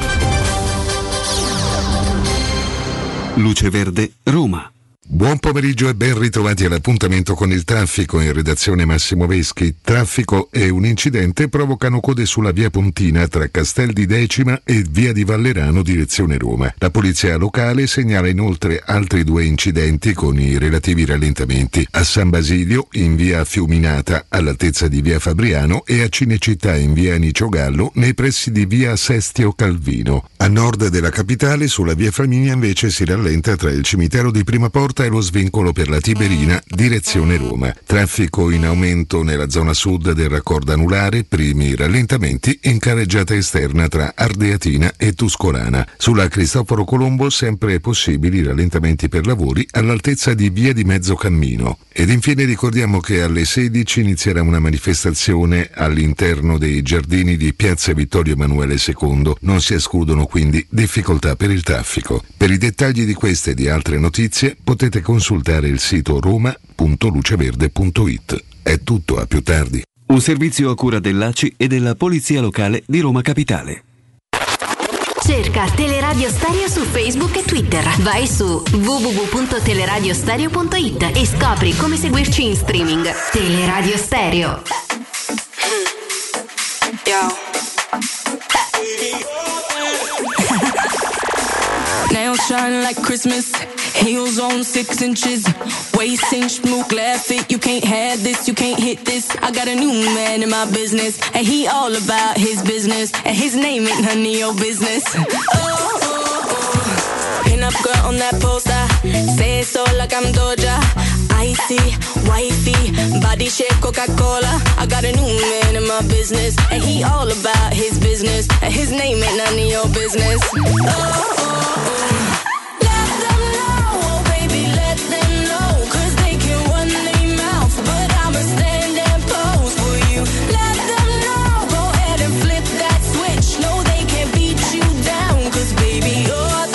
Luce Verde, Roma. Buon pomeriggio e ben ritrovati all'appuntamento con il traffico. In redazione Massimo Veschi. Traffico e un incidente provocano code sulla via Pontina tra Castel di Decima e via di Vallerano direzione Roma. La polizia locale segnala inoltre altri due incidenti con i relativi rallentamenti a San Basilio in via Fiuminata all'altezza di via Fabriano e a Cinecittà in via Niciogallo nei pressi di via Sestio Calvino. A nord della capitale sulla via Flaminia invece si rallenta tra il cimitero di Prima Porta e lo svincolo per la Tiberina direzione Roma. Traffico in aumento nella zona sud del raccordo anulare, primi rallentamenti in carreggiata esterna tra Ardeatina e Tuscolana. Sulla Cristoforo Colombo sempre possibili rallentamenti per lavori all'altezza di via di Mezzocammino. Ed infine ricordiamo che alle sedici inizierà una manifestazione all'interno dei giardini di Piazza Vittorio Emanuele secondo. Non si escludono quindi difficoltà per il traffico. Per i dettagli di queste e di altre notizie potete consultare il sito roma punto luceverde punto it. È tutto, a più tardi. Un servizio a cura dell'A C I e della Polizia Locale di Roma Capitale. Cerca Teleradio Stereo su Facebook e Twitter. Vai su w w w punto teleradiostereo punto it e scopri come seguirci in streaming. Teleradio Stereo. Yo. Nails shine like Christmas, heels on six inches, waist cinch, smooth glare fit. You can't have this, you can't hit this. I got a new man in my business, and he all about his business, and his name ain't none of your business. Oh, oh, oh. Pin up girl on that poster, say it so like I'm Doja. Icy, wifey, body shape Coca-Cola. I got a new man in my business, and he all about his business, and his name ain't none of your business. Oh, oh, oh. Let them know, oh baby, let them know, cause they can run their mouth, but I'ma stand and pose for you. Let them know, go ahead and flip that switch. No, they can't beat you down, cause baby, you're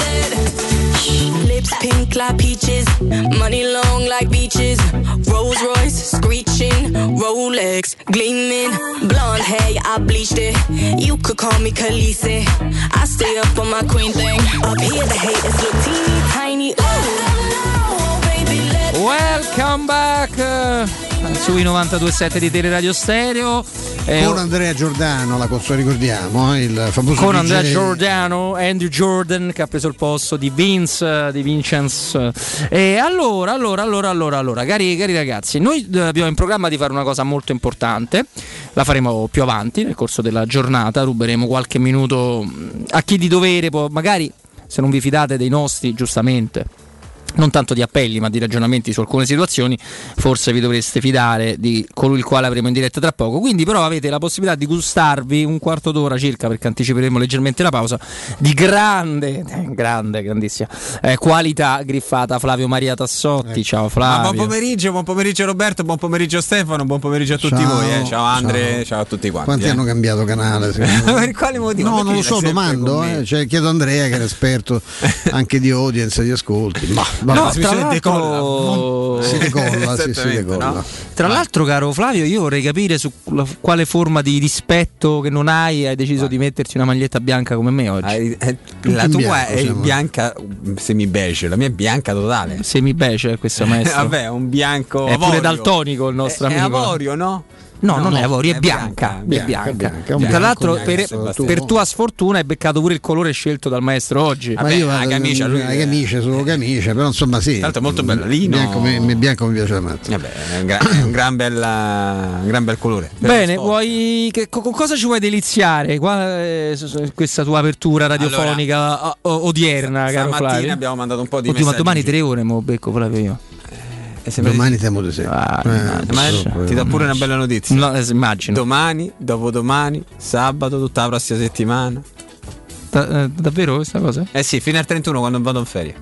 that. Lips pink like peaches, money long like beaches, Rolls Royce screeching, Rolex gleaming, blonde hair I bleached it. You could call me Khaleesi. I stay up on my queen thing. Up here the haters look teeny tiny. Oh, baby, let Welcome back sui novantadue sette di Teleradio Stereo. Eh, con Andrea Giordano, la cosa ricordiamo, eh, il famoso con D J Andrea Giordano, Andrew Jordan, che ha preso il posto di Vince, di Vincenz. E allora, allora, allora, allora, allora, cari, cari ragazzi, noi abbiamo in programma di fare una cosa molto importante. La faremo più avanti nel corso della giornata. Ruberemo qualche minuto a chi di dovere, può, magari se non vi fidate dei nostri, giustamente, non tanto di appelli ma di ragionamenti su alcune situazioni, forse vi dovreste fidare di colui il quale avremo in diretta tra poco. Quindi però avete la possibilità di gustarvi un quarto d'ora circa, perché anticiperemo leggermente la pausa, di grande, grande, grandissima eh, qualità griffata Flavio Maria Tassotti. Ciao Flavio. Ma buon pomeriggio, buon pomeriggio Roberto, buon pomeriggio Stefano, buon pomeriggio a tutti ciao, voi, eh. Ciao Andre, ciao. ciao a tutti quanti. Quanti eh. hanno cambiato canale? Per quale motivo? No, perché non lo so, domando, eh. Cioè, chiedo a Andrea che è esperto anche di audience, di ascolti. Ma no, tra l'altro si decolla, sì, si decolla. No? Tra l'altro, caro Flavio, io vorrei capire su quale forma di rispetto che non hai hai deciso di metterti una maglietta bianca come me oggi. Eh, la tua bianco, è siamo. bianca semi beige, la mia è bianca totale. Semi beige questo maestro. Vabbè, un bianco è avorio. Pure daltonico il nostro è, amico. È avorio, no? No, no, non no, è avorio, è, è bianca. bianca, bianca, bianca. bianca. bianca. Tra l'altro, per, per tua sfortuna, hai beccato pure il colore scelto dal maestro oggi. Ma io la camicia, lui la camicia, solo camicia, però insomma sì. Tra l'altro è molto bella, lino. Bianco, mi, bianco mi piace tanto. Vabbè, è un gran, è un gran, bella, un gran bel colore. Bene, vuoi che, con cosa ci vuoi deliziare? Qua, eh, questa tua apertura radiofonica allora, odierna, caro Flavio. Stamattina abbiamo mandato un po' di Oddio, messaggi. Ma domani tre ore mo becco Flavio io. Domani temo di sé. Ah, eh, ma ti do pure una bella notizia. No, immagino. Domani, dopodomani, sabato, tutta la prossima settimana. Da, eh, davvero questa cosa? Eh sì, fino al trentuno quando vado in ferie.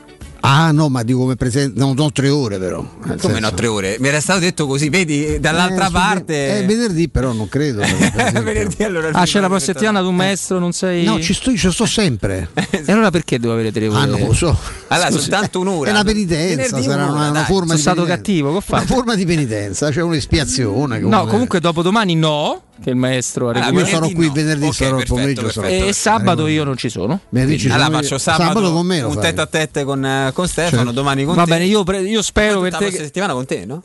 Ah no, ma dico come presente, no, no, tre ore però. Come senso... no, tre ore? Mi era stato detto così, vedi, dall'altra eh, parte. È venerdì però non credo. venerdì allora. Ah, c'è la prossima settimana tu maestro, non sei. No, ci sto, ci sto sempre. E allora perché devo avere tre ore? Ah, non lo so. Allora, Scusi. soltanto un'ora. È una penitenza, venerdì sarà una, una forma Sono di stato penitenza. cattivo, che ho fatto? Una forma di penitenza, cioè un'espiazione. Comunque. No, comunque dopodomani no. Che il maestro ha allora, io sarò qui no. venerdì, okay, sarò il pomeriggio perfetto, perfetto. E sabato io non ci sono. Ci allora sono faccio sabato, sabato con me un tête a tête con, con Stefano, certo. domani con Va te. Va bene, io, pre- io spero per te. La settimana con te, no?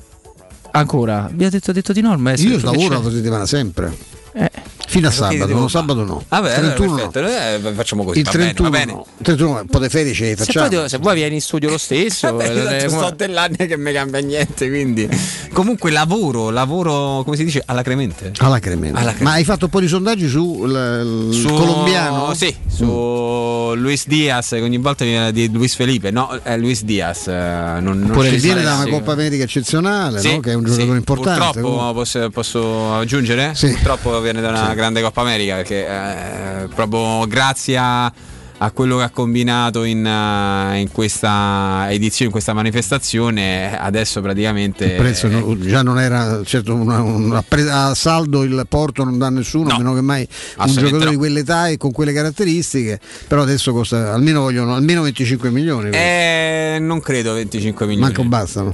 Ancora? Mi ha detto, detto di no il maestro. Io lavoro la settimana sempre. Eh. Fino a sabato, no, sabato no. Vabbè, trentuno perfetto, no. eh, facciamo così. Il va trentuno, bene, va bene. No. trentuno, un po' di ferie ce le facciamo. Se, poi, se vuoi vieni in studio lo stesso. Vabbè, eh, sto dell'anno che mi cambia niente, quindi. Comunque lavoro, lavoro, come si dice, alla Cremente. Alla Cremente. Alla Cremente. Ma hai fatto un po' di sondaggi su il su, colombiano? Sì, su mm. Luis Diaz, che ogni volta viene di Luis Felipe, no, è Luis Diaz. Eh, non, non Pure viene da una Coppa America eccezionale, sì, no? Che è un giocatore sì. importante. Purtroppo posso, posso aggiungere? Sì. Purtroppo viene da una sì. grande Coppa America. Perché eh, proprio grazie a, a quello che ha combinato in, uh, in questa edizione, in questa manifestazione, adesso praticamente il prezzo eh, non, già non era certo una, una pre- a saldo il porto non dà nessuno, no, meno che mai un giocatore no. di quell'età e con quelle caratteristiche, però adesso costa almeno vogliono almeno venticinque milioni. Eh, non credo venticinque milioni. Manco bastano.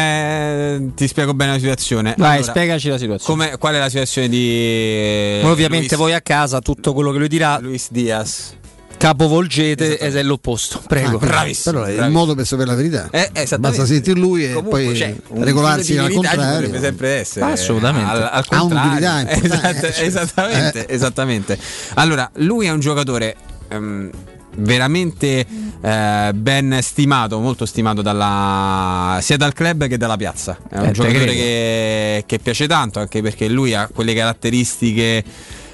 Eh, ti spiego bene la situazione. Vai, allora, spiegaci la situazione. Come, qual è la situazione di ovviamente Luis, voi a casa tutto quello che lui dirà Luis Diaz capovolgete ed è l'opposto. Prego. Ah, bravissimo. Però è bravissimo. il modo per sapere la verità. Eh, Basta sentire lui e comunque, poi cioè, regolarsi al contrario. Dovrebbe sempre essere. Ah, assolutamente. Al, al ha un'utilità importante. Esatto, esattamente, eh. esattamente. Allora, lui è un giocatore um, veramente eh, ben stimato, molto stimato dalla, sia dal club che dalla piazza. È un eh, giocatore che, che piace tanto, anche perché lui ha quelle caratteristiche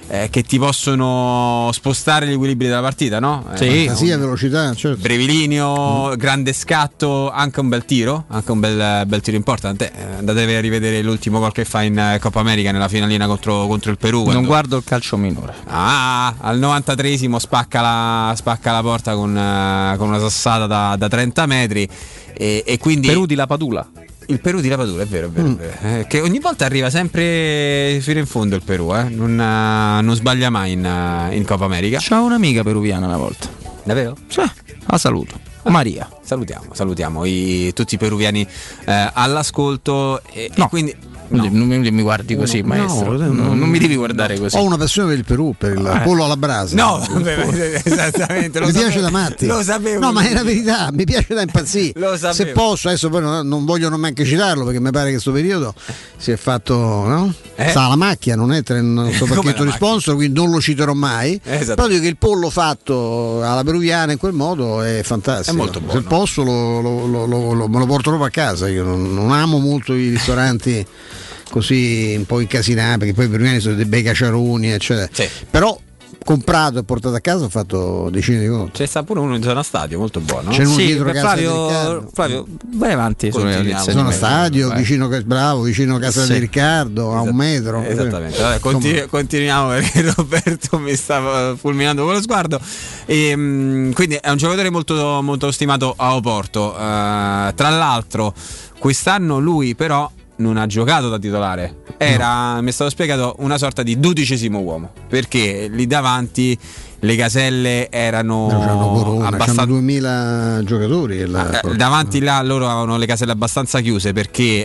eh, che ti possono spostare gli equilibri della partita, no? Sì, fantasia, velocità, certo. Brevilineo, mm. grande scatto, anche un bel tiro, anche un bel, bel tiro importante. Eh, andatevi a rivedere l'ultimo gol che fa in Coppa America nella finalina contro, contro il Perù. Non guardo il calcio minore. Ah, al novantatreesimo spacca la, spacca la porta con, uh, con una sassata da, da trenta metri e, e quindi Perù di Lapadula. Il Perù di Lapadula, è vero, è vero, mm. è vero. Eh, che ogni volta arriva sempre fino in fondo il Perù, eh? non, uh, non sbaglia mai in, uh, in Coppa America. C'ho un'amica peruviana una volta. Davvero? Sì, la saluto. Maria. Salutiamo, salutiamo i, tutti i peruviani eh, all'ascolto e, no. e quindi No. Non mi guardi così, no, maestro. No, no, non mi devi guardare così. Ho una passione per il Perù, per il eh. pollo alla brasa. No, vabbè, esattamente. Mi piace da matti. Lo sapevo. No, ma è la verità, mi piace da impazzire. Lo sapevo. Se posso, adesso poi non, non vogliono neanche citarlo perché mi pare che questo periodo si è fatto, no? Eh? Sta alla macchia, non è non so pacchetto di sponsor, quindi non lo citerò mai. Eh, però dico che il pollo fatto alla peruviana in quel modo è fantastico. È molto buono. Se posso lo, lo, lo, lo, lo, me lo porto proprio a casa. Io non, non amo molto i ristoranti così un po' incasinati, perché poi i peruviani sono dei bei caciaroni, eccetera. Sì. Però comprato e portato a casa ho fatto decine di volte. C'è sta pure uno in zona stadio molto buono. C'è uno sì, dietro per casa Flavio, di Flavio, vai avanti. Zona stadio, vai. vicino bravo, vicino a casa sì. di Riccardo, esatto. a un metro. Esattamente. Vabbè, continu- continuiamo perché Roberto mi stava fulminando con lo sguardo. E, mh, quindi è un giocatore molto, molto stimato a Oporto. Uh, tra l'altro, quest'anno lui però non ha giocato da titolare, era, no. mi è stato spiegato, una sorta di dodicesimo uomo, perché lì davanti le caselle erano Corona, abbastanza duemila giocatori la... eh, davanti là loro avevano le caselle abbastanza chiuse perché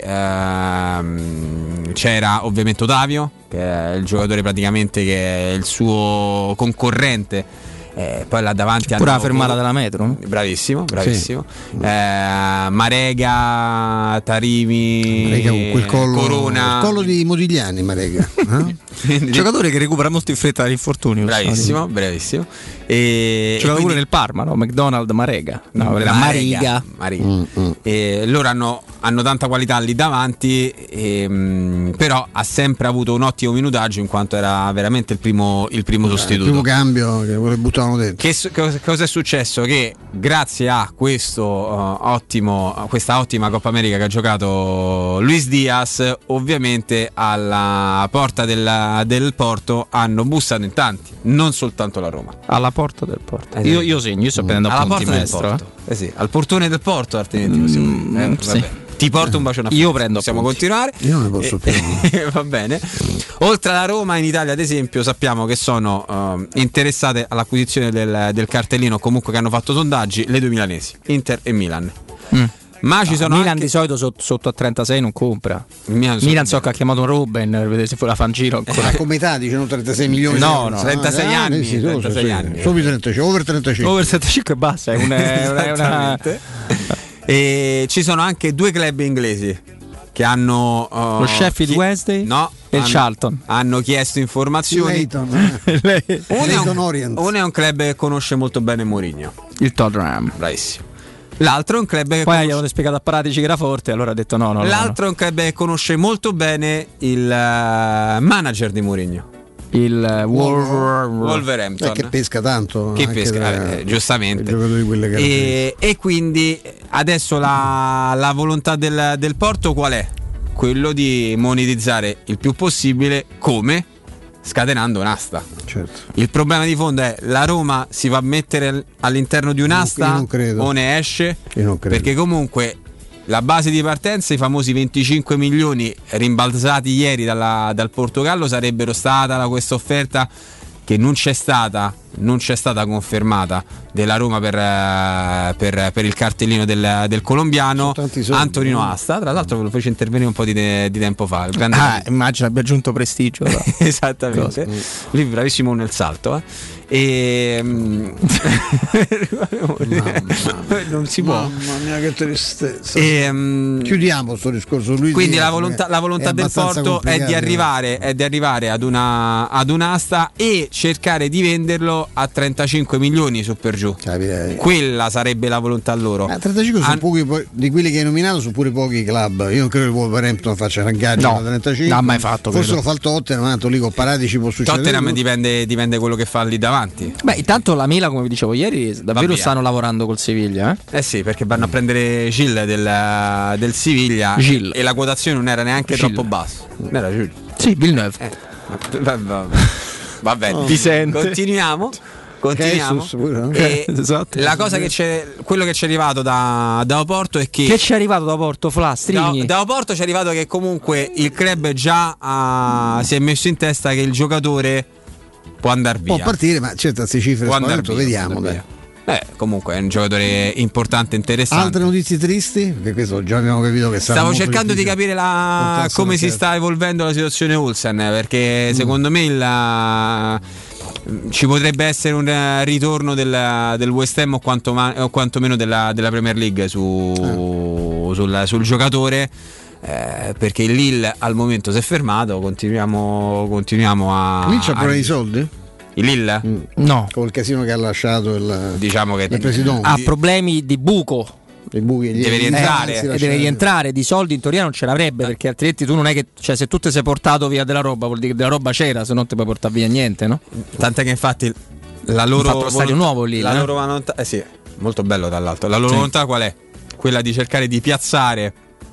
ehm, c'era ovviamente Ottavio, che è il giocatore praticamente che è il suo concorrente. Eh, poi là davanti pure la Cor- fermata della metro, no? Bravissimo, bravissimo. Sì. Eh, Marega, Tarimi, Marega con quel collo, Corona. Il collo di Modigliani, Marega. Eh? Giocatore che recupera molto in fretta dall'infortunio. Bravissimo, bravissimo. E, giocava e pure nel Parma, no? McDonald Marega. No, era Mariga. Mariga. Mm, mm. E loro hanno, hanno tanta qualità lì davanti, e, mh, però ha sempre avuto un ottimo minutaggio in quanto era veramente il primo, il primo sostituto. Il primo cambio che lo buttavano dentro. Che, cosa, cosa è successo? Che grazie a questo uh, ottimo, a questa ottima Coppa America che ha giocato Luis Diaz, ovviamente alla porta del, del Porto hanno bussato in tanti, non soltanto la Roma. Alla porta del Porto. Io, io segno, io sto prendendo alla appunti, porta maestro. Del Porto. Eh sì, al portone del Porto, altrimenti mm, eh, sì. Ti porto un bacione a Io prendo possiamo appunti. continuare. Io non ne posso più. Eh, va bene. Oltre alla Roma, in Italia ad esempio sappiamo che sono uh, interessate all'acquisizione del, del cartellino, comunque che hanno fatto sondaggi, le due milanesi, Inter e Milan. Mm. Ma ci sono Milan anche... di solito sotto, sotto a trentasei non compra. Milan, Milan so che ha chiamato un Ruben per vedere se fu la fa in giro ancora. Eh, come età dicono trentasei milioni. No, no, trentasei ah, anni, sì, trentasei sì, anni. Solo trentacinque, over trentacinque. Over trentacinque e basta, è una, è una... E ci sono anche due club inglesi che hanno uh, lo Sheffield chi... Wednesday no, e il hanno, Charlton. Hanno chiesto informazioni. Leighton, eh. uno, è un, Orient. uno è un club che conosce molto bene Mourinho, il Tottenham. Bravissimo. L'altro è un club che poi conosce... gli avevano spiegato a Paratici che era forte, allora ha detto no, no. L'altro no, è un club che conosce molto bene il uh, manager di Mourinho, il uh, Wolver... Wolverhampton, eh, che pesca tanto, che pesca da, eh, giustamente. E, e quindi adesso la, la volontà del, del Porto qual è? Quello di monetizzare il più possibile, come? Scatenando un'asta. Certo. Il problema di fondo è: la Roma si va a mettere all'interno di un'asta o ne esce? Io non credo. Perché comunque la base di partenza, i famosi venticinque milioni rimbalzati ieri dalla, dal Portogallo, sarebbero stata questa offerta che non c'è stata, non c'è stata confermata, della Roma per, per, per il cartellino del, del colombiano soldi, Antonino Asta. Tra l'altro lo fece intervenire un po' di, de, di tempo fa. Il grande ah, immagino abbia aggiunto prestigio. Esattamente. Cosa? Lui bravissimo nel salto. Eh. E non si può. Mamma mia, che tristezza. E, um... chiudiamo questo discorso. Lui quindi la volontà, la volontà del Porto è di arrivare, è di arrivare ad una ad un'asta e cercare di venderlo a trentacinque milioni su per giù. Quella sarebbe la volontà loro. Eh, trentacinque sono An- pochi, di quelli che hai nominato sono pure pochi club. Io non credo che il Wolverhampton faccia rangaggio No, da trentacinque. non ha mai fatto, Forse credo. lo fa il Tottenham, tanto lì con Parati ci può succedere. Tottenham dipende, dipende quello che fa lì davanti. Beh, intanto la Milan, come vi dicevo ieri, davvero via. stanno lavorando col Siviglia. Eh, Eh sì, perché vanno a prendere Gil del, del Siviglia Gil. e la quotazione non era neanche Gil. troppo bassa. Non era Gil. Sì, Villeneuve. Eh, va, va- va bene. Oh. Ti sente? Continuiamo. Continuiamo. Jesus pure, no? E Esatto. la cosa che c'è, quello che ci è arrivato da, da Oporto è che, Che ci è arrivato da Porto, Fla, da, Strigni. da Oporto ci è arrivato che comunque il club già ha- si è messo in testa che il giocatore può andare via. Può partire, ma certo queste cifre Può andar spavento, via, vediamo. può andar Dai. via. Eh, comunque è un giocatore importante, interessante. Altre notizie tristi? Perché questo già abbiamo capito che sarà Stavo molto cercando di difficile. capire la- Portarselo come si certo. sta evolvendo la situazione Olsen, perché Mm. secondo me il, ci potrebbe essere un eh, ritorno del, del West Ham o, quanto ma- o quantomeno della, della Premier League su, Ah. sul, sul giocatore. Eh, perché il Lille al momento si è fermato. Continuiamo, continuiamo a. Lì c'ha a- problemi di soldi? Il Lille? No. Con il casino che ha lasciato il, Diciamo che il presidente. Ha problemi di buco. I buchi gli- Deve rientrare. eh, si E lascia- deve rientrare, di soldi in teoria non ce l'avrebbe, perché altrimenti tu non è che, cioè, se tu ti sei portato via della roba vuol dire che della roba c'era, se non ti puoi portare via niente, no? Tant'è che infatti la loro Ha fatto lo stadio volontà- nuovo lì, la eh? loro volontà, eh sì, molto bello dall'alto. La loro Sì. volontà qual è? Quella di cercare di piazzare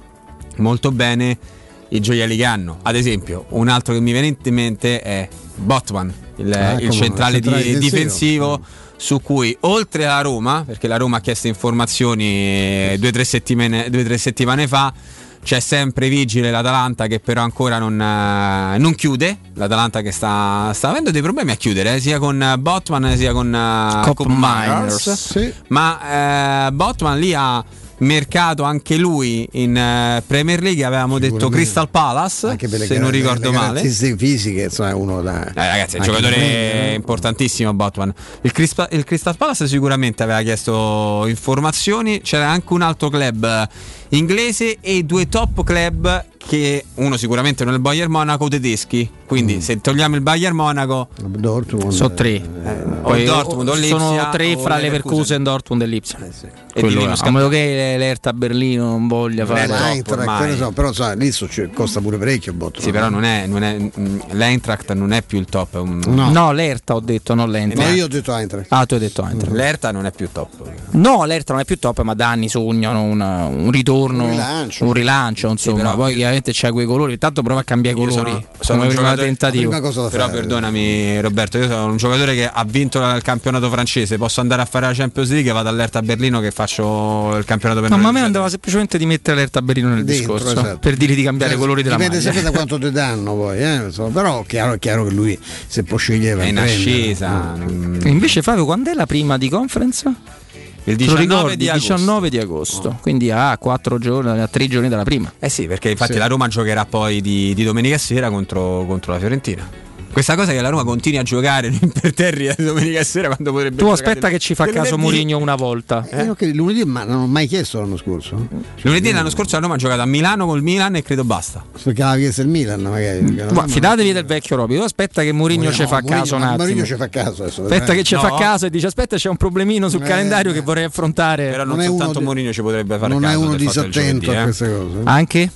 molto bene i gioielli che hanno. Ad esempio, un altro che mi viene in mente è Botman, il, Ah, il come no, centrale, il centrale di- difensivo. difensivo, su cui oltre alla Roma, perché la Roma ha chiesto informazioni due o tre settimane, due o tre settimane fa, c'è sempre vigile l'Atalanta che però ancora non, eh, non chiude. L'Atalanta che sta, sta avendo dei problemi a chiudere, eh, sia con Botman sia con uh, Cop Cop Miners. Miners. Sì. Ma eh, Botman lì ha mercato anche lui in eh, Premier League, avevamo detto Sicuramente. Crystal Palace, Anche per le se non car- ricordo le male. caratteristiche fisiche, insomma, è uno da. Eh, ragazzi, è un anche giocatore prendere, no? importantissimo Botman. Il, Crispa- il Crystal Palace sicuramente aveva chiesto informazioni. C'era anche un altro club inglese e due top club, che uno sicuramente non è il Bayern Monaco, tedeschi. Quindi se togliamo il Bayern Monaco Dortmund, Sono tre. o Poi il Dortmund o sono l'Ipsia tre o fra Leverkusen. Leverkusen, Dortmund e Lipsia. E Quello di lì è. non A scappa. meno che l'Erta Berlino non voglia fare. Eh, troppo L'Eintracht, ormai. che ne so, però sai, lì so- ci- costa pure parecchio Botman. Sì, però non è, non è mm, l'Eintracht non è più il top, è un- No. No, l'Erta ho detto, non No, l'Eintracht. io ho detto Eintracht. Ah, tu hai detto Eintracht. l'Erta non è più top. No, l'Erta non è più top, ma da anni sognano una- un ritorno, Un rilancio. un rilancio, insomma. però- Poi chiaramente c'è quei colori. Intanto prova a cambiare i Io colori. sono- sono come un prima giocatore- tentativo. Prima cosa da Però fare. perdonami Roberto, io sono un giocatore che ha vinto il campionato francese, posso andare a fare la Champions League, vado all'Erta Berlino che faccio il campionato per No, ma a me noi. andava semplicemente di mettere l'Erta Berlino nel Dentro, discorso, esatto. per dire di cambiare i colori della Dipende maglia. sempre da quanto ti danno poi, eh, insomma, però è chiaro, è chiaro che lui se può scegliere È in prendere. ascesa. non- E invece Fabio, quando è la prima di conference? Il Te lo diciannove ricordi? di agosto. diciannove di agosto, quindi a quattro giorni, a tre giorni dalla prima. Eh sì, perché infatti Sì. la Roma giocherà poi di, di domenica sera contro, contro la Fiorentina. Questa cosa è che la Roma continui a giocare imperterrita di domenica sera quando potrebbe Tu giocare aspetta del- che ci fa del caso lunedì. Mourinho una volta. Eh, no, che lunedì ma non ho mai chiesto l'anno scorso. Lunedì l'anno scorso la Roma ha giocato a Milano col Milan e credo basta. Perché aveva chiesto il Milan, magari. perché non- Ma fidatevi del vecchio Roby. Tu aspetta che Mourinho ci fa Mourinho- caso un ma attimo. Mourinho ci fa caso adesso. Aspetta che ci No. fa caso e dice aspetta c'è un problemino sul Eh, calendario eh. che vorrei affrontare. Però non, Non è uno soltanto di- Mourinho ci potrebbe fare non caso è uno del fatto del disattento giovedì, a eh. queste cose. Anche?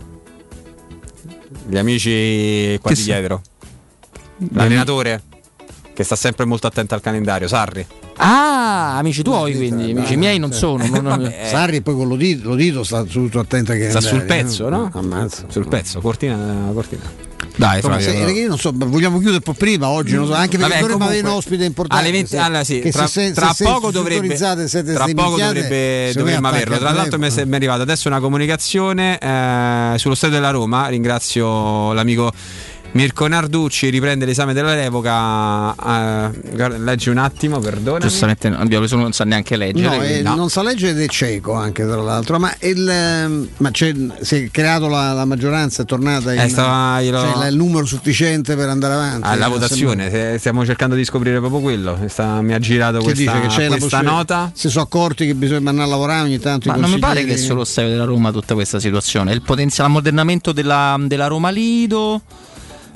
Gli amici qua Che di so- dietro. L'allenatore che sta sempre molto attento al calendario, Sarri. Ah, amici tuoi Sì, quindi, sì, amici sì. miei non Sì. sono. non- non- Vabbè. Eh. Sarri poi con Lodito, Lodito sta tutto attento che Sta sul pezzo, no? Ammazza. Sul pezzo, cortina, cortina. Dai, Insomma, Flavio, se- però. io non so, vogliamo chiudere un po' prima oggi, non so, anche perché Vabbè, dovremmo avere un comunque, ospite importante. alle venti se- allora sì, che tra, se- se- tra se poco sintonizzate dovrebbe, siete tra poco stemminchiate, dovrebbe secondo me dovremmo attacca averlo. il Tra l'altro mi è, telefono. mi è arrivata adesso una comunicazione eh, sullo stadio della Roma. Ringrazio l'amico Mirko Narducci, riprende l'esame della revoca. eh, guarda, leggi un attimo, perdona. Giustamente no, Abbiamo- non sa neanche leggere. No, quindi- eh, no. non sa leggere ed è cieco anche tra l'altro, ma, il, ehm, ma c'è, si è creato la, la maggioranza, è tornata in, Eh, stava- glielo- c'è il numero sufficiente per andare avanti. alla Eh, votazione, se- stiamo cercando di scoprire proprio quello. Sta- mi ha girato Che questa, dice che c'è la questa possibilità- nota. Si sono accorti che bisogna andare a lavorare ogni tanto. Ma i non mi pare che è consiglieri- solo stadio della Roma tutta questa situazione. Il potenziale ammodernamento della, della Roma Lido.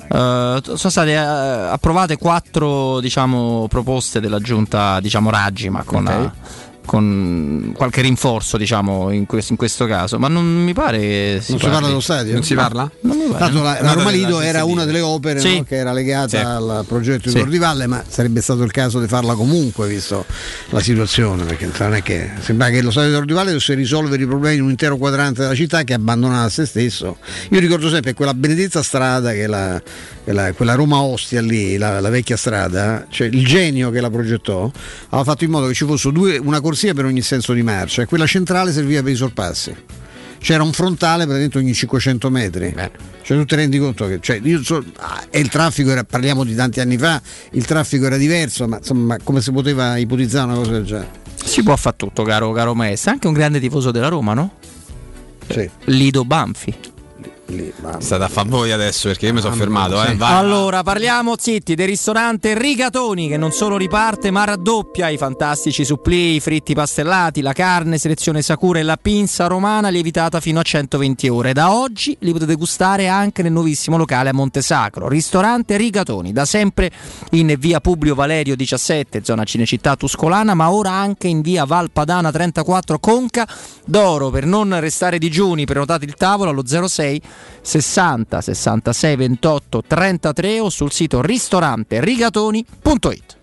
Uh, sono state uh, approvate quattro, diciamo, proposte della giunta, diciamo, Raggi, ma con, okay. a, con qualche rinforzo, diciamo, in questo, in questo caso, ma non mi pare che si non parli. si parla dello stadio? Non si parla? Non mi pare. Tanto la, la Roma Lido era una delle opere, sì. no, che era legata sì. al progetto di sì. Tordivalle, ma sarebbe stato il caso di farla comunque, visto la situazione, perché non è che sembra che lo stadio di Tordivalle dovesse risolvere i problemi di un intero quadrante della città che è abbandonata a se stesso. Io ricordo sempre quella benedetta strada che è la, che la, quella Roma Ostia lì, la, la vecchia strada, cioè il genio che la progettò aveva fatto in modo che ci fosse due, una corsia per ogni senso di marcia, e quella centrale serviva per i sorpassi. C'era un frontale praticamente ogni cinquecento metri. Beh. Cioè tu ti rendi conto che cioè, io so, ah, e il traffico era, parliamo di tanti anni fa, il traffico era diverso, ma insomma come si poteva ipotizzare una cosa del genere? Si può fare tutto, caro, caro maestro, anche un grande tifoso della Roma, no? Sì. Lido Banfi. Lì, state a fa voi adesso perché io mi sono fermato. Sì. Eh. Vai. Allora parliamo zitti del ristorante Rigatoni, che non solo riparte ma raddoppia i fantastici supplì, i fritti pastellati, la carne selezione Sakura e la pinza romana lievitata fino a centoventi ore. Da oggi li potete gustare anche nel nuovissimo locale a Montesacro. Ristorante Rigatoni, da sempre in via Publio Valerio diciassette, zona Cinecittà Tuscolana, ma ora anche in via Valpadana trentaquattro, Conca d'Oro. Per non restare digiuni, prenotate il tavolo allo zero sei sessanta sessantasei ventotto trentatré o sul sito ristorante rigatoni punto it.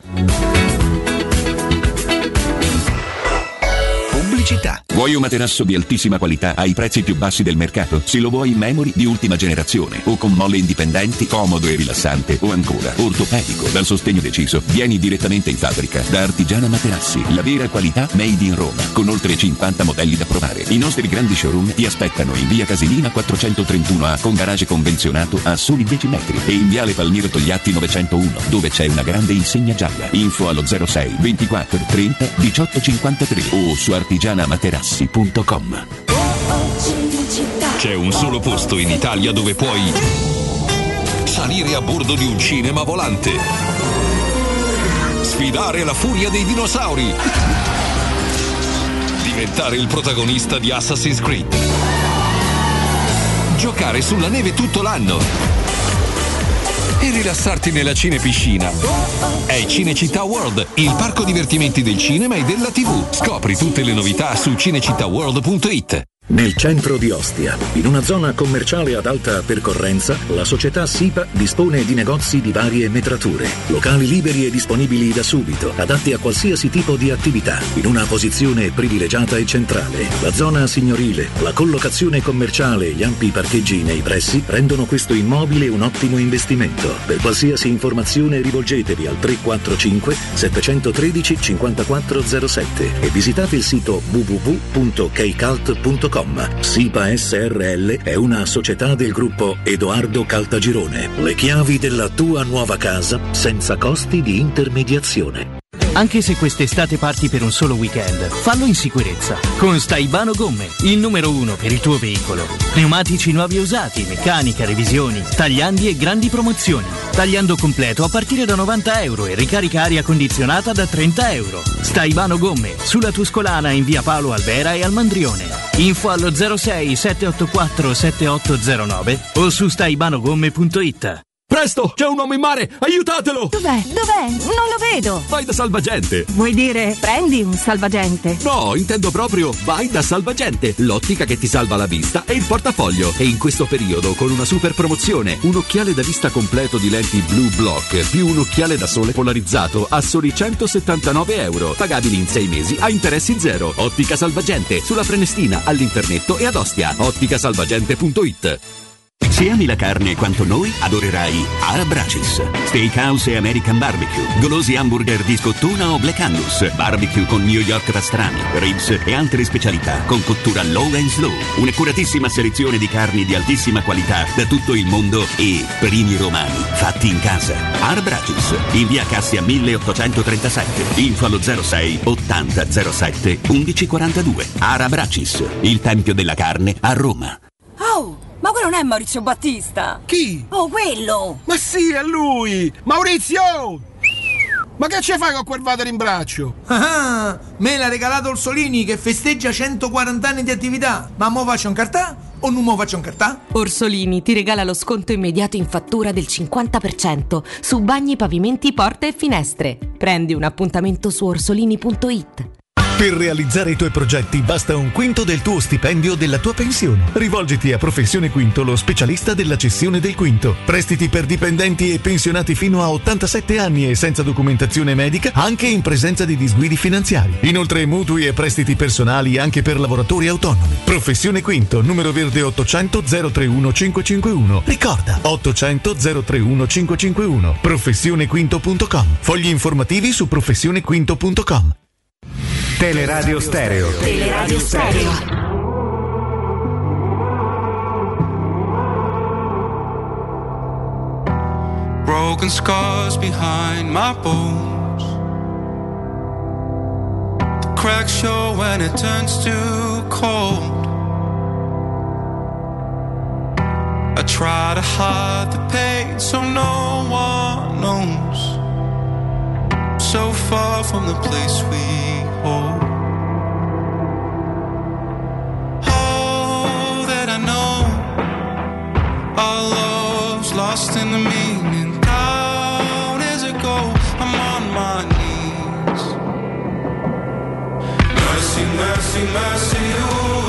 Pubblicità. Vuoi un materasso di altissima qualità ai prezzi più bassi del mercato? Se lo vuoi in memory di ultima generazione o con molle indipendenti, comodo e rilassante, o ancora ortopedico dal sostegno deciso, vieni direttamente in fabbrica da Artigiana Materassi, la vera qualità made in Roma, con oltre cinquanta modelli da provare. I nostri grandi showroom ti aspettano in via Casilina quattrocentotrentuno A con garage convenzionato a soli dieci metri e in viale Palmiro Togliatti novecentouno, dove c'è una grande insegna gialla. Info allo zero sei ventiquattro trenta diciotto cinquantatré o su artigiana materassi punto com. C'è un solo posto in Italia dove puoi salire a bordo di un cinema volante, sfidare la furia dei dinosauri, diventare il protagonista di Assassin's Creed, giocare sulla neve tutto l'anno e rilassarti nella cinepiscina. È Cinecittà World, il parco divertimenti del cinema e della tivù. Scopri tutte le novità su cinecittà world punto it. Nel centro di Ostia, in una zona commerciale ad alta percorrenza, la società SIPA dispone di negozi di varie metrature, locali liberi e disponibili da subito, adatti a qualsiasi tipo di attività, in una posizione privilegiata e centrale. La zona signorile, la collocazione commerciale e gli ampi parcheggi nei pressi rendono questo immobile un ottimo investimento. Per qualsiasi informazione rivolgetevi al tre quattro cinque sette uno tre cinque zero sette e visitate il sito w w w punto keycult punto com. SIPA S R L è una società del gruppo Edoardo Caltagirone. Le chiavi della tua nuova casa senza costi di intermediazione. Anche se quest'estate parti per un solo weekend, fallo in sicurezza. Con Staibano Gomme, il numero uno per il tuo veicolo. Pneumatici nuovi e usati, meccanica, revisioni, tagliandi e grandi promozioni. Tagliando completo a partire da novanta euro e ricarica aria condizionata da trenta euro. Staibano Gomme, sulla Tuscolana in via Paolo Albera e al Mandrione. Info allo zero sei sette otto quattro sette otto zero nove o su staibanogomme punto it. Presto, c'è un uomo in mare, aiutatelo! Dov'è? Dov'è? Non lo vedo! Vai da Salvagente! Vuoi dire prendi un salvagente? No, intendo proprio vai da Salvagente, l'ottica che ti salva la vista e il portafoglio. E in questo periodo con una super promozione, un occhiale da vista completo di lenti Blue Block più un occhiale da sole polarizzato a soli centosettantanove euro, pagabili in sei mesi a interessi zero. Ottica Salvagente, sulla Prenestina, all'Internetto e ad Ostia. ottica salvagente punto it. Se ami la carne quanto noi, adorerai Arabracis. Steakhouse e American Barbecue, golosi hamburger di scottuna o Black Angus, barbecue con New York pastrami, ribs e altre specialità con cottura low and slow. Un'accuratissima selezione di carni di altissima qualità da tutto il mondo e primi romani fatti in casa. Arabracis, in via Cassia milleottocentotrentasette. Info allo zero sei ottanta zero sette undici quarantadue. Arabracis, il tempio della carne a Roma. Oh! Ma quello non è Maurizio Battista? Chi? Oh, quello! Ma sì, è lui! Maurizio! Ma che ci fai con quel water in braccio? Ah, me l'ha regalato il Solini che festeggia centoquaranta anni di attività. Ma mo faccio un cartà o una nuova ciancartà? Orsolini ti regala lo sconto immediato in fattura del cinquanta per cento su bagni, pavimenti, porte e finestre. Prendi un appuntamento su orsolini punto it. Per realizzare i tuoi progetti basta un quinto del tuo stipendio o della tua pensione. Rivolgiti a Professione Quinto, lo specialista della cessione del quinto. Prestiti per dipendenti e pensionati fino a ottantasette anni e senza documentazione medica, anche in presenza di disguidi finanziari. Inoltre mutui e prestiti personali anche per lavoratori autonomi. Professione Quinto, numero verde ottocento zero trentuno cinquecentocinquantuno. Ricorda, ottocento zero trentuno cinquecentocinquantuno. professione quinto punto com. Fogli informativi su professione quinto punto com. Teleradio Stereo. Teleradio Stereo. Broken scars behind my bones. The cracks show when it turns too cold. I try to hide the pain so no one knows. So far from the place we hold. Oh, that I know our love's lost in the meaning. Down as it goes, I'm on my knees. Mercy, mercy, mercy, ooh.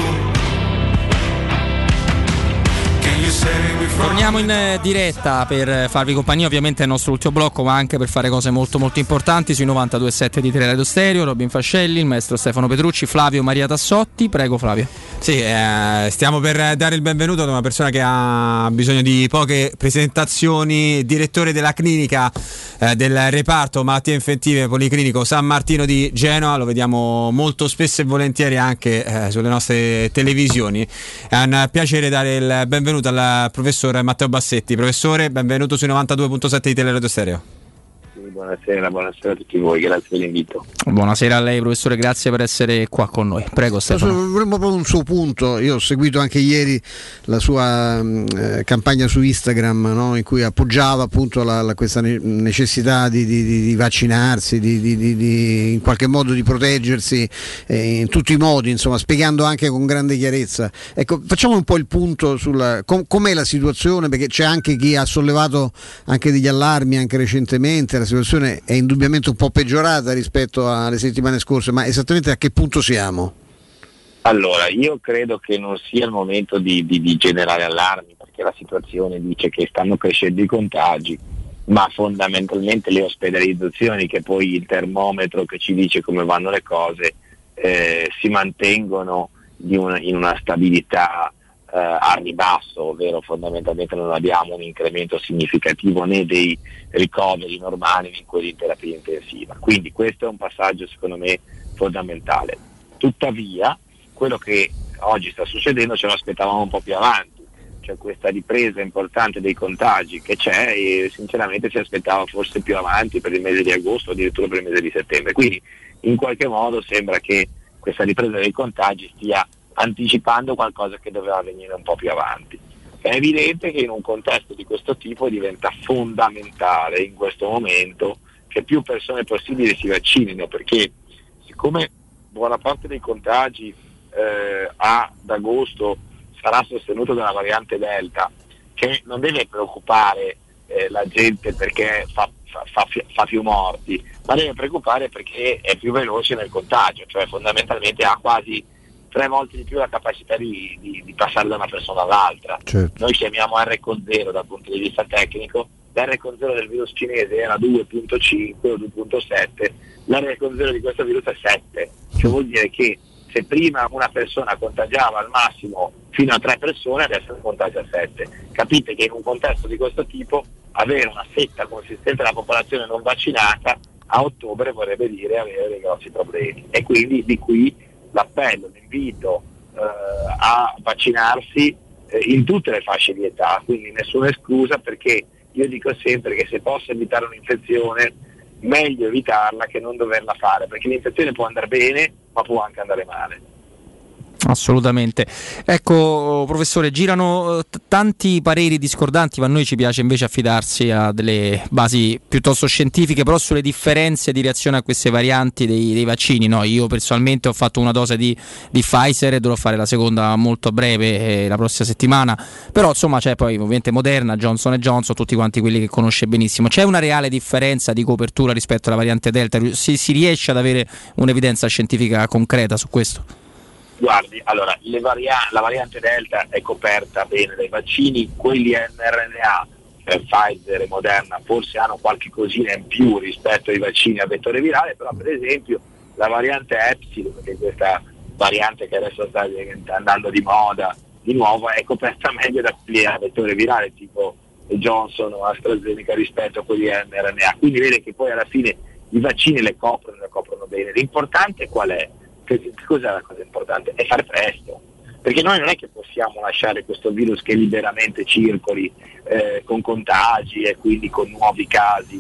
Can you save me from? Torniamo in diretta per farvi compagnia, ovviamente nel nostro ultimo blocco, ma anche per fare cose molto molto importanti sui novantadue virgola sette di Teleradio Stereo. Robin Fascelli, il maestro Stefano Petrucci, Flavio Maria Tassotti. Prego Flavio. Sì, eh, stiamo per dare il benvenuto ad una persona che ha bisogno di poche presentazioni, direttore della clinica eh, del reparto malattie infettive Policlinico San Martino di Genova. Lo vediamo molto spesso e volentieri anche eh, sulle nostre televisioni. È un piacere dare il benvenuto al professor Matteo Bassetti. Professore, benvenuto sui novantadue virgola sette di Teleradio Stereo. Buonasera, buonasera a tutti voi, grazie dell'invito. Buonasera a lei professore, grazie per essere qua con noi. Prego Stefano. Vorremmo proprio un suo punto. Io ho seguito anche ieri la sua eh, campagna su Instagram, no? In cui appoggiava appunto la, la, questa necessità di, di, di vaccinarsi, di, di, di, di in qualche modo di proteggersi eh, in tutti i modi, insomma, spiegando anche con grande chiarezza. Ecco, facciamo un po' il punto sulla com, com'è la situazione, perché c'è anche chi ha sollevato anche degli allarmi anche recentemente. La situazione è indubbiamente un po' peggiorata rispetto alle settimane scorse, ma esattamente a che punto siamo? Allora, io credo che non sia il momento di, di, di generare allarmi, perché la situazione dice che stanno crescendo i contagi, ma fondamentalmente le ospedalizzazioni, che poi il termometro che ci dice come vanno le cose, eh, si mantengono di una, in una stabilità Uh, a ribasso, ovvero fondamentalmente non abbiamo un incremento significativo né dei ricoveri normali né in quelli in terapia intensiva. Quindi questo è un passaggio secondo me fondamentale. Tuttavia quello che oggi sta succedendo ce lo aspettavamo un po' più avanti, cioè questa ripresa importante dei contagi che c'è, e sinceramente si aspettava forse più avanti, per il mese di agosto o addirittura per il mese di settembre. Quindi in qualche modo sembra che questa ripresa dei contagi stia anticipando qualcosa che doveva avvenire un po' più avanti. È evidente che in un contesto di questo tipo diventa fondamentale in questo momento che più persone possibili si vaccinino, perché siccome buona parte dei contagi eh, ad agosto sarà sostenuto dalla variante Delta, che non deve preoccupare eh, la gente perché fa, fa, fa, fa più morti, ma deve preoccupare perché è più veloce nel contagio, cioè fondamentalmente ha quasi tre volte di più la capacità di, di, di passare da una persona all'altra. Certo. Noi chiamiamo R con zero dal punto di vista tecnico, l'R con zero del virus cinese era due virgola cinque o due virgola sette, l'R con zero di questo virus è sette, cioè vuol dire che se prima una persona contagiava al massimo fino a tre persone, adesso ne contagia sette. Capite che in un contesto di questo tipo avere una fetta consistente della popolazione non vaccinata a ottobre vorrebbe dire avere dei grossi problemi, e quindi di qui l'appello, l'invito eh, a vaccinarsi eh, in tutte le fasce di età, quindi nessuna esclusa, perché io dico sempre che se posso evitare un'infezione meglio evitarla che non doverla fare, perché l'infezione può andare bene ma può anche andare male. Assolutamente. Ecco, professore, girano t- tanti pareri discordanti, ma a noi ci piace invece affidarsi a delle basi piuttosto scientifiche, però sulle differenze di reazione a queste varianti dei, dei vaccini. No, io personalmente ho fatto una dose di, di Pfizer e dovrò fare la seconda molto a breve, eh, la prossima settimana, però insomma c'è poi ovviamente Moderna, Johnson and Johnson, tutti quanti quelli che conosce benissimo. C'è una reale differenza di copertura rispetto alla variante Delta? Si, si riesce ad avere un'evidenza scientifica concreta su questo? Guardi, allora, le varia- la variante Delta è coperta bene dai vaccini, quelli mRNA, eh, Pfizer e Moderna, forse hanno qualche cosina in più rispetto ai vaccini a vettore virale, però per esempio la variante Epsilon, che è questa variante che adesso sta andando di moda di nuovo, è coperta meglio da quelli a vettore virale tipo Johnson o AstraZeneca rispetto a quelli mRNA. Quindi vede che poi alla fine i vaccini le coprono, le coprono bene. L'importante qual è? Che cos'è la cosa importante? È fare presto, perché noi non è che possiamo lasciare questo virus che liberamente circoli eh, con contagi e quindi con nuovi casi,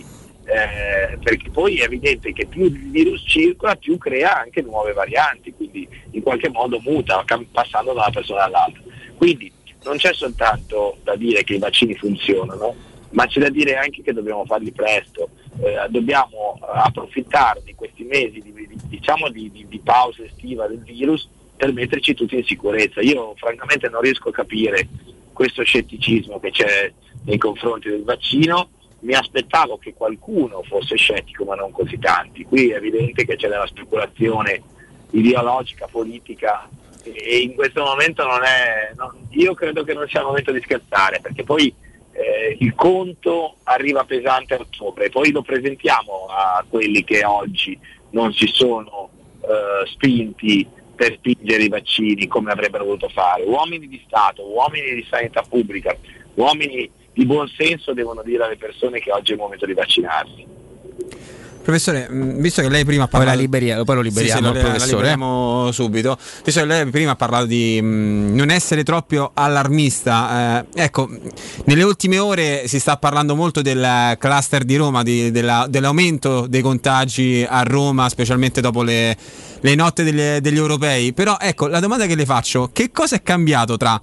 eh, perché poi è evidente che più il virus circola più crea anche nuove varianti, quindi in qualche modo muta passando da una persona all'altra. Quindi non c'è soltanto da dire che i vaccini funzionano, ma c'è da dire anche che dobbiamo farli presto, eh, dobbiamo approfittare di questi mesi di, di, diciamo di, di, di pausa estiva del virus per metterci tutti in sicurezza. Io francamente non riesco a capire questo scetticismo che c'è nei confronti del vaccino. Mi aspettavo che qualcuno fosse scettico, ma non così tanti. Qui è evidente che c'è della speculazione ideologica, politica, e in questo momento non è non, io credo che non sia il momento di scherzare, perché poi Eh, il conto arriva pesante a ottobre, poi lo presentiamo a quelli che oggi non si sono eh, spinti per spingere i vaccini come avrebbero voluto fare. Uomini di Stato, uomini di sanità pubblica, uomini di buon senso devono dire alle persone che oggi è il momento di vaccinarsi. Professore, visto che lei prima ha parlato, poi la liberiamo, poi lo liberiamo, sì, sì, il professore, la liberiamo subito. Visto che lei prima ha parlato di mh, non essere troppo allarmista, eh, ecco, nelle ultime ore si sta parlando molto del cluster di Roma, di, della, dell'aumento dei contagi a Roma, specialmente dopo le, le notte degli, degli europei. Però ecco, la domanda che le faccio: che cosa è cambiato tra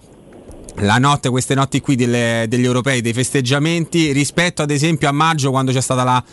la notte, queste notti qui delle, degli europei, dei festeggiamenti, rispetto ad esempio a maggio, quando c'è stata la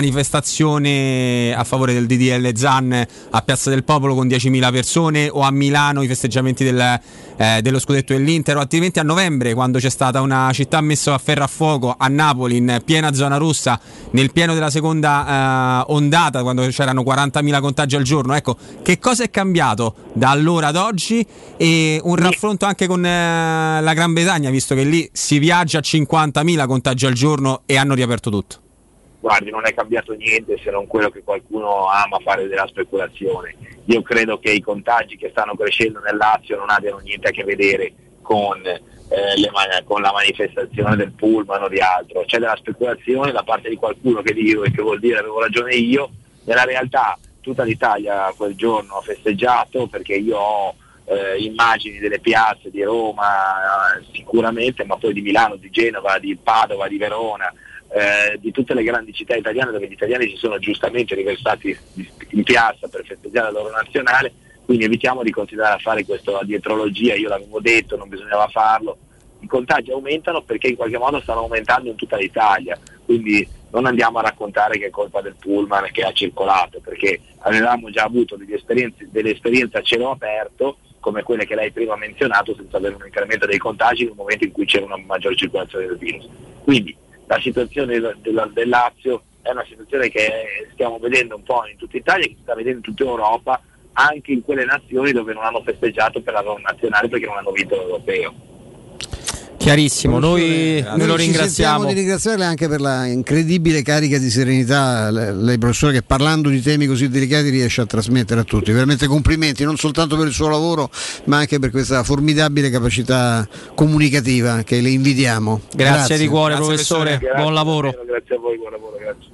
manifestazione a favore del D D L Zan a Piazza del Popolo con diecimila persone, o a Milano i festeggiamenti del, eh, dello scudetto dell'Inter, o altrimenti a novembre quando c'è stata una città messa a ferro a fuoco a Napoli in piena zona rossa, nel pieno della seconda eh, ondata, quando c'erano quarantamila contagi al giorno. Ecco, che cosa è cambiato da allora ad oggi, e un raffronto anche con eh, la Gran Bretagna, visto che lì si viaggia a cinquantamila contagi al giorno e hanno riaperto tutto. Guardi, non è cambiato niente se non quello che qualcuno ama fare della speculazione. Io credo che i contagi che stanno crescendo nel Lazio non abbiano niente a che vedere con, eh, le man- con la manifestazione del pullman o di altro. C'è della speculazione da parte di qualcuno che dico, e che vuol dire avevo ragione io. Nella realtà tutta l'Italia quel giorno ha festeggiato, perché io ho Eh, immagini delle piazze di Roma eh, sicuramente, ma poi di Milano, di Genova, di Padova, di Verona, eh, di tutte le grandi città italiane, dove gli italiani si sono giustamente riversati in piazza per festeggiare la loro nazionale. Quindi evitiamo di continuare a fare questa dietrologia. Io l'avevo detto, non bisognava farlo. I contagi aumentano perché in qualche modo stanno aumentando in tutta l'Italia, quindi non andiamo a raccontare che è colpa del pullman che ha circolato, perché avevamo già avuto delle esperienze, delle esperienze a cielo aperto come quelle che lei prima ha menzionato, senza avere un incremento dei contagi nel momento in cui c'era una maggiore circolazione del virus. Quindi la situazione del, del, del Lazio è una situazione che stiamo vedendo un po' in tutta Italia, che si sta vedendo in tutta Europa, anche in quelle nazioni dove non hanno festeggiato per la loro nazionale perché non hanno vinto l'europeo. Chiarissimo, noi, noi, noi lo ci ringraziamo. Di ringraziarle anche per la incredibile carica di serenità, lei professore, che parlando di temi così delicati riesce a trasmettere a tutti. Veramente complimenti, non soltanto per il suo lavoro, ma anche per questa formidabile capacità comunicativa che le invidiamo. Grazie, grazie. di cuore, grazie, professore, grazie, buon lavoro. Grazie a voi, buon lavoro, grazie.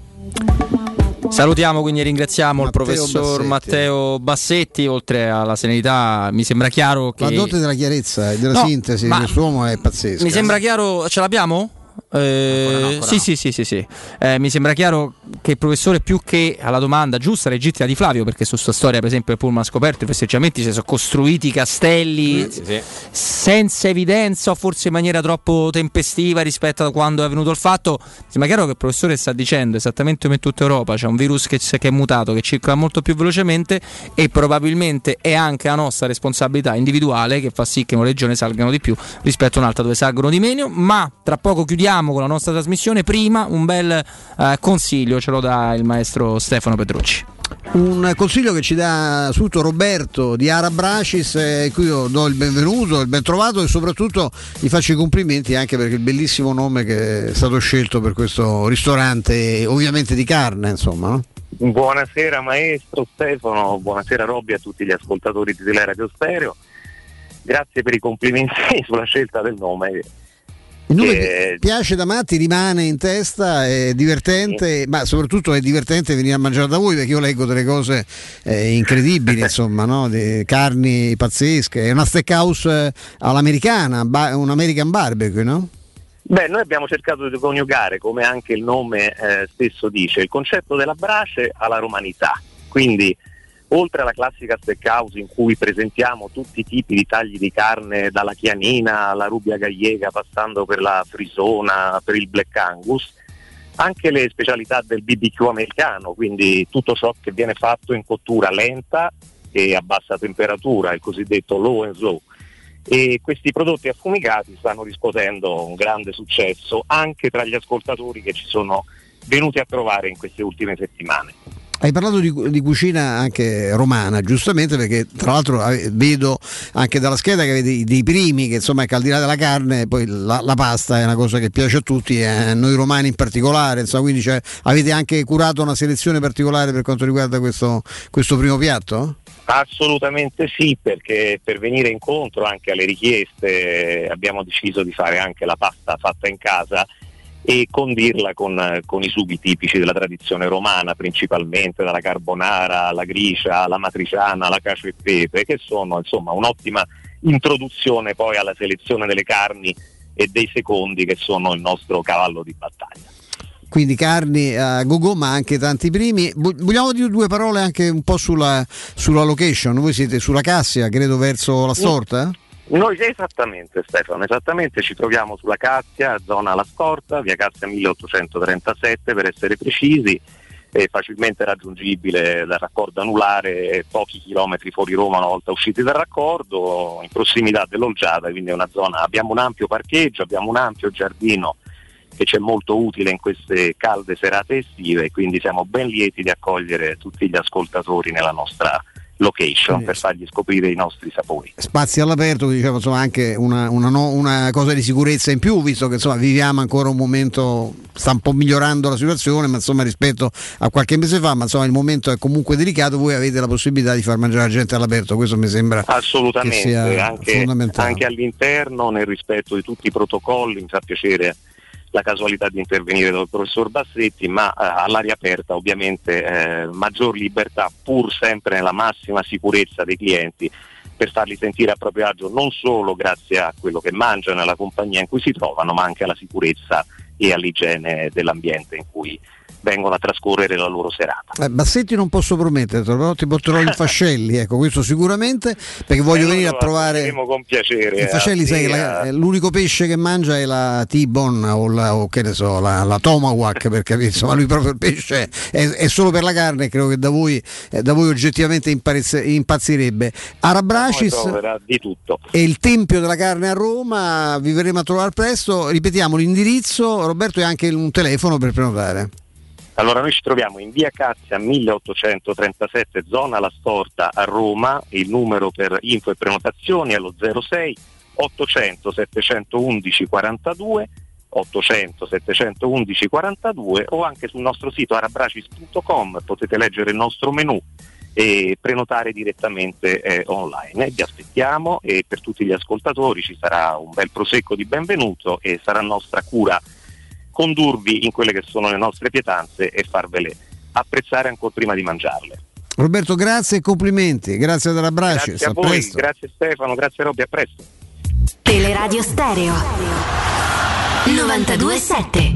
Salutiamo, quindi ringraziamo Matteo il professor Bassetti. Matteo Bassetti. Oltre alla serenità, mi sembra chiaro che la dote della chiarezza e della no, sintesi di quest'uomo è pazzesca. Mi sembra chiaro, ce l'abbiamo? eh, no, ancora sì, no. sì, sì, sì, sì. Eh, mi sembra chiaro che il professore, più che alla domanda giusta, legittima di Flavio, perché su sta storia, per esempio, il Pullman scoperto, i festeggiamenti si sono costruiti castelli Sì, sì. senza evidenza o forse in maniera troppo tempestiva rispetto a quando è avvenuto il fatto. Mi sembra chiaro che il professore sta dicendo esattamente come in tutta Europa c'è un virus che, che è mutato, che circola molto più velocemente, e probabilmente è anche la nostra responsabilità individuale che fa sì che una regione salgano di più rispetto a un'altra dove salgono di meno. Ma tra poco chiudiamo con la nostra trasmissione, prima un bel eh, consiglio ce lo dà il maestro Stefano Petrucci. Un consiglio che ci dà subito Roberto di Arabracis, eh, cui io do il benvenuto, il ben trovato, e soprattutto gli faccio i complimenti anche perché il bellissimo nome che è stato scelto per questo ristorante, ovviamente di carne, insomma, no? Buonasera maestro Stefano, buonasera Robby, a tutti gli ascoltatori di Teleradio Stereo. Grazie per i complimenti sulla scelta del nome. Il nome che piace da matti, rimane in testa, è divertente, sì. Ma soprattutto è divertente venire a mangiare da voi, perché io leggo delle cose eh, incredibili, insomma, no? Di carni pazzesche. È una steakhouse all'americana, ba- un American barbecue, no? Beh, noi abbiamo cercato di coniugare, come anche il nome eh, stesso dice, il concetto della brace alla romanità. Quindi, oltre alla classica steakhouse in cui presentiamo tutti i tipi di tagli di carne, dalla chianina alla rubia gallega, passando per la frisona, per il black angus, anche le specialità del B B Q americano, quindi tutto ciò che viene fatto in cottura lenta e a bassa temperatura, il cosiddetto low and slow. E questi prodotti affumicati stanno riscuotendo un grande successo anche tra gli ascoltatori che ci sono venuti a trovare in queste ultime settimane. Hai parlato di, di cucina anche romana, giustamente, perché tra l'altro vedo anche dalla scheda che avete dei primi, che insomma, che al di là della carne, poi la, la pasta è una cosa che piace a tutti, e a noi romani in particolare, insomma, quindi cioè, avete anche curato una selezione particolare per quanto riguarda questo, questo primo piatto? Assolutamente sì, perché per venire incontro anche alle richieste abbiamo deciso di fare anche la pasta fatta in casa e condirla con, con i sughi tipici della tradizione romana, principalmente dalla carbonara alla gricia, alla matriciana, alla cacio e pepe, che sono insomma un'ottima introduzione poi alla selezione delle carni e dei secondi, che sono il nostro cavallo di battaglia. Quindi carni a go-go, ma anche tanti primi. Vogliamo dire due parole anche un po' sulla, sulla location? Voi siete sulla Cassia, credo, verso la Storta? Noi esattamente, Stefano, esattamente, ci troviamo sulla Cassia, zona La Storta, via Cassia milleottocentotrentasette per essere precisi, è facilmente raggiungibile dal raccordo anulare, pochi chilometri fuori Roma una volta usciti dal raccordo, in prossimità dell'Olgiata, quindi è una zona, abbiamo un ampio parcheggio, abbiamo un ampio giardino che c'è molto utile in queste calde serate estive, e quindi siamo ben lieti di accogliere tutti gli ascoltatori nella nostra location, sì, per fargli scoprire i nostri sapori. Spazi all'aperto, dicevo, insomma, anche una, una, no, una cosa di sicurezza in più, visto che insomma viviamo ancora un momento, sta un po' migliorando la situazione, ma insomma rispetto a qualche mese fa, ma insomma il momento è comunque delicato, voi avete la possibilità di far mangiare la gente all'aperto, questo mi sembra assolutamente, che sia anche, fondamentale. Anche all'interno, nel rispetto di tutti i protocolli, mi fa piacere la casualità di intervenire dal professor Bassetti, ma eh, all'aria aperta ovviamente eh, maggior libertà, pur sempre nella massima sicurezza dei clienti, per farli sentire a proprio agio, non solo grazie a quello che mangiano e alla compagnia in cui si trovano, ma anche alla sicurezza e all'igiene dell'ambiente in cui vengono a trascorrere la loro serata. Eh, Bassetti non posso prometterlo, però ti porterò in fascelli, ecco, questo sicuramente, perché voglio eh, venire a provare con piacere. In fascelli, sai, la, l'unico pesce che mangia è la T-bone o, la, o che ne so, la, la tomahawk, per capire, insomma, lui proprio il pesce è, è solo per la carne, credo che da voi, eh, da voi oggettivamente imparezze, impazzirebbe. Arabracis no, di tutto. È il tempio della carne a Roma, vi verremo a trovare presto, ripetiamo l'indirizzo, Roberto, e anche un telefono per prenotare. Allora, noi ci troviamo in via Cassia milleottocentotrentasette, zona La Storta a Roma. Il numero per info e prenotazioni è lo zero sei ottocento settecentoundici quarantadue, ottocento settecentoundici quarantadue, o anche sul nostro sito arabracis punto com potete leggere il nostro menù e prenotare direttamente eh, online. Vi aspettiamo, e per tutti gli ascoltatori ci sarà un bel prosecco di benvenuto e sarà nostra cura condurvi in quelle che sono le nostre pietanze e farvele apprezzare ancora prima di mangiarle. Arabracis, grazie e complimenti, grazie ad Arabracis. Grazie a voi, presto. Grazie Stefano, grazie Robby, a presto. Teleradio Stereo. novantadue sette.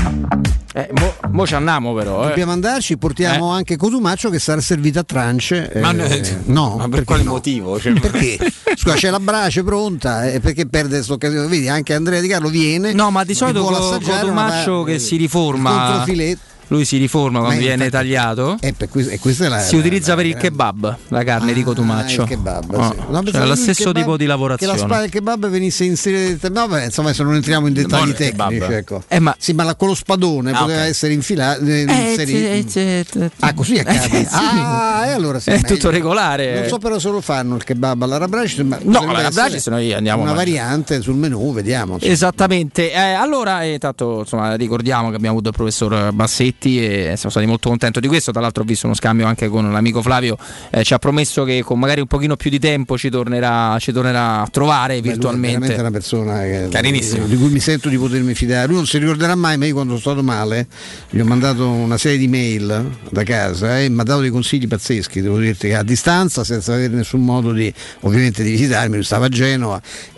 Eh, mo, mo ci andiamo però. Eh. Dobbiamo andarci, portiamo eh. anche Cotumaccio che sarà servito a trance. Ma, eh, no, ma per quale no? motivo? Cioè, perché? Scusa, c'è la brace pronta, eh, perché perde questa occasione? Vedi, anche Andrea Di Carlo viene. No, ma di solito co- Cotumaccio va, che si riforma. Controfiletto. Lui si riforma quando viene tagliato. Eh, per questo, e questa è la, si la, utilizza la, per la, il kebab, la carne ah, di Cotumaccio. Il kebab, oh. sì. No, cioè, lo stesso kebab, tipo di lavorazione. Che la spada del kebab venisse inserita. No, beh, insomma, adesso non entriamo in dettagli no, tecnici. Ecco. Eh, ma... Sì, ma la, con lo spadone ah, poteva okay. essere infilato. Eh, inserito. Eh, eh, ah, così accade. Eh, sì. Ah, e allora sì, è meglio. tutto regolare. Non so però se lo fanno il kebab alla Rabrace. Ma no, alla Rabrace, se noi andiamo. Una variante sul menù, vediamo. Insomma. Esattamente. Eh, allora, eh, tanto insomma, ricordiamo che abbiamo avuto il professor Bassetti e siamo stati molto contenti di questo. Tra l'altro ho visto uno scambio anche con l'amico Flavio, eh, ci ha promesso che con magari un pochino più di tempo ci tornerà, ci tornerà a trovare. Beh, virtualmente. Lui è veramente una persona che, carinissima, di cui mi sento di potermi fidare. Lui non si ricorderà mai, ma io quando sono stato male gli ho mandato una serie di mail da casa e mi ha dato dei consigli pazzeschi, devo dirti, che a distanza, senza avere nessun modo di ovviamente di visitarmi. Lui stava a Genova,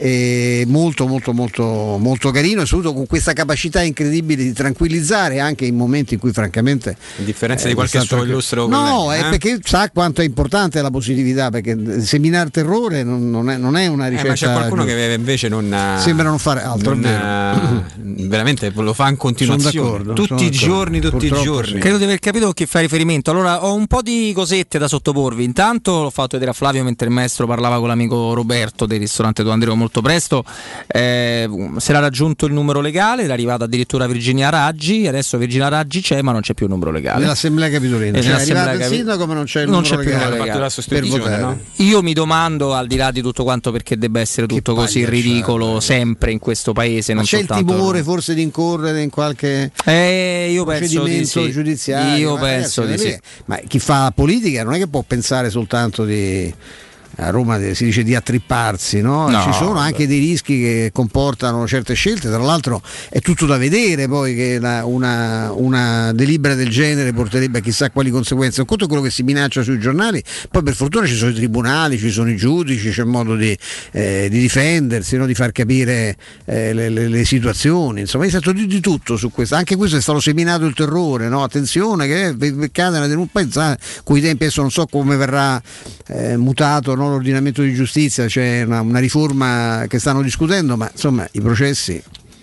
e molto molto molto molto carino, e soprattutto con questa capacità incredibile di tranquillizzare anche in momenti in cui francamente, a differenza eh, di qualche suo illustro no, collega, è eh? perché sa quanto è importante la positività, perché seminare terrore non, non, è, non è una ricetta. Eh, ma c'è qualcuno giusta. Che invece non sembra non fare altro, non, è vero. Veramente lo fa in continuazione tutti i giorni, tutti i giorni. Credo di aver capito a chi fa riferimento. Allora ho un po' di cosette da sottoporvi. Intanto l'ho fatto vedere a Flavio mentre il maestro parlava con l'amico Roberto del ristorante dove andremo molto presto. Eh, si era raggiunto il numero legale, era arrivata addirittura Virginia Raggi. Adesso Virginia Raggi c'è, ma non c'è più il numero legale nell'assemblea capitolina. Cioè, è arrivato il capi... sindaco, ma non c'è il non numero c'è più legale, legale la per votare. No? Io mi domando, al di là di tutto quanto, perché debba essere tutto che così ridicolo sempre in questo paese. Ma non c'è soltanto... il timore forse di incorrere in qualche eh, io procedimento penso di sì. giudiziario? Io ma penso ragazzi, di sì. Ma chi fa politica non è che può pensare soltanto di... A Roma si dice di attripparsi, no? No, ci sono anche dei rischi che comportano certe scelte, tra l'altro è tutto da vedere poi che la, una, una delibera del genere porterebbe a chissà quali conseguenze. Un conto è quello che si minaccia sui giornali, poi per fortuna ci sono i tribunali, ci sono i giudici, c'è modo di, eh, di difendersi, no? Di far capire eh, le, le, le situazioni, insomma è stato di, di tutto su questo, anche questo è stato seminato il terrore, no? Attenzione che cade una denuncia, pensate, coi tempi adesso non so come verrà eh, mutato, no? L'ordinamento di giustizia, c'è una, una riforma che stanno discutendo, ma insomma i processi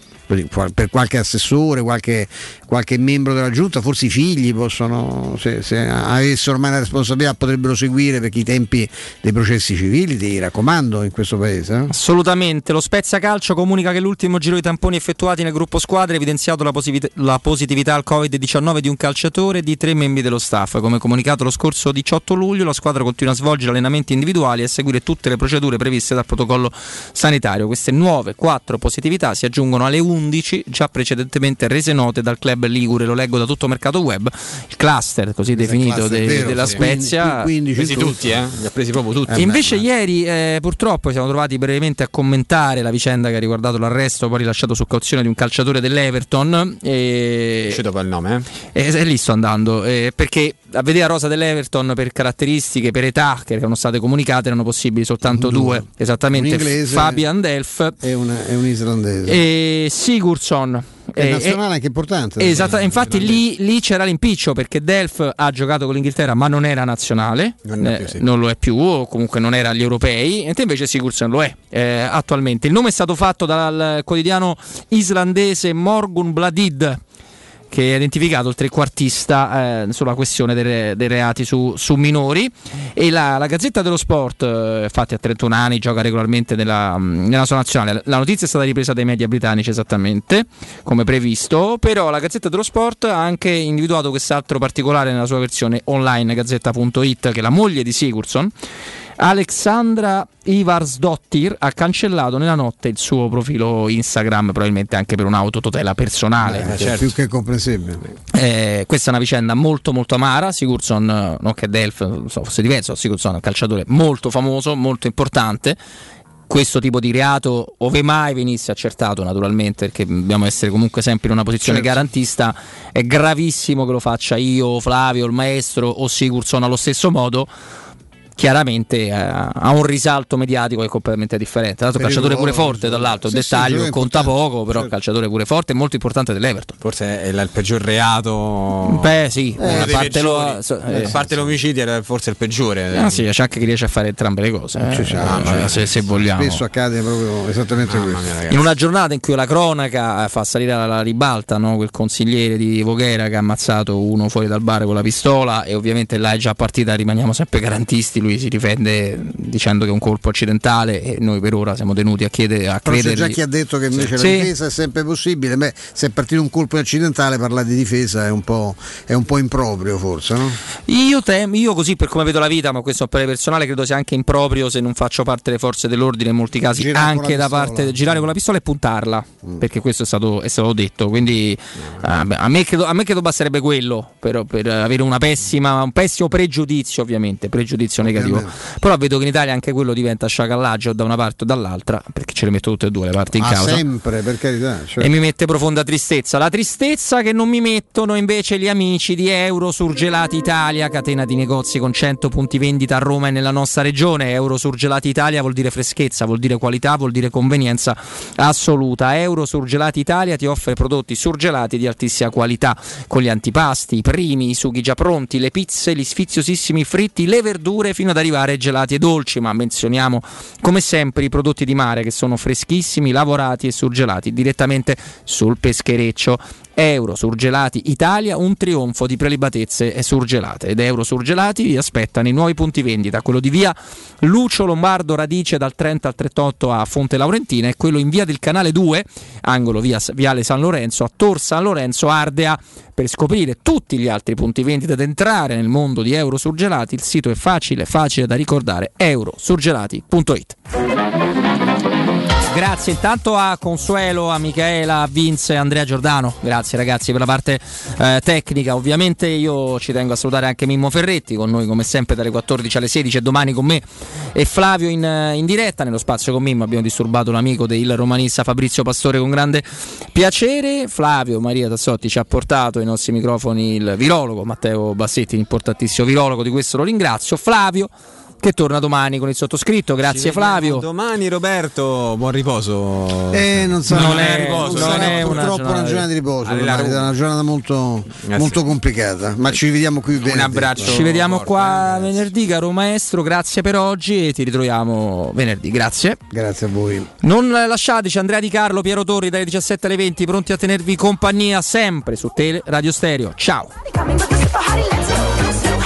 per qualche assessore, qualche, qualche membro della giunta, forse i figli possono, se, se avessero ormai la responsabilità, potrebbero seguire, perché i tempi dei processi civili, ti raccomando, in questo paese. Eh? Assolutamente. Lo Spezia Calcio comunica che l'ultimo giro di tamponi effettuati nel gruppo squadre ha evidenziato la, positività, la positività al covid diciannove di un calciatore e di tre membri dello staff. Come comunicato lo scorso diciotto luglio, la squadra continua a svolgere allenamenti individuali e a seguire tutte le procedure previste dal protocollo sanitario. Queste nuove quattro positività si aggiungono alle undici già precedentemente rese note dal club ligure, lo leggo da tutto mercato web, il cluster così questo definito cluster, de, vero, della sì. Spezia, quindici presi tutti, eh? li ha presi proprio tutti. Eh, Invece beh, ieri eh, purtroppo siamo trovati brevemente a commentare la vicenda che ha riguardato l'arresto poi rilasciato su cauzione di un calciatore dell'Everton e uscito poi il nome eh? E, e lì sto andando eh, perché a vedere la rosa dell'Everton per caratteristiche, per età che erano state comunicate, erano possibili soltanto due, due. esattamente Fabian Delph e, una, e un islandese e Sigurdsson. È eh, nazionale anche importante. Esatto, infatti lì, lì c'era l'impiccio perché Delph ha giocato con l'Inghilterra ma non era nazionale, non, eh, più, sì. non lo è più, o comunque non era agli europei, e invece Sigurdsson lo è eh, attualmente. Il nome è stato fatto dal quotidiano islandese Morgun Bladid, che ha identificato il trequartista eh, sulla questione dei, dei reati su, su minori, e la, la Gazzetta dello Sport, eh, infatti a trentuno anni, gioca regolarmente nella, nella sua nazionale. La notizia è stata ripresa dai media britannici esattamente come previsto, però la Gazzetta dello Sport ha anche individuato quest'altro particolare nella sua versione online gazzetta punto it, che la moglie di Sigurdsson, Alexandra Ivarsdottir, ha cancellato nella notte il suo profilo Instagram, probabilmente anche per un'autotutela personale. Eh, certo. Più che comprensibile. Eh, questa è una vicenda molto molto amara. Sigurdsson, non che Delph non so, fosse diverso, Sigurdsson è un calciatore molto famoso, molto importante. Questo tipo di reato, ove mai venisse accertato, naturalmente, perché dobbiamo essere comunque sempre in una posizione certo. garantista, è gravissimo che lo faccia io, Flavio, il maestro o Sigurdsson allo stesso modo. chiaramente eh, ha un risalto mediatico che è completamente differente. L'altro calciatore pure forte, dall'altro sì, dettaglio sì, conta poco, però certo. calciatore pure forte e molto importante dell'Everton. Forse è il peggior reato. Beh sì, uno a dei parte, lo, peggiori. so, a eh, parte l'omicidio era forse il peggiore. Ah, sì, c'è anche chi riesce a fare entrambe le cose, eh. C'è, c'è, Ah, c'è, se, se vogliamo. Spesso accade proprio esattamente Mamma questo. mia, In una giornata in cui la cronaca fa salire alla ribalta, no? Quel consigliere di Voghera che ha ammazzato uno fuori dal bar con la pistola, e ovviamente là è già partita, rimaniamo sempre garantisti, lui si difende dicendo che è un colpo accidentale e noi per ora siamo tenuti a chiedere a Però credere. c'è già chi ha detto che invece sì. la difesa è sempre possibile. Beh, se è partito un colpo accidentale, parlare di difesa è un po', è un po' improprio forse, no? Io, tem- io così per come vedo la vita, ma questo è un parere personale, credo sia anche improprio se non faccio parte delle forze dell'ordine in molti casi, Girare anche da parte di girare con la pistola e puntarla, mm. perché questo è stato, è stato detto, quindi mm. uh, beh, a, me credo, a me credo basterebbe quello per, per avere una pessima, un pessimo pregiudizio, ovviamente pregiudizio negativo, ovviamente. Però vedo che in Italia anche quello diventa sciacallaggio da una parte o dall'altra, perché ce le metto tutte e due le parti in ah, causa sempre, per carità, certo. E mi mette profonda tristezza. La tristezza che non mi mettono invece gli amici di Eurosurgelati Italia, catena di negozi con cento punti vendita a Roma e nella nostra regione. Eurosurgelati Italia vuol dire freschezza, vuol dire qualità, vuol dire convenienza assoluta. Eurosurgelati Italia ti offre prodotti surgelati di altissima qualità, con gli antipasti, i primi, i sughi già pronti, le pizze, gli sfiziosissimi fritti, le verdure, fino ad arrivare ai gelati e dolci. Ma menzioniamo come sempre i prodotti di mare, che sono freschissimi, lavorati e surgelati direttamente sul peschereccio. Eurosurgelati Italia, un trionfo di prelibatezze e surgelate, ed Eurosurgelati vi aspetta nei nuovi punti vendita, quello di via Lucio Lombardo Radice dal trenta al trentotto a Fonte Laurentina, e quello in via del Canale due, angolo via Viale San Lorenzo, a Tor San Lorenzo Ardea. Per scoprire tutti gli altri punti vendita ed entrare nel mondo di Eurosurgelati, il sito è facile, facile da ricordare, eurosurgelati punto it. Grazie intanto a Consuelo, a Michaela, a Vince e Andrea Giordano. Grazie ragazzi per la parte eh, tecnica. Ovviamente io ci tengo a salutare anche Mimmo Ferretti, con noi come sempre dalle quattordici alle sedici, e domani con me e Flavio in, in diretta. Nello spazio con Mimmo abbiamo disturbato l'amico del romanista Fabrizio Pastore con grande piacere. Flavio Maria Tassotti ci ha portato ai nostri microfoni il virologo Matteo Bassetti, l'importantissimo virologo, di questo lo ringrazio. Flavio che torna domani con il sottoscritto. Grazie Flavio. Domani Roberto, buon riposo. Eh, non, sarà, non è riposo, non non è è purtroppo una una giornata di riposo, è una giornata molto, eh molto sì. complicata, ma ci rivediamo qui venerdì. Un abbraccio. Ci vediamo forte, qua venerdì, caro maestro. Grazie per oggi e ti ritroviamo venerdì. Grazie. Grazie a voi. Non lasciateci Andrea Di Carlo, Piero Torri dalle diciassette alle venti, pronti a tenervi compagnia sempre su Tele Radio Stereo. Ciao.